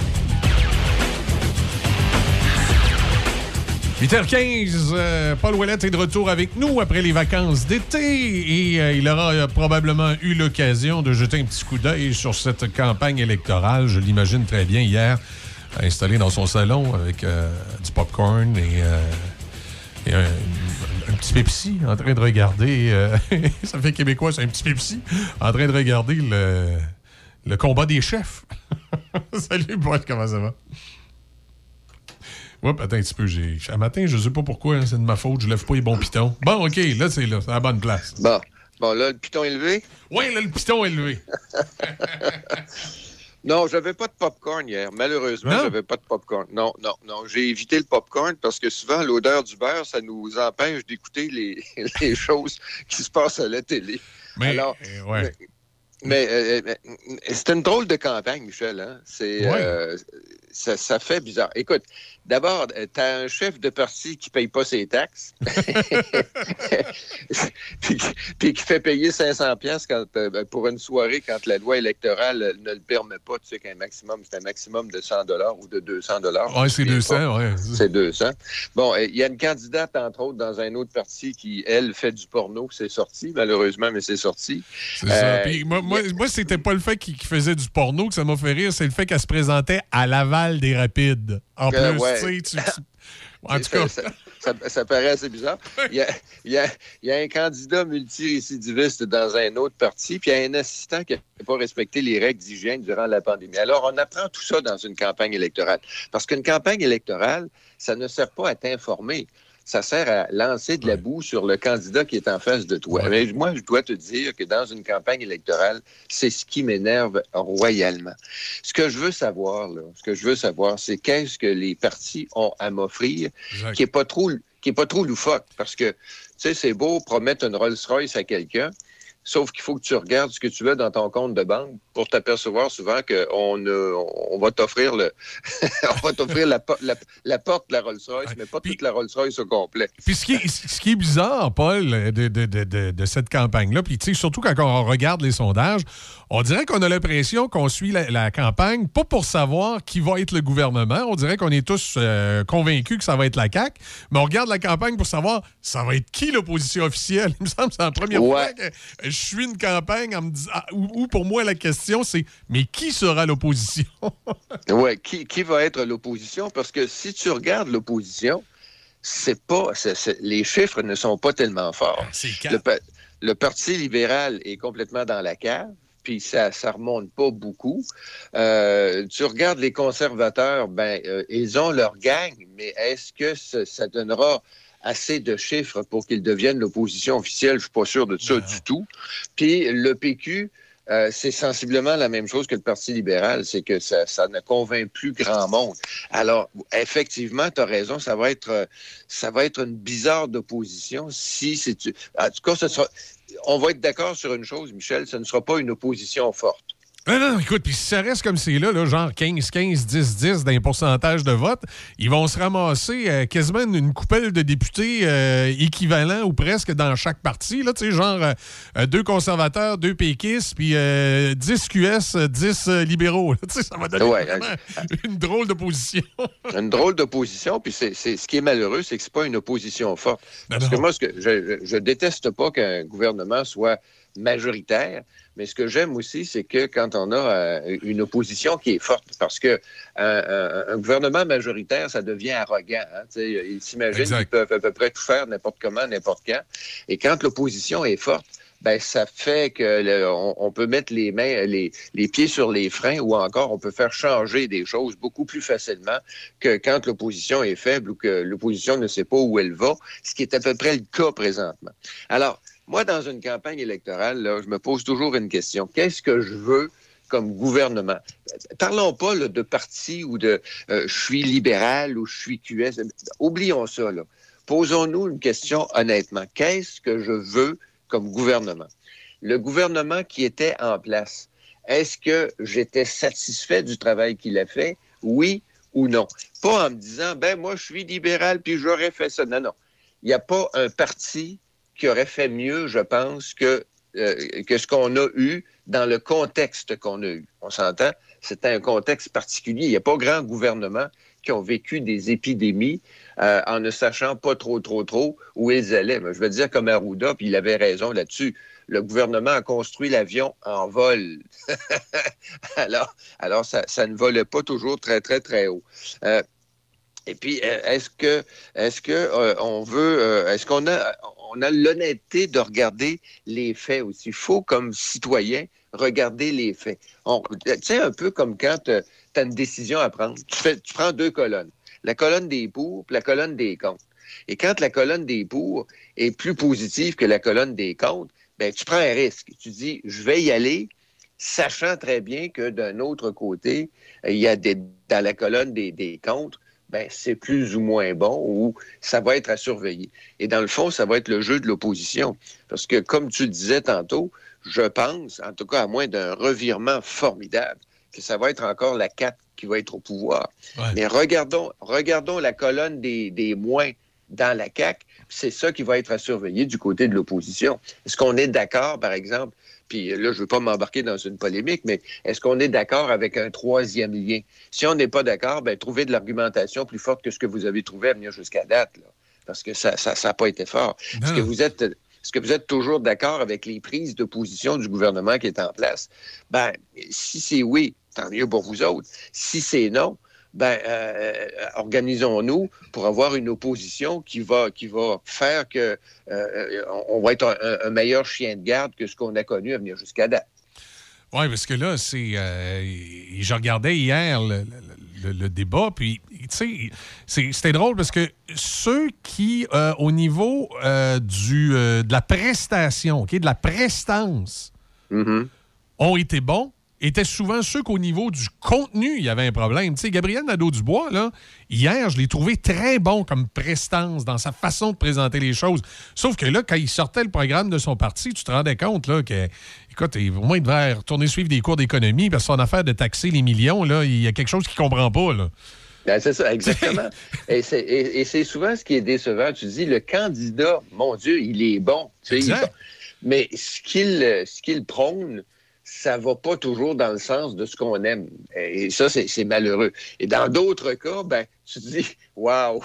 F: 8h15, Paul Ouellette est de retour avec nous après les vacances d'été et il aura probablement eu l'occasion de jeter un petit coup d'œil sur cette campagne électorale. Je l'imagine très bien hier, installé dans son salon avec du popcorn et un petit Pepsi en train de regarder... ça fait québécois, c'est un petit Pepsi en train de regarder le combat des chefs. Salut Paul, comment ça va? Oups, attends un petit peu. Un matin, je sais pas pourquoi, hein, c'est de ma faute, je lève pas les bons pitons. Bon, OK, là, c'est à la bonne place.
K: Bon, là, le piton est levé?
F: Oui, là, le piton est levé.
K: Non, j'avais pas de popcorn hier. Malheureusement, j'avais pas de popcorn. Non. J'ai évité le popcorn parce que souvent, l'odeur du beurre, ça nous empêche d'écouter les choses qui se passent à la télé. Alors, Mais c'est une drôle de campagne, Michel. Hein? Ça fait bizarre. Écoute, d'abord, tu as un chef de parti qui ne paye pas ses taxes, puis qui fait payer 500$ pour une soirée quand la loi électorale ne le permet pas. Tu sais qu'un maximum, c'est un maximum de 100$ ou de 200$.
F: Oui, c'est 200, oui.
K: C'est 200. Bon, il y a une candidate, entre autres, dans un autre parti qui, elle, fait du porno. C'est sorti, malheureusement, mais c'est sorti.
F: C'est ça. Puis moi, c'était pas le fait qu'il faisait du porno que ça m'a fait rire, c'est le fait qu'elle se présentait à Laval des Rapides. En plus, tu sais, en tout cas...
K: Ça paraît assez bizarre. Il y a un candidat multirécidiviste dans un autre parti, puis il y a un assistant qui n'a pas respecté les règles d'hygiène durant la pandémie. Alors, on apprend tout ça dans une campagne électorale. Parce qu'une campagne électorale, ça ne sert pas à t'informer. Ça sert à lancer de la boue sur le candidat qui est en face de toi. Mais moi, je dois te dire que dans une campagne électorale, c'est ce qui m'énerve royalement. Ce que je veux savoir, c'est qu'est-ce que les partis ont à m'offrir qui est pas trop loufoque. Parce que, tu sais, c'est beau promettre une Rolls-Royce à quelqu'un, sauf qu'il faut que tu regardes ce que tu veux dans ton compte de banque pour t'apercevoir souvent qu'on va t'offrir la porte de la Rolls-Royce, mais pas toute la Rolls-Royce au complet.
F: Puis ce qui est bizarre, Paul, de cette campagne-là, puis tu sais, surtout quand on regarde les sondages, on dirait qu'on a l'impression qu'on suit la campagne, pas pour savoir qui va être le gouvernement, on dirait qu'on est tous convaincus que ça va être la CAQ, mais on regarde la campagne pour savoir ça va être qui l'opposition officielle. Il me semble que c'est la première fois que je suis une campagne en me disant, où pour moi la question c'est, mais qui sera l'opposition?
K: Oui, qui va être l'opposition? Parce que si tu regardes l'opposition, les chiffres ne sont pas tellement forts. Le Parti libéral est complètement dans la cave. Puis ça remonte pas beaucoup. Tu regardes les conservateurs, ils ont leur gang, mais est-ce que ça donnera assez de chiffres pour qu'ils deviennent l'opposition officielle? Je suis pas sûr de ça du tout. Puis le PQ, c'est sensiblement la même chose que le Parti libéral, c'est que ça ne convainc plus grand monde. Alors, effectivement, tu as raison, ça va être une bizarre d'opposition si c'est... En tout cas, on va être d'accord sur une chose, Michel, ce ne sera pas une opposition forte.
L: Non, écoute, puis si ça reste comme c'est là, genre 15-15, 10-10 dans les pourcentages de vote, ils vont se ramasser quasiment une coupelle de députés équivalents ou presque dans chaque parti, là, tu sais, genre 2 conservateurs, 2 péquistes, puis 10 QS, 10 libéraux. Tu sais, ça va donner une drôle d'opposition.
K: Une drôle d'opposition, puis c'est ce qui est malheureux, c'est que c'est pas une opposition forte. Parce que moi, je déteste pas qu'un gouvernement soit majoritaire, mais ce que j'aime aussi, c'est que quand on a une opposition qui est forte, parce que un gouvernement majoritaire, ça devient arrogant. Hein, ils s'imaginent qu'ils peuvent à peu près tout faire n'importe comment, n'importe quand. Et quand l'opposition est forte, ben ça fait que on peut mettre les pieds sur les freins ou encore on peut faire changer des choses beaucoup plus facilement que quand l'opposition est faible ou que l'opposition ne sait pas où elle va, ce qui est à peu près le cas présentement. Alors, moi, dans une campagne électorale, là, je me pose toujours une question. Qu'est-ce que je veux comme gouvernement? Parlons pas là, de parti ou de je suis libéral ou je suis QS. Oublions ça. Là. Posons-nous une question honnêtement. Qu'est-ce que je veux comme gouvernement? Le gouvernement qui était en place, est-ce que j'étais satisfait du travail qu'il a fait? Oui ou non? Pas en me disant, moi, je suis libéral puis j'aurais fait ça. Non. Il n'y a pas un parti qui aurait fait mieux, je pense, que ce qu'on a eu dans le contexte qu'on a eu. On s'entend? C'était un contexte particulier. Il n'y a pas grand gouvernement qui ont vécu des épidémies en ne sachant pas trop où ils allaient. Mais je veux dire comme Arruda, puis il avait raison là-dessus. Le gouvernement a construit l'avion en vol. alors ça ne volait pas toujours très haut. Et puis, est-ce qu'on a l'honnêteté de regarder les faits aussi? Il faut, comme citoyen, regarder les faits. Tu sais, un peu comme quand tu as une décision à prendre. Tu prends 2 colonnes. La colonne des pour et la colonne des contre. Et quand la colonne des pour est plus positive que la colonne des contre, tu prends un risque. Tu dis, je vais y aller, sachant très bien que d'un autre côté, il y a dans la colonne des contre, c'est plus ou moins bon ou ça va être à surveiller. Et dans le fond, ça va être le jeu de l'opposition. Parce que, comme tu le disais tantôt, je pense, en tout cas à moins d'un revirement formidable, que ça va être encore la CAQ qui va être au pouvoir. Ouais. Mais regardons la colonne des moins dans la CAQ, c'est ça qui va être à surveiller du côté de l'opposition. Est-ce qu'on est d'accord, par exemple, puis là, je ne veux pas m'embarquer dans une polémique, mais est-ce qu'on est d'accord avec un 3e lien? Si on n'est pas d'accord, trouvez de l'argumentation plus forte que ce que vous avez trouvé à venir jusqu'à date, là, parce que ça n'a pas été fort. Est-ce que vous êtes toujours d'accord avec les prises de position du gouvernement qui est en place? Si c'est oui, tant mieux pour vous autres. Si c'est non, organisons-nous pour avoir une opposition qui va faire que on va être un meilleur chien de garde que ce qu'on a connu à venir jusqu'à date.
L: Oui, parce que là, je regardais hier le débat, puis, tu sais, c'était drôle parce que ceux qui, au niveau de la prestation, de la prestance, ont été bons, étaient souvent ceux qu'au niveau du contenu, il y avait un problème. Tu sais, Gabriel Nadeau-Dubois, là, hier, je l'ai trouvé très bon comme prestance dans sa façon de présenter les choses. Sauf que là, quand il sortait le programme de son parti, tu te rendais compte là, que, écoute, au moins, il devrait retourner suivre des cours d'économie parce que son affaire de taxer les millions, là, il y a quelque chose qu'il ne comprend pas, là.
K: C'est ça, exactement. et c'est souvent ce qui est décevant. Tu dis, le candidat, mon Dieu, il est bon. Tu sais, mais ce qu'il prône, ça va pas toujours dans le sens de ce qu'on aime. Et ça, c'est malheureux. Et dans d'autres cas, tu te dis, waouh,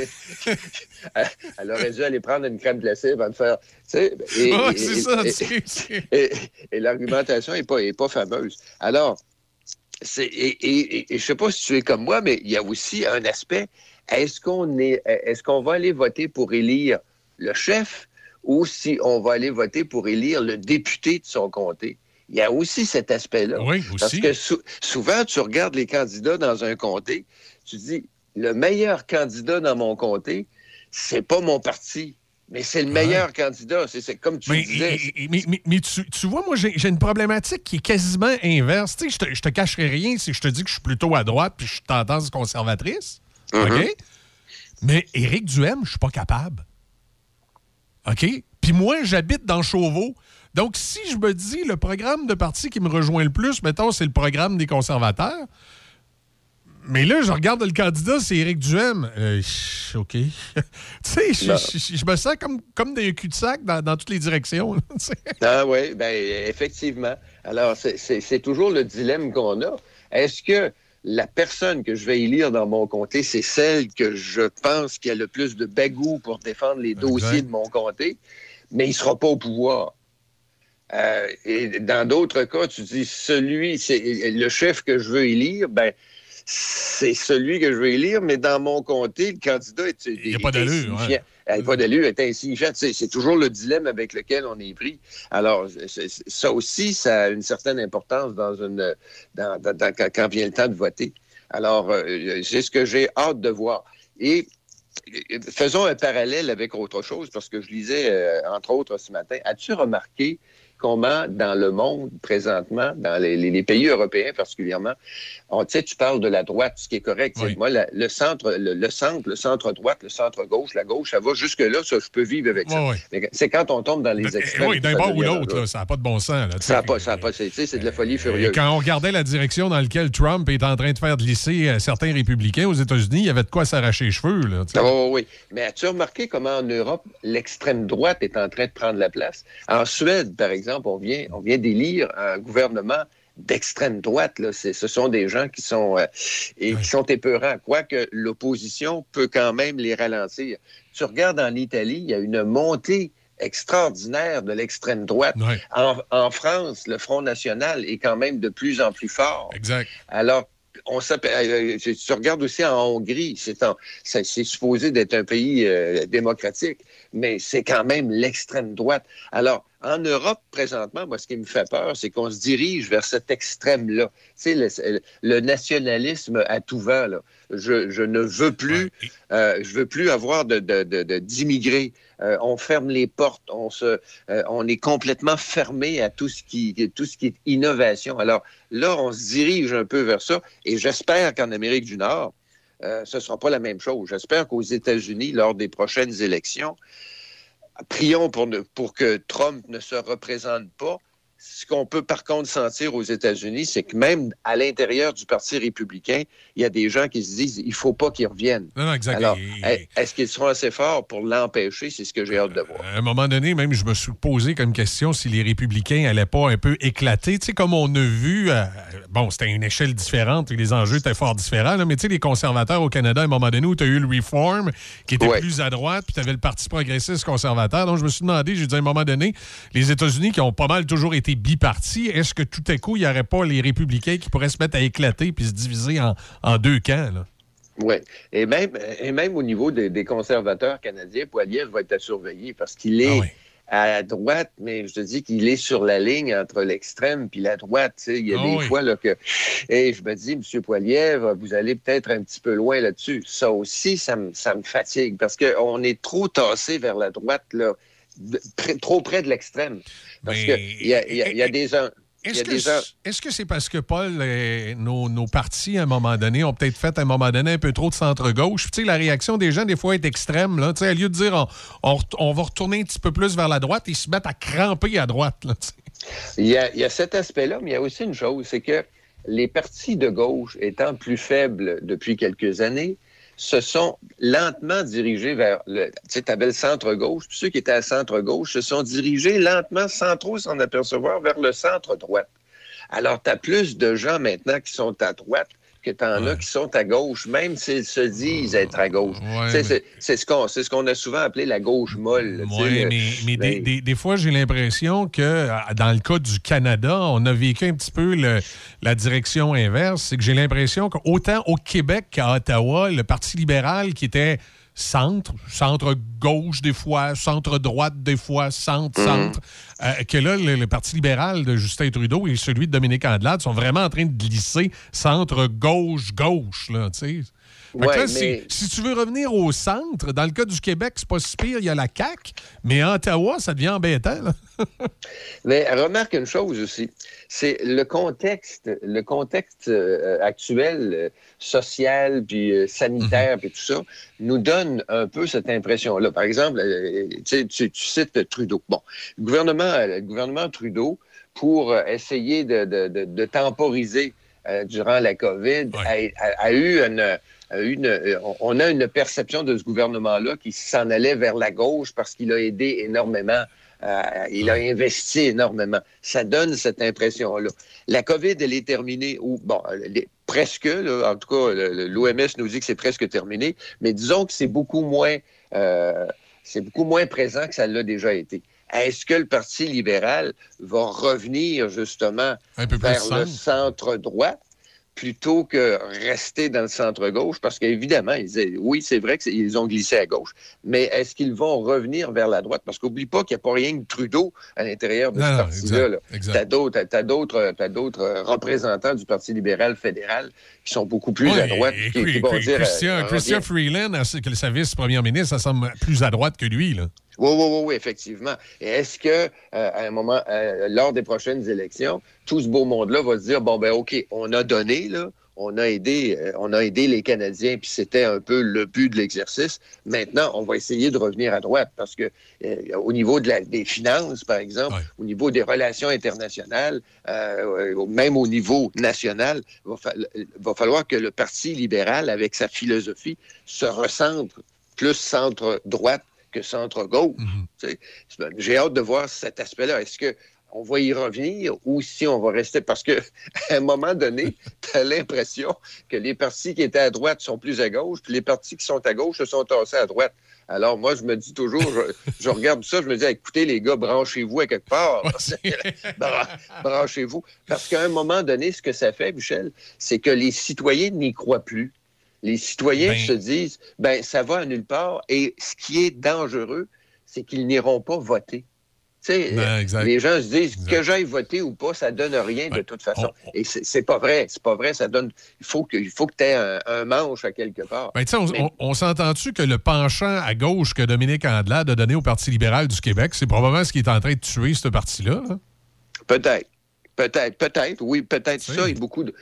K: elle aurait dû aller prendre une crème glacée avant de faire... c'est ça. Et l'argumentation n'est pas fameuse. Alors, et je sais pas si tu es comme moi, mais il y a aussi un aspect, est-ce qu'on va aller voter pour élire le chef ou si on va aller voter pour élire le député de son comté? Il y a aussi cet aspect-là.
L: Oui, aussi.
K: Parce que souvent, tu regardes les candidats dans un comté, tu dis, le meilleur candidat dans mon comté, c'est pas mon parti. Mais c'est le meilleur candidat. C'est comme tu disais.
L: Mais tu vois, moi, j'ai une problématique qui est quasiment inverse. Tu sais, je te cacherai rien si je te dis que je suis plutôt à droite puis je suis tendance conservatrice. OK? Mais Éric Duhaime, je suis pas capable. OK? Puis moi, j'habite dans Chauveau. Donc, si je me dis le programme de parti qui me rejoint le plus, mettons, c'est le programme des conservateurs. Mais là, je regarde le candidat, c'est Éric Duhaime. OK. Tu sais, je me sens comme des cul-de-sac dans toutes les directions.
K: Ah oui, bien, effectivement. Alors, c'est toujours le dilemme qu'on a. Est-ce que la personne que je vais élire dans mon comté, c'est celle que je pense qui a le plus de bagou pour défendre les dossiers de mon comté, mais il ne sera pas au pouvoir. Et dans d'autres cas, tu dis, c'est le chef que je veux élire, ben c'est celui que je veux élire, mais dans mon comté, le candidat est
L: il n'y a pas d'allure.
K: Il n'y a pas d'allure, est insignifiant. C'est toujours le dilemme avec lequel on est pris. Alors, ça aussi, ça a une certaine importance quand vient le temps de voter. Alors, c'est ce que j'ai hâte de voir. Et faisons un parallèle avec autre chose, parce que je lisais, entre autres, ce matin, as-tu remarqué comment, dans le monde, présentement, dans les pays européens particulièrement, tu parles de la droite, ce qui est correct. Oui. Moi, le centre-droite, le centre-gauche, la gauche, ça va jusque-là, ça, je peux vivre avec ça. Oui. Mais c'est quand on tombe dans les extrêmes...
L: Oui, d'un bord ou l'autre, ça n'a pas de bon sens. Là,
K: ça n'a pas, c'est de la folie furieuse.
L: Et quand on regardait la direction dans laquelle Trump est en train de faire glisser certains républicains aux États-Unis, il y avait de quoi s'arracher les cheveux. Là,
K: oui. Mais as-tu remarqué comment en Europe, l'extrême droite est en train de prendre la place? En Suède, par exemple, on vient d'élire un gouvernement d'extrême droite. Là. Ce sont des gens qui sont épeurants, quoique l'opposition peut quand même les ralentir. Tu regardes en Italie, il y a une montée extraordinaire de l'extrême droite. Oui. En France, le Front national est quand même de plus en plus fort.
L: Exact.
K: Alors, tu regardes aussi en Hongrie, c'est supposé d'être un pays démocratique, mais c'est quand même l'extrême droite. Alors, en Europe, présentement, moi, ce qui me fait peur, c'est qu'on se dirige vers cet extrême-là. Tu sais, le nationalisme à tout vent, là. Je ne veux plus, je veux plus avoir d'immigrés. On ferme les portes, on est complètement fermé à tout ce qui est innovation. Alors là, on se dirige un peu vers ça, et j'espère qu'en Amérique du Nord, ce ne sera pas la même chose. J'espère qu'aux États-Unis, lors des prochaines élections, prions pour que Trump ne se représente pas. Ce qu'on peut par contre sentir aux États-Unis, c'est que même à l'intérieur du Parti républicain, il y a des gens qui se disent il ne faut pas qu'il revienne.
L: Non, exact.
K: Alors, est-ce qu'ils seront assez forts pour l'empêcher? C'est ce que j'ai hâte de voir.
L: À un moment donné, même, je me suis posé comme question si les républicains n'allaient pas un peu éclater. Tu sais, comme on a vu, c'était à une échelle différente et les enjeux étaient fort différents, là, mais tu sais, les conservateurs au Canada, à un moment donné où tu as eu le Reform, qui était plus à droite, puis tu avais le Parti progressiste conservateur. Donc, je me suis demandé, j'ai dit à un moment donné, les États-Unis qui ont pas mal toujours été bipartis, est-ce que tout à coup, il n'y aurait pas les républicains qui pourraient se mettre à éclater puis se diviser en deux camps, là?
K: Oui. Et même au niveau des conservateurs canadiens, Poilievre va être à surveiller parce qu'il est à droite, mais je te dis qu'il est sur la ligne entre l'extrême puis la droite. Tu sais. Il y a des fois là, que... Et je me dis, M. Poilievre, vous allez peut-être un petit peu loin là-dessus. Ça aussi, ça me fatigue parce qu'on est trop tassé vers la droite, là. Trop près de l'extrême. Parce qu'il y a des gens...
L: Est-ce que c'est parce que, Paul, nos partis, à un moment donné, ont peut-être fait, à un moment donné, un peu trop de centre-gauche? Tu sais, la réaction des gens, des fois, est extrême. Là. Tu sais, au lieu de dire on va retourner un petit peu plus vers la droite, ils se mettent à cramper à droite. Là, tu sais.
K: Il y a cet aspect-là, mais il y a aussi une chose, c'est que les partis de gauche étant plus faibles depuis quelques années, se sont lentement dirigés vers tu sais, tu avais le centre-gauche, puis ceux qui étaient à centre-gauche se sont dirigés lentement, sans trop s'en apercevoir, vers le centre-droite. Alors, tu as plus de gens maintenant qui sont à droite que tu en as qui sont à gauche, même s'ils se disent être à gauche. C'est ce qu'on a souvent appelé la gauche molle.
L: Oui, mais des fois, j'ai l'impression que dans le cas du Canada, on a vécu un petit peu la direction inverse. C'est que j'ai l'impression qu'autant au Québec qu'à Ottawa, le Parti libéral qui était centre-gauche des fois, centre-droite des fois, centre, que là, le Parti libéral de Justin Trudeau et celui de Dominique Andelade sont vraiment en train de glisser centre-gauche-gauche, là, tu sais. Fait que là, si tu veux revenir au centre, dans le cas du Québec, c'est pas si pire, il y a la CAQ, mais à Ottawa, ça devient embêtant. Là.
K: Mais remarque une chose aussi, c'est le contexte actuel, social, puis sanitaire, puis tout ça, nous donne un peu cette impression-là. Par exemple, tu cites Trudeau. Bon, le gouvernement Trudeau, pour essayer de temporiser durant la COVID, on a une perception de ce gouvernement-là qui s'en allait vers la gauche parce qu'il a aidé énormément, il a investi énormément. Ça donne cette impression-là. La COVID, elle est terminée, presque, là, en tout cas, l'OMS nous dit que c'est presque terminé, mais disons que c'est beaucoup moins présent que ça l'a déjà été. Est-ce que le Parti libéral va revenir justement vers le centre-droit plutôt que rester dans le centre-gauche? Parce qu'évidemment, ils disaient, oui, c'est vrai qu'ils ont glissé à gauche, mais est-ce qu'ils vont revenir vers la droite? Parce qu'oublie pas qu'il n'y a pas rien que Trudeau à l'intérieur de ce parti-là. T'as d'autres représentants du Parti libéral fédéral qui sont beaucoup plus à droite. Qui vont dire,
L: Chrystia Freeland, que sa vice-première ministre, ça semble plus à droite que lui, là.
K: Oui, effectivement. Et est-ce que, à un moment, lors des prochaines élections, tout ce beau monde-là va se dire, OK, on a donné, là, on a aidé les Canadiens, puis c'était un peu le but de l'exercice. Maintenant, on va essayer de revenir à droite, parce que au niveau des finances, par exemple, au niveau des relations internationales, même au niveau national, va falloir que le Parti libéral, avec sa philosophie, se recentre plus centre-droite que centre-gauche. J'ai hâte de voir cet aspect-là. Est-ce qu'on va y revenir ou si on va rester... Parce qu'à un moment donné, tu as l'impression que les partis qui étaient à droite sont plus à gauche, puis les partis qui sont à gauche se sont tassés à droite. Alors moi, je me dis toujours, je regarde ça, je me dis, écoutez les gars, branchez-vous à quelque part. Branchez-vous. Parce qu'à un moment donné, ce que ça fait, Michel, c'est que les citoyens n'y croient plus. Les citoyens se disent, ça va à nulle part. Et ce qui est dangereux, c'est qu'ils n'iront pas voter. Les gens se disent que j'aille voter ou pas, ça donne rien de toute façon. Et c'est pas vrai. C'est pas vrai. Ça donne. Il faut que tu aies un manche à quelque part.
L: On s'entend-tu que le penchant à gauche que Dominique Andelade a donné au Parti libéral du Québec, c'est probablement ce qui est en train de tuer ce parti-là? Là?
K: Peut-être. Peut-être, oui, peut-être ça, et beaucoup de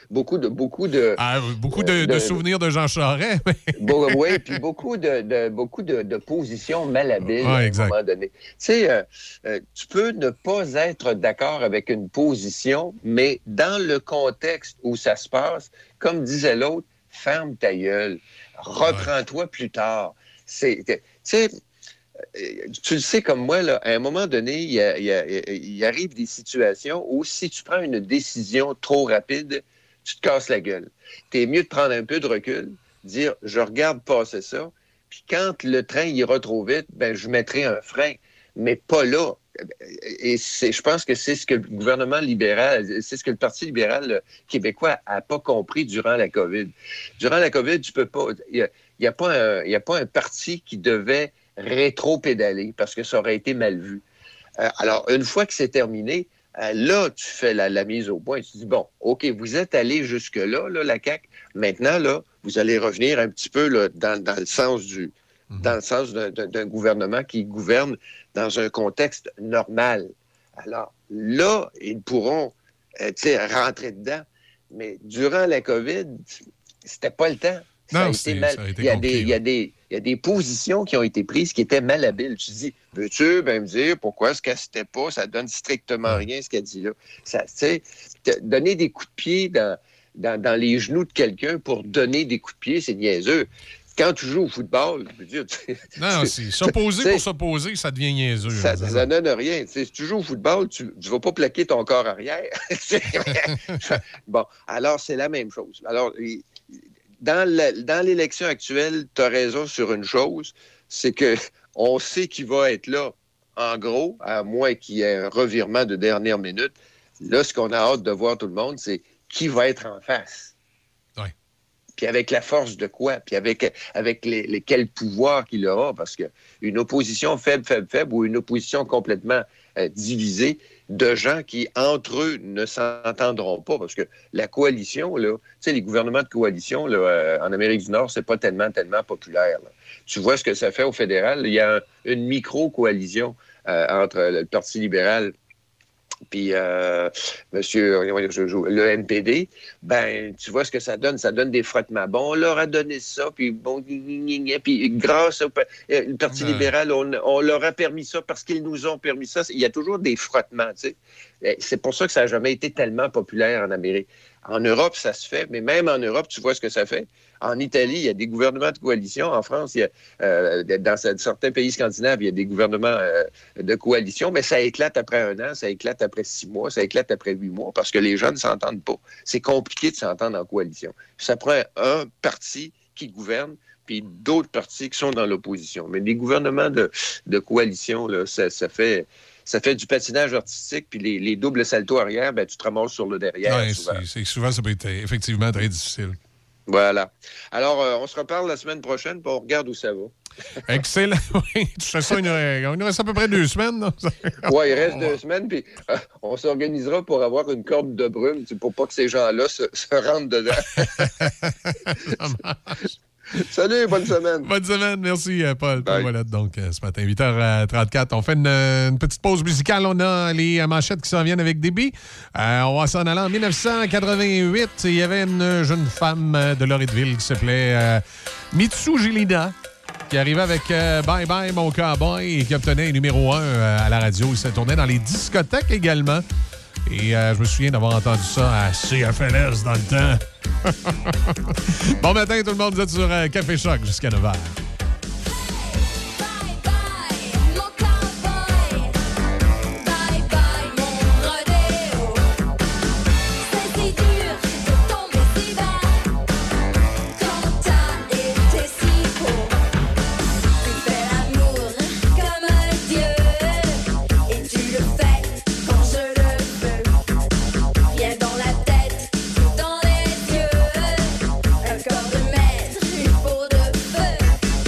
L: souvenirs de Jean Charest.
K: Oui, puis beaucoup de positions malhabiles à un moment donné. Tu peux ne pas être d'accord avec une position, mais dans le contexte où ça se passe, comme disait l'autre, ferme ta gueule, reprends-toi plus tard. Tu le sais comme moi, là, à un moment donné, il arrive des situations où si tu prends une décision trop rapide, tu te casses la gueule. T'es mieux de prendre un peu de recul, dire « je regarde passer ça », puis quand le train ira trop vite, je mettrai un frein, mais pas là. Et je pense que c'est ce que le gouvernement libéral, c'est ce que le Parti libéral québécois n'a pas compris durant la COVID. Durant la COVID, tu peux pas... Il n'y a pas un parti qui devait rétro-pédaler parce que ça aurait été mal vu. Alors, une fois que c'est terminé, là, tu fais la mise au point. Tu dis, bon, OK, vous êtes allé jusque-là, là, la CAQ. Maintenant, là, vous allez revenir un petit peu là, dans le sens d'un gouvernement qui gouverne dans un contexte normal. Alors, là, ils pourront rentrer dedans. Mais durant la COVID, c'était pas le temps. Ça a été mal. Il y a des positions qui ont été prises qui étaient malhabiles. Tu dis, veux-tu me dire pourquoi est-ce qu'elle ne pas? Ça donne strictement rien ce qu'elle dit là. Donner des coups de pied dans les genoux de quelqu'un pour donner des coups de pied, c'est niaiseux. Quand tu joues au football, je veux dire...
L: s'opposer pour s'opposer, ça devient niaiseux.
K: Ça ne donne rien. Si tu joues au football, tu ne vas pas plaquer ton corps arrière. Bon, alors c'est la même chose. Alors... Dans l'élection actuelle, tu as raison sur une chose, c'est qu'on sait qui va être là, en gros, à moins qu'il y ait un revirement de dernière minute. Là, ce qu'on a hâte de voir tout le monde, c'est qui va être en face.
L: Oui.
K: Puis avec la force de quoi? Puis avec quel pouvoir qu'il aura? Parce qu'une opposition faible ou une opposition complètement divisée de gens qui, entre eux, ne s'entendront pas. Parce que la coalition, là, tu sais, les gouvernements de coalition là, en Amérique du Nord, c'est pas tellement populaire. Là. Tu vois ce que ça fait au fédéral. Il y a une micro-coalition entre le Parti libéral puis le NPD, ben tu vois ce que ça donne. Ça donne des frottements. Bon, on leur a donné ça, puis bon, puis grâce au Parti libéral, on leur a permis ça parce qu'ils nous ont permis ça. Il y a toujours des frottements, tu sais. C'est pour ça que ça n'a jamais été tellement populaire en Amérique. En Europe, ça se fait, mais même en Europe, tu vois ce que ça fait. En Italie, il y a des gouvernements de coalition. En France, il y a, dans certains pays scandinaves, il y a des gouvernements de coalition, mais ça éclate après 1 an, ça éclate après 6 mois, ça éclate après 8 mois, parce que les gens ne s'entendent pas. C'est compliqué de s'entendre en coalition. Ça prend un parti qui gouverne, puis d'autres partis qui sont dans l'opposition. Mais les gouvernements de coalition, là, ça fait du patinage artistique, puis les doubles saltos arrière, ben, tu te ramasses sur le derrière.
L: Ouais,
K: souvent.
L: Souvent, ça peut être effectivement très difficile.
K: Voilà. Alors, on se reparle la semaine prochaine, puis on regarde où ça va.
L: Excellent. Oui, tu fais ça, il nous reste à peu près 2 semaines.
K: Oui, il reste 2 semaines, puis on s'organisera pour avoir une corde de brume, pour pas que ces gens-là se rentrent dedans. Salut, bonne semaine.
L: Bonne semaine, merci, Paul. Voilà, donc, ce matin, 8h34, on fait une petite pause musicale. On a les manchettes qui s'en viennent avec Déby. On va s'en aller en 1988. Il y avait une jeune femme de Loretteville qui s'appelait Mitsu Gilina, qui arrivait avec Bye Bye Mon Cowboy et qui obtenait un numéro 1 à la radio. Il se tournait dans les discothèques également. Et je me souviens d'avoir entendu ça à CFLS dans le temps. Bon matin tout le monde, vous êtes sur Café Choc jusqu'à 9h.
V: Corps de maître, il faut de feu.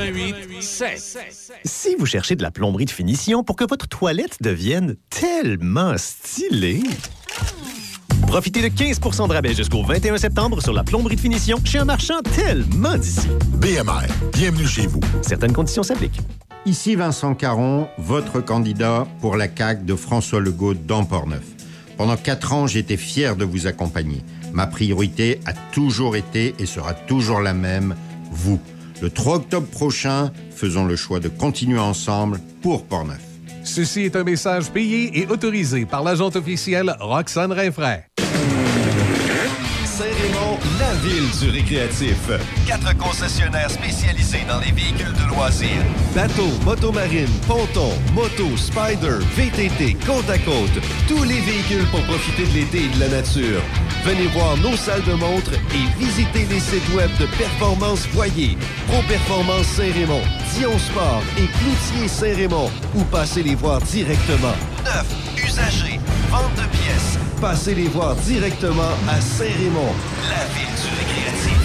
A: 88 7.
M: Si vous cherchez de la plomberie de finition pour que votre toilette devienne tellement stylée... Profitez de 15 % de rabais jusqu'au 21 septembre sur la plomberie de finition chez un marchand tellement d'ici.
E: BMR, bienvenue chez vous.
M: Certaines conditions s'appliquent.
E: Ici Vincent Caron, votre candidat pour la CAQ de François Legault dans Portneuf. Pendant 4 ans, j'étais fier de vous accompagner. Ma priorité a toujours été et sera toujours la même, vous. Le 3 octobre prochain, faisons le choix de continuer ensemble pour Portneuf.
F: Ceci est un message payé et autorisé par l'agente officielle Roxane Rinfraie.
I: Saint-Raymond, la ville du récréatif. 4 concessionnaires spécialisés dans les véhicules de loisirs. Bateaux, motomarines, pontons, motos, spider, VTT, côte à côte. Tous les véhicules pour profiter de l'été et de la nature. Venez voir nos salles de montre et visitez les sites web de Performance Voyer, Pro Performance Saint-Raymond, Dion Sport et Cloutier Saint-Raymond. Ou passez les voir directement. Neuf, usagers, vente de pièces. Passez les voir directement à Saint-Raymond, la ville du récréatif.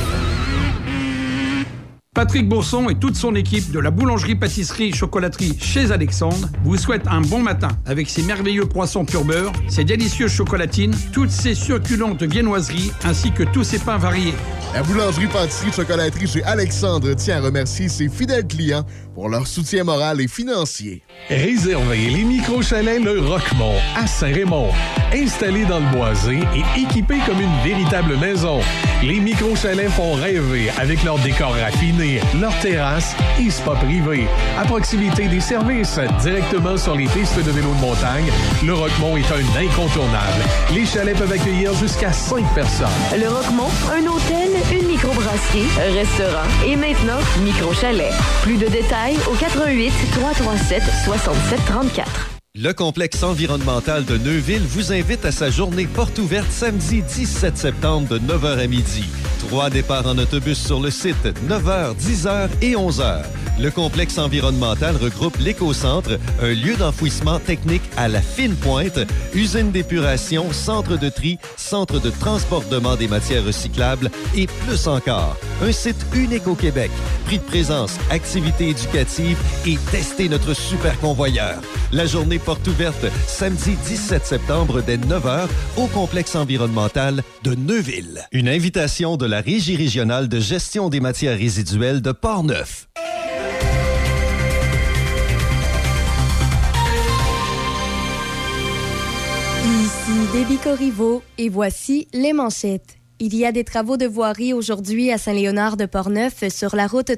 Q: Patrick Bourson et toute son équipe de la boulangerie-pâtisserie-chocolaterie chez Alexandre vous souhaitent un bon matin avec ses merveilleux poissons pur beurre, ses délicieuses chocolatines, toutes ses succulentes viennoiseries ainsi que tous ses pains variés.
R: La boulangerie-pâtisserie-chocolaterie chez Alexandre tient à remercier ses fidèles clients pour leur soutien moral et financier.
F: Réservez les micro-chalets Le Roquemont à Saint-Raymond. Installés dans le boisé et équipés comme une véritable maison, les micro-chalets font rêver avec leur décor raffiné, leur terrasse et spa privé. À proximité des services, directement sur les pistes de vélo de montagne, Le Roquemont est un incontournable. Les chalets peuvent accueillir jusqu'à 5 personnes.
G: Le Roquemont, un hôtel, une microbrasserie, un restaurant et maintenant micro-chalet. Plus de détails au 88 337 67 34.
I: Le complexe environnemental de Neuville vous invite à sa journée porte ouverte samedi 17 septembre de 9h à midi. 3 départs en autobus sur le site, 9h, 10h et 11h. Le complexe environnemental regroupe l'éco-centre, un lieu d'enfouissement technique à la fine pointe, usine d'épuration, centre de tri, centre de transportement des matières recyclables et plus encore. Un site unique au Québec. Prix de présence, activités éducatives et testez notre super convoyeur. La journée porte ouverte samedi 17 septembre dès 9h au complexe environnemental de Neuville. Une invitation de la Régie régionale de gestion des matières résiduelles de Portneuf.
B: Ici Déby Corriveau et voici les manchettes. Il y a des travaux de voirie aujourd'hui à Saint-Léonard de Portneuf sur la route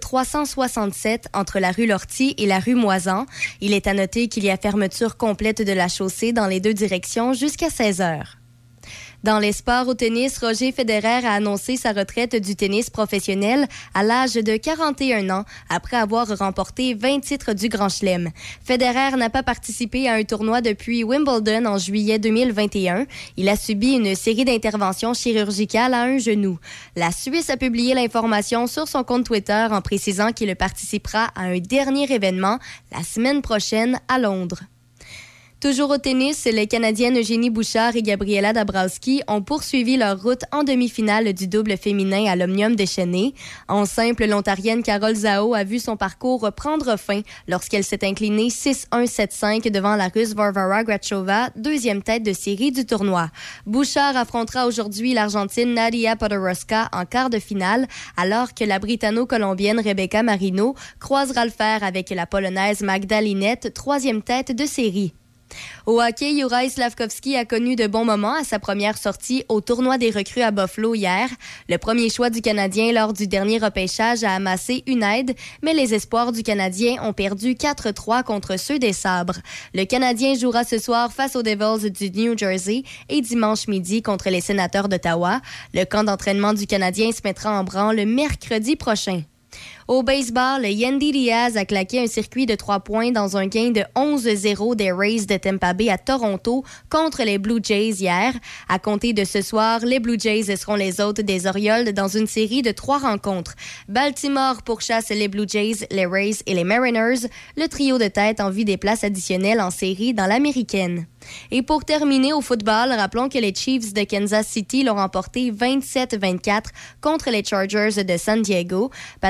B: 367 entre la rue Lortie et la rue Moisan. Il est à noter qu'il y a fermeture complète de la chaussée dans les deux directions jusqu'à 16 heures. Dans les sports au tennis, Roger Federer a annoncé sa retraite du tennis professionnel à l'âge de 41 ans après avoir remporté 20 titres du Grand Chelem. Federer n'a pas participé à un tournoi depuis Wimbledon en juillet 2021. Il a subi une série d'interventions chirurgicales à un genou. La Suisse a publié l'information sur son compte Twitter en précisant qu'il participera à un dernier événement la semaine prochaine à Londres. Toujours au tennis, les Canadiennes Eugénie Bouchard et Gabriela Dabrowski ont poursuivi leur route en demi-finale du double féminin à l'Omnium de Chennai. En simple, l'Ontarienne Carole Zhao a vu son parcours prendre fin lorsqu'elle s'est inclinée 6-1-7-5 devant la Russe Varvara Grachova, deuxième tête de série du tournoi. Bouchard affrontera aujourd'hui l'Argentine Nadia Podoroska en quart de finale, alors que la Britanno-Colombienne Rebecca Marino croisera le fer avec la Polonaise Magda Linette, troisième tête de série. Au hockey, Juraj Slafkovský a connu de bons moments à sa première sortie au tournoi des recrues à Buffalo hier. Le premier choix du Canadien lors du dernier repêchage a amassé une aide, mais les espoirs du Canadien ont perdu 4-3 contre ceux des Sabres. Le Canadien jouera ce soir face aux Devils du New Jersey et dimanche midi contre les Sénateurs d'Ottawa. Le camp d'entraînement du Canadien se mettra en branle le mercredi prochain. Au baseball, Yandy Diaz a claqué un circuit de 3 points dans un gain de 11-0 des Rays de Tampa Bay à Toronto contre les Blue Jays hier. À compter de ce soir, les Blue Jays seront les hôtes des Orioles dans une série de 3 rencontres. Baltimore pourchasse les Blue Jays, les Rays et les Mariners. Le trio de tête en vue des places additionnelles en série dans l'américaine. Et pour terminer au football, rappelons que les Chiefs de Kansas City l'ont remporté 27-24 contre les Chargers de San Diego. Patrick Mahomes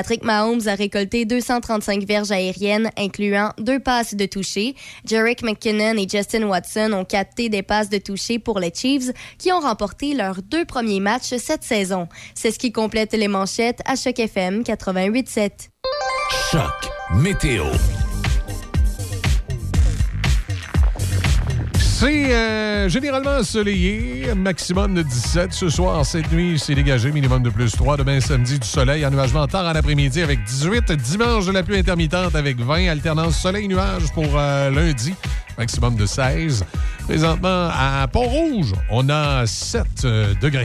B: Holmes a récolté 235 verges aériennes, incluant 2 passes de toucher. Jerick McKinnon et Justin Watson ont capté des passes de toucher pour les Chiefs, qui ont remporté leurs 2 premiers matchs cette saison. C'est ce qui complète les manchettes à Choc FM 88.7.
A: Choc météo.
L: C'est généralement ensoleillé, maximum de 17. Ce soir, cette nuit, c'est dégagé, minimum de plus 3. Demain, samedi, du soleil, ennuagement tard en après-midi avec 18. Dimanche, de la pluie intermittente avec 20. Alternance soleil-nuage pour lundi, maximum de 16. Présentement, à Pont-Rouge, on a 7 degrés.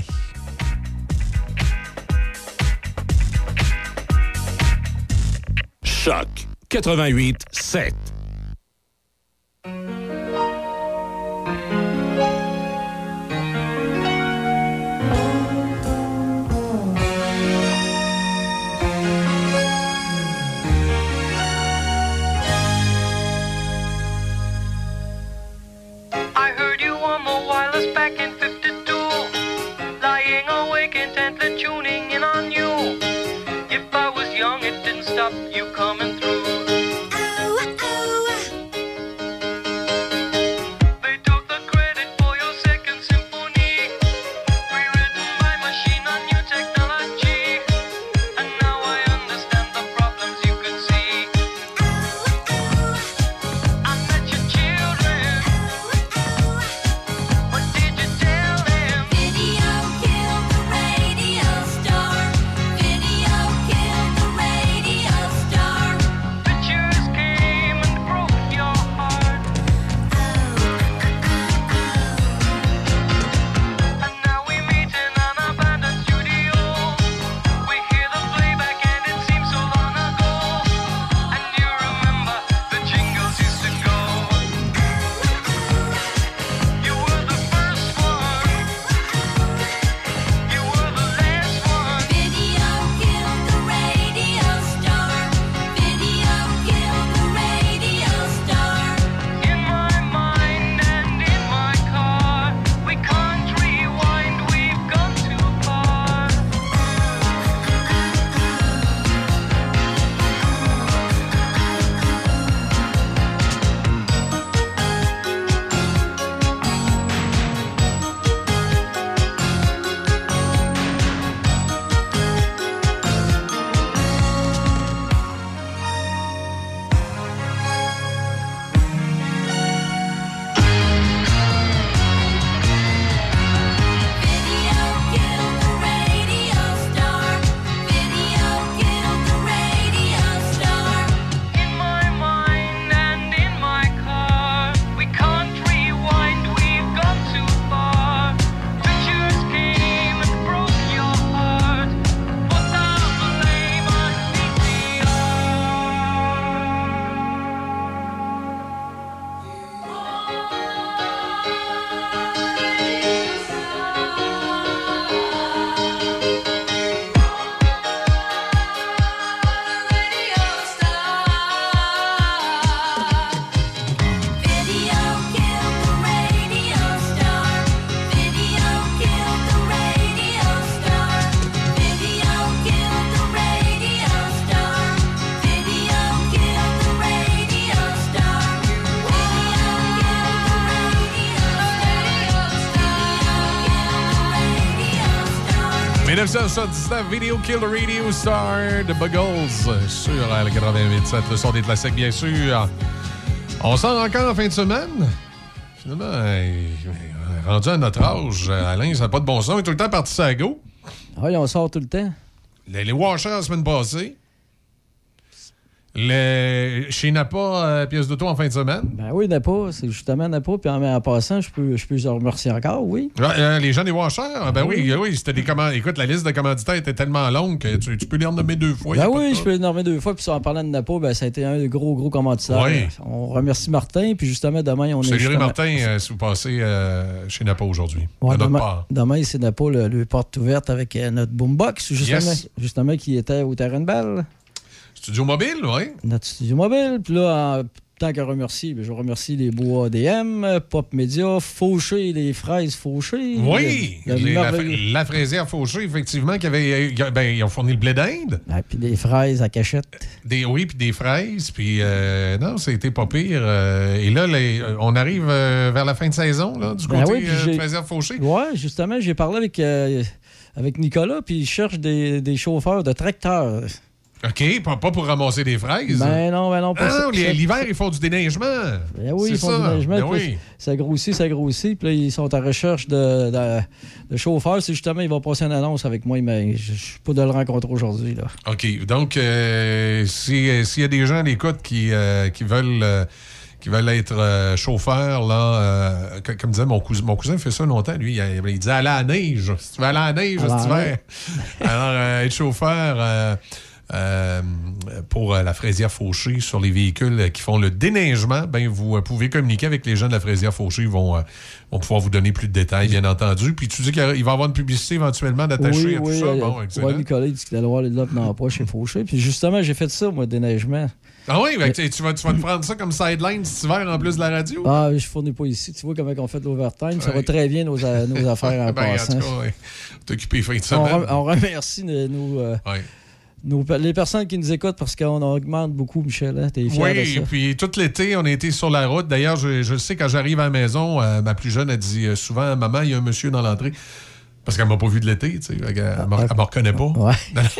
A: Choc 88.7.
V: I heard you on the wireless back in 52, lying awake intently tuning in on you. If I was young, it didn't stop you coming through. They took the credit for your second symphony, rewritten by machine on new technology. And now I understand the problems you could see. I met your children. What did you tell them? Video killed the radio star. Video killed the radio star. Pictures came and broke your heart. And now we meet in an abandoned studio. We hear the playback and it seems so long ago. And you remember the jingles used to go. You were the first one. You were the last one. Video killed the radio star. Video killed the radio star. In my mind and in my car, we can't rewind, we've gone too far. Video killed the radio star. Video killed the radio star. In my mind and in my car, we can't rewind, we've gone too far. Pictures came and broke your heart. Put the blame on Video killed the radio star. Video killed the radio star. Video killed the radio star. Video killed the radio star.
L: « 1979, Video Kill the Radio Star de Buggles sur le 88.7, le son des classiques, bien sûr. On sort encore en fin de semaine. Finalement, rendu à notre âge, Alain, ça n'a pas de bon sens. On est tout le temps parti sur la go.
N: Oui, on sort tout le temps.
L: Les washers la semaine passée. Chez Napa, pièce d'auto en fin de semaine.
N: Ben oui, Napa, c'est justement Napa. Puis en passant, je peux les remercier encore, oui.
L: Les gens des washers, ben oui, c'était des commandes. Écoute, la liste de commanditaires était tellement longue que tu peux les renommer 2 fois.
N: Ben oui, je peux les renommer 2 fois. Puis en parlant de Napa, ben, ça a été un des gros commanditaires.
L: Oui.
N: On remercie Martin. Puis justement, demain, on est.
L: Salut Martin, si vous passez chez Napa aujourd'hui.
N: Ouais, demain, c'est Napa, le porte ouverte avec notre boombox, justement, qui était au terrain de balle.
L: Studio mobile, oui.
N: Notre studio mobile. Puis là, tant qu'à remercier, je remercie les Beaux ADM, Pop Media, Fauché, les fraises Fauché.
L: Oui, la fraisière Fauché, effectivement, ils ont fourni le blé d'Inde.
N: Puis des fraises à cachette.
L: Oui, puis des fraises. Puis non, c'était pas pire. Et là, on arrive vers la fin de saison, là, du côté de fraisière Fauché.
N: Oui, justement, j'ai parlé avec Nicolas, puis il cherche des chauffeurs de tracteurs.
L: OK, pas pour ramasser des fraises.
N: Ben non, pas ça.
L: L'hiver, ils font du déneigement.
N: Ben oui, ils font du déneigement. Ben oui. Ça grossit. Puis là, ils sont en recherche de chauffeurs. C'est justement, il va passer une annonce avec moi, mais je ne suis pas de le rencontrer aujourd'hui. Là.
L: OK. Donc, s'il y a des gens à l'écoute qui veulent être chauffeurs, là, comme disait mon cousin fait ça longtemps, lui, il disait aller à la neige. Si tu veux aller à la neige cet hiver. Alors, être chauffeur pour la fraisière Fauché sur les véhicules qui font le déneigement, ben vous pouvez communiquer avec les gens de la fraisière Fauché. Ils vont pouvoir vous donner plus de détails, bien entendu. Puis tu dis qu'il va y avoir une publicité éventuellement d'attaché à tout ça. Bon, excellent.
N: Nicolas dit qu'il allait voir les lots d'emploi chez Fauché. Puis justement, j'ai fait ça, moi, déneigement.
L: Ah oui, ben, tu vas te prendre ça comme sideline cet hiver en plus de la radio?
N: Ah, je ne fournis pas ici. Tu vois comment on fait de l'overtime. Ça va très bien, nos affaires en passant.
L: En tout cas, t'occuper fin de semaine.
N: On remercie les personnes qui nous écoutent parce qu'on augmente beaucoup, Michel. Hein? T'es fier de ça?
L: Oui, puis tout l'été, on a été sur la route. D'ailleurs, je le sais, quand j'arrive à la maison, ma plus jeune, elle dit souvent « Maman, il y a un monsieur dans l'entrée. » Parce qu'elle m'a pas vu de l'été, tu sais. Elle me reconnaît pas.
N: Ouais.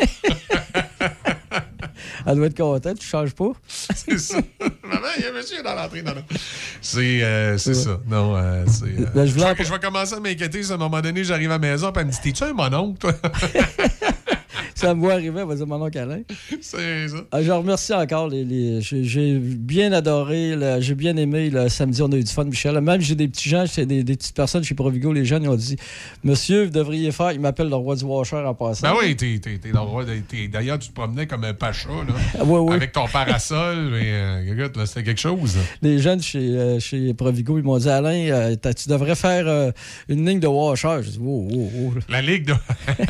N: Elle doit être contente, tu changes pas.
L: C'est ça. Maman, il y a un monsieur dans l'entrée. Non. C'est ça. Non, je vais commencer à m'inquiéter. À un moment donné, j'arrive à la maison, puis elle me dit « T'es-tu un mononcle, toi? »
N: Ça me voit arriver, elle va dire mon oncle Alain.
L: C'est ça.
N: Je remercie encore. J'ai bien adoré, j'ai bien aimé le samedi, on a eu du fun, Michel. Même j'ai des petits gens, des petites personnes chez Provigo, les jeunes, ils ont dit Monsieur, vous devriez faire. Ils m'appellent le roi du washer en passant.
L: Ben oui, t'es le roi. D'ailleurs, tu te promenais comme un pacha, là.
N: Oui.
L: Avec ton parasol. Écoute, c'était quelque chose.
N: Les jeunes chez Provigo, ils m'ont dit Alain, tu devrais faire une ligne de washer. J'ai dit wow.
L: La ligue de.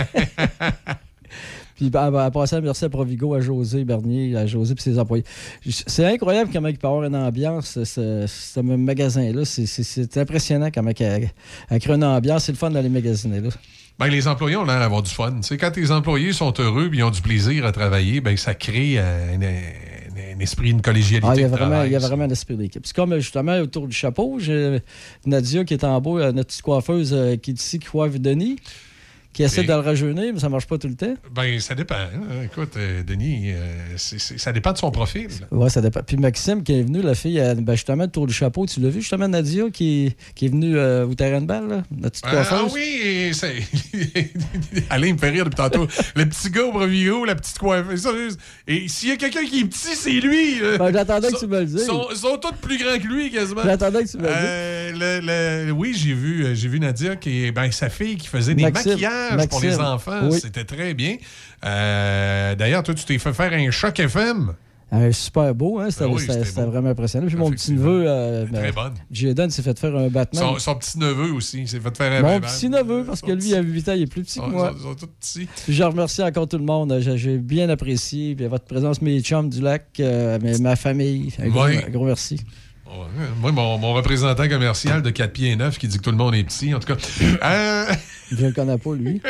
N: Puis en passant, merci à Provigo, à José Bernier, à José et ses employés. C'est incroyable comment il peut avoir une ambiance, ce magasin-là. C'est impressionnant comment il a créé une ambiance. C'est le fun d'aller magasiner là.
L: Ben, les employés ont l'air d'avoir du fun. T'sais, quand tes employés sont heureux et ils ont du plaisir à travailler, ben, ça crée un esprit, une collégialité de travail.
N: Il y a vraiment un esprit d'équipe. C'est comme justement autour du chapeau, j'ai Nadia qui est en bas, notre petite coiffeuse qui est ici, qui coiffe Denis. Qui essaie de le rajeunir, mais ça ne marche pas tout le temps.
L: Ben, ça dépend. Hein? Écoute, Denis, ça dépend de son profil.
N: Oui, ça dépend. Puis Maxime, qui est venu, la fille, justement, autour du chapeau, tu l'as vu, justement, Nadia, qui est venue au terrain de balle, là, notre petite coiffeuse.
L: Ah oui, Alain me fait rire depuis tantôt. Le petit gars au Provigo, la petite coiffeuse. Et s'il y a quelqu'un qui est petit, c'est lui.
N: Ben, j'attendais que tu me le dises.
L: Ils sont tous plus grands que lui, quasiment.
N: J'attendais que tu me le dises.
L: Oui, j'ai vu Nadia, sa fille, qui faisait des maquillages pour les enfants. Oui. C'était très bien. D'ailleurs, toi, tu t'es fait faire un choc FM.
N: Super beau, hein? C'était vraiment impressionnant. Puis mon petit-neveu, Jaden, s'est fait faire un Batman.
L: Son petit-neveu aussi, s'est fait faire un
N: Batman. Mon petit-neveu, parce que lui, il a 8 ans, il est plus petit que moi.
L: Ils sont tous petits.
N: Puis je remercie encore tout le monde. J'ai bien apprécié. Puis votre présence, mes chums du lac, ma famille. Un gros merci.
L: Moi, mon représentant commercial de 4 pieds et 9 qui dit que tout le monde est petit, en tout cas.
N: Je ne le connais pas, lui.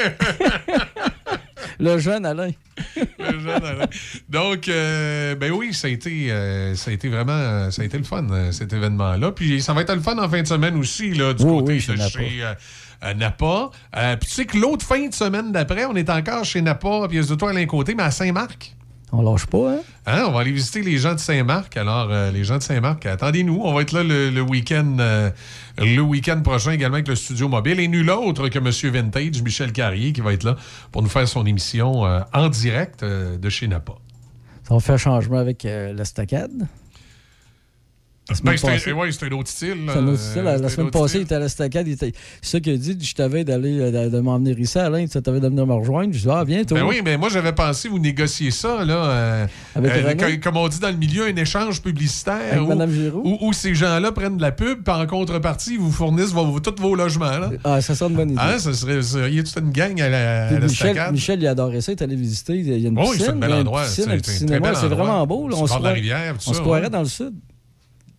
N: Le jeune Alain.
L: Le jeune Alain. Donc, ben oui, ça a été le fun, cet événement-là. Puis ça va être le fun en fin de semaine aussi, là, du côté de chez Napa. Puis tu sais que l'autre fin de semaine d'après, on est encore chez Napa, pièce de toi Alain Côté, mais à Saint-Marc.
N: On lâche pas, hein?
L: On va aller visiter les gens de Saint-Marc. Alors, les gens de Saint-Marc, attendez-nous. On va être là le week-end prochain également avec le Studio Mobile. Et nul autre que M. Vintage, Michel Carrier, qui va être là pour nous faire son émission en direct de chez Napa.
N: Ça va faire changement avec l'estacade.
L: Ben, c'était un autre style.
N: C'est un autre style. La semaine passée, il était à l'estacade. C'est ça qu'il a dit. Je t'avais de m'en venir ici, Alain. Tu t'avais de venir me rejoindre. Je dis, viens, toi.
L: Ben oui, mais moi, j'avais pensé vous négocier ça, là. Comme on dit dans le milieu, un échange publicitaire.
N: Avec Mme Giroux.
L: Où ces gens-là prennent de la pub, puis en contrepartie, ils vous fournissent tous vos logements, là.
N: Ça serait une bonne idée.
L: Ça serait. Il y a toute une gang à l'estacade.
N: Michel, il adorait ça. Il est allé visiter. Il y a une piscine.
L: Oui, c'est un bel endroit.
N: C'est un petit cinéma. C'est vraiment beau. On se
L: croirait
N: dans le sud.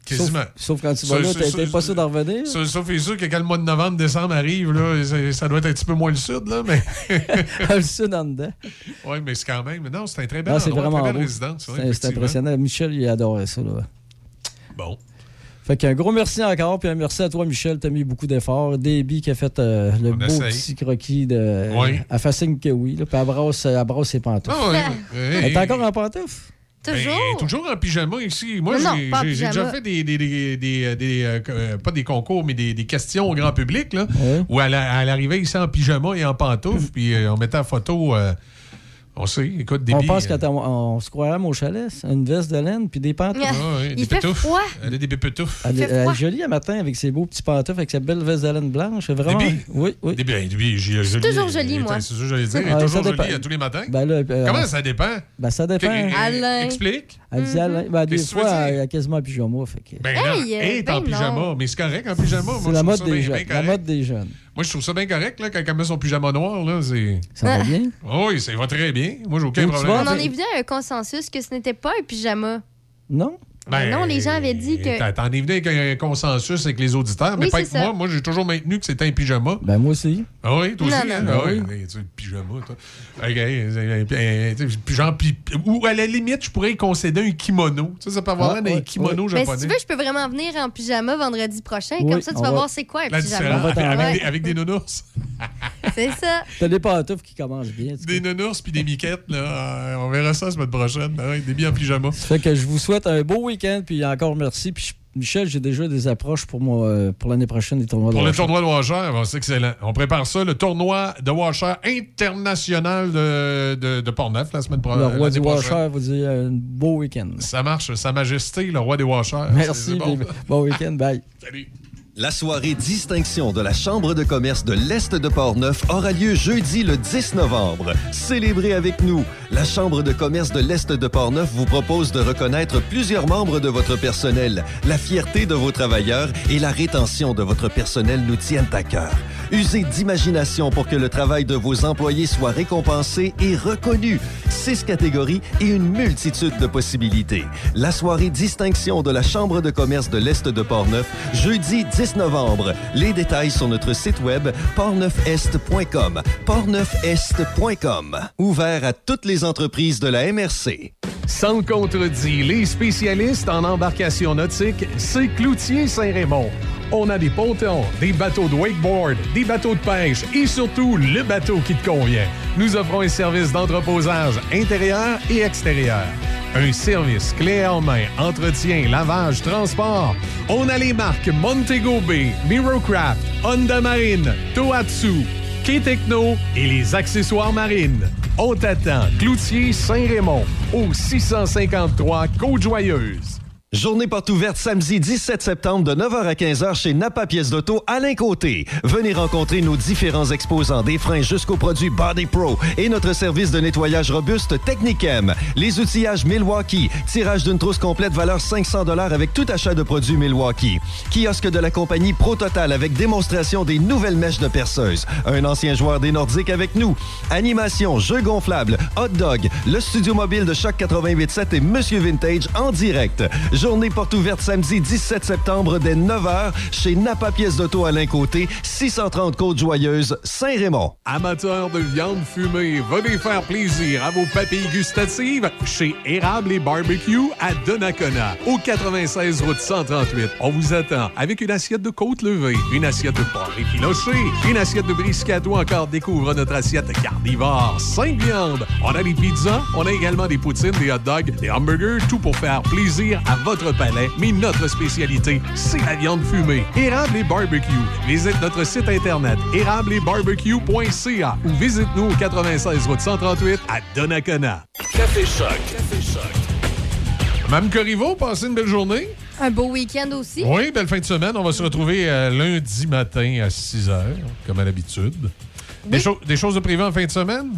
L: Quasiment.
N: Sauf quand tu vas là, t'es pas sûr d'en revenir.
L: Sauf et sûr que quand le mois de novembre, décembre arrive, là, ça doit être un petit peu moins le sud, là, mais...
N: Le sud en dedans.
L: Oui, mais c'est quand même... Non, c'est un très bel
N: Non, c'est
L: endroit,
N: vraiment
L: très belle
N: beau.
L: résidence.
N: C'est
L: effectivement.
N: impressionnant. Michel, il adorait ça, là.
L: Bon.
N: Fait qu'un gros merci encore, puis un merci à toi, Michel. T'as mis beaucoup d'efforts. Déby qui a fait le beau
L: essaye.
N: petit croquis de.
L: Oui.
N: Elle fait signe que oui, là, puis elle brosse ses pantoufles.
L: Ah, oui.
N: Elle est encore en pantoufles?
B: Toujours.
L: Toujours en pyjama ici. Moi,
B: Non, pas en
L: j'ai déjà
B: pyjama.
L: fait pas des concours, mais des questions au grand public, là,
N: Ouais.
L: où elle arrivait ici en pyjama et en pantoufles, puis on mettait en photo... on sait, écoute, des
N: On
L: billes,
N: pense qu'on se croirait à mon chalet, une veste de laine puis des pantoufles.
L: oui,
B: Il
L: des
B: fait
L: pétoufles.
B: froid.
L: Elle a des pétoufles.
N: Elle,
B: fait
N: elle
B: froid.
N: est jolie un matin avec ses beaux petits pantoufles, avec sa belle veste de laine blanche. C'est vraiment.
L: Des billes?
N: Oui, oui.
L: Des billes,
B: C'est toujours joli, moi.
L: C'est ça que j'allais dire. Elle est
N: Ouais,
L: toujours
N: ça dépend.
L: jolie à tous les matins.
N: Ben là,
L: Comment ça dépend?
N: Ben ça dépend.
B: Alain.
L: Explique.
N: Elle dit Alain. Ben, des
L: Qu'est-ce que tu
N: fois,
L: veux dire?
N: elle a quasiment en pyjama. Fait que...
L: Ben
B: Hey,
L: non, elle est en
B: ben
L: pyjama.
B: non.
L: Mais c'est correct en pyjama. Moi,
N: C'est
L: je
N: la
L: trouve
N: mode
L: ça
N: des
L: bien
N: jeunes. La
L: correct.
N: mode des jeunes.
L: Moi, je trouve ça bien correct là, quand elle met son pyjama noir. Là, c'est...
N: Ça va bien?
L: Oui, ça va très bien. Moi, j'ai aucun
N: Où tu
L: problème.
N: vas?
B: On en est venu à un consensus que ce n'était pas un pyjama.
N: Non?
B: Ben non, les gens avaient dit que-
L: T'en es venu avec un consensus avec les auditeurs, mais
B: Oui,
L: pas
B: c'est
L: avec
B: ça.
L: moi. Moi, j'ai toujours maintenu que c'était un pyjama.
N: Ben moi aussi.
L: Ah oui, toi aussi?
B: Non,
L: hein?
B: non,
L: Ah
N: non.
L: oui, mais tu sais, le pyjama, toi. OK. Genre, ou à la limite, je pourrais y concéder un kimono. Ça peut avoir
N: Ah,
L: l'air d'un
N: ouais,
L: kimono
B: Ben,
L: japonais.
B: si tu veux, je peux vraiment venir en pyjama vendredi prochain.
N: Oui,
B: Comme ça, tu
N: on
B: vas
N: va-
B: voir c'est quoi un
L: La
B: pyjama.
L: différence,
N: On va t'en-
L: avec des nounours.
B: C'est ça.
N: T'as des pantoufles qui commencent bien. tu
L: Des nounours puis des miquettes, là. On verra ça la semaine prochaine. Ah ouais, des billes en pyjama.
N: Ça fait que je vous souhaite un beau week-end, puis encore merci. Puis Michel, j'ai déjà des approches pour l'année prochaine des tournois
L: Pour
N: de
L: le
N: Washer.
L: tournoi de Washer, bon, c'est excellent. On prépare ça, le tournoi de Washer international de Portneuf la semaine
N: Le
L: prochaine.
N: roi du Washer vous dit un beau week-end.
L: Ça marche, Sa Majesté, le roi des Washers.
N: Merci,
L: C'est bon.
N: puis bon week-end, bye.
L: Salut.
I: La soirée distinction de la Chambre de commerce de l'Est de Portneuf aura lieu jeudi le 10 novembre. Célébrez avec nous. La Chambre de commerce de l'Est de Portneuf vous propose de reconnaître plusieurs membres de votre personnel. La fierté de vos travailleurs et la rétention de votre personnel nous tiennent à cœur. Usez d'imagination pour que le travail de vos employés soit récompensé et reconnu. 6 catégories et une multitude de possibilités. La soirée distinction de la Chambre de commerce de l'Est de Portneuf, jeudi 10 novembre. Les détails sur notre site web portneufest.com. portneufest.com. Ouvert à toutes les entreprises de la MRC.
F: Sans le contredit, les spécialistes en embarcation nautique, c'est Cloutier Saint-Raymond. On a des pontons, des bateaux de wakeboard, des bateaux de pêche et surtout le bateau qui te convient. Nous offrons un service d'entreposage intérieur et extérieur. Un service clé en main, entretien, lavage, transport. On a les marques Montego Bay, Mirocraft, Honda Marine, Tohatsu, K-Techno et les accessoires marines. On t'attend, Cloutier Saint-Raymond, au 653 Côte-Joyeuse.
I: Journée porte ouverte samedi 17 septembre de 9h à 15h chez Napa Pièces d'Auto Alain Côté. Venez rencontrer nos différents exposants des freins jusqu'aux produits Body Pro et notre service de nettoyage robuste Technichem. Les outillages Milwaukee, tirage d'une trousse complète valeur 500 $ avec tout achat de produits Milwaukee. Kiosque de la compagnie Pro Total avec démonstration des nouvelles mèches de perceuse. Un ancien joueur des Nordiques avec nous. Animation, jeux gonflables, hot dog, le studio mobile de Choc 88.7 et Monsieur Vintage en direct. Journée porte ouverte samedi 17 septembre dès 9h chez Napa Pièces d'Auto Alain Côté, 630 Côte-Joyeuse, Saint-Raymond.
F: Amateurs de viande fumée, venez faire plaisir à vos papilles gustatives chez Érable et Barbecue à Donnacona, au 96 route 138. On vous attend avec une assiette de côte levée, une assiette de porc effiloché, une assiette de brisket ou encore découvre notre assiette carnivore. 5 viandes. On a des pizzas, on a également des poutines, des hot dogs, des hamburgers, tout pour faire plaisir à votre palais. Mais notre spécialité, c'est la viande fumée. Érable et Barbecue. Visite notre site internet érableetbarbecue.ca ou visite-nous au 96 route 138 à Donnacona.
A: Café Choc.
L: Mme Corriveau, passez une belle journée.
B: Un beau week-end aussi.
L: Oui, belle fin de semaine. On va se retrouver lundi matin à 6 h, comme à l'habitude.
B: Oui.
L: Des choses de prévues en fin de semaine?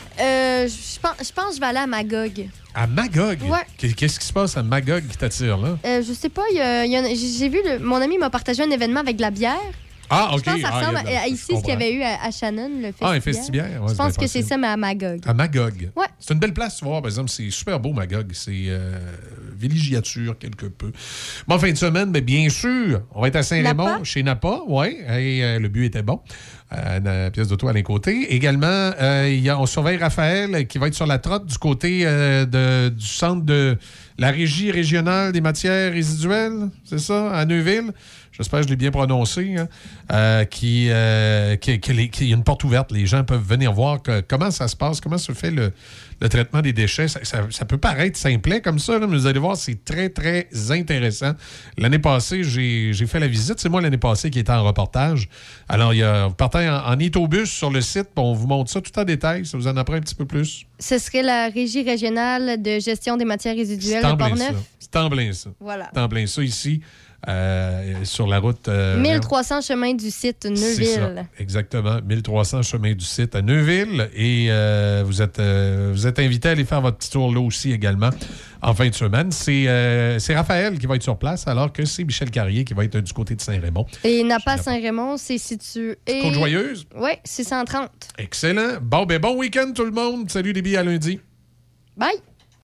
B: Je pense que je vais aller à Magog.
L: À Magog?
B: Ouais.
L: Qu'est-ce qui se passe à Magog qui t'attire, là?
B: Je sais pas, j'ai vu, mon ami m'a partagé un événement avec de la bière.
L: Ah, OK.
B: Je pense que ça ressemble
L: il y a
B: à
L: je
B: ici, ce qu'il y
L: comprends.
B: avait eu à Shannon, le festival.
L: Ah, un festibière? Ouais,
B: Je
L: c'est
B: pense
L: bien
B: que c'est
L: possible.
B: ça, mais à Magog.
L: À Magog.
B: Ouais.
L: C'est une belle place, tu vas voir, par exemple. C'est super beau, Magog. C'est villégiature quelque peu. Bon, fin de semaine, bien sûr, on va être à Saint-Raymond,
B: Napa?
L: chez Napa, oui, et le but était bon. Une pièce d'auto à l'un côté. Également, on surveille Raphaël qui va être sur la trotte du côté du centre de la Régie régionale des matières résiduelles, c'est ça, à Neuville. J'espère que je l'ai bien prononcé. Hein, qu'il y a une porte ouverte. Les gens peuvent venir voir comment ça se passe, comment se fait le traitement des déchets. Ça peut paraître simplet comme ça, là, mais vous allez voir, c'est très, très intéressant. L'année passée, j'ai fait la visite. C'est moi, l'année passée, qui était en reportage. Alors, vous partez en autobus sur le site, puis on vous montre ça tout en détail. Ça vous en apprend un petit peu plus.
B: Ce serait la Régie régionale de gestion des matières résiduelles
L: C'est
B: de
L: en plein
B: Portneuf.
L: ça. C'est en plein ça.
B: Voilà.
L: C'est en plein ça ici, sur la route...
B: 1300 chemin du site
L: C'est
B: Neuville.
L: ça, exactement. 1300 chemin du site à Neuville. Et vous êtes invité à aller faire votre petit tour là aussi également en fin de semaine. C'est Raphaël qui va être sur place, alors que c'est Michel Carrier qui va être du côté de Saint-Raymond.
B: Et Napa-Saint-Raymond, c'est situé...
L: Côte-Joyeuse?
B: Oui, 630.
L: Excellent. Bon week-end tout le monde. Salut les billes, à lundi.
B: Bye!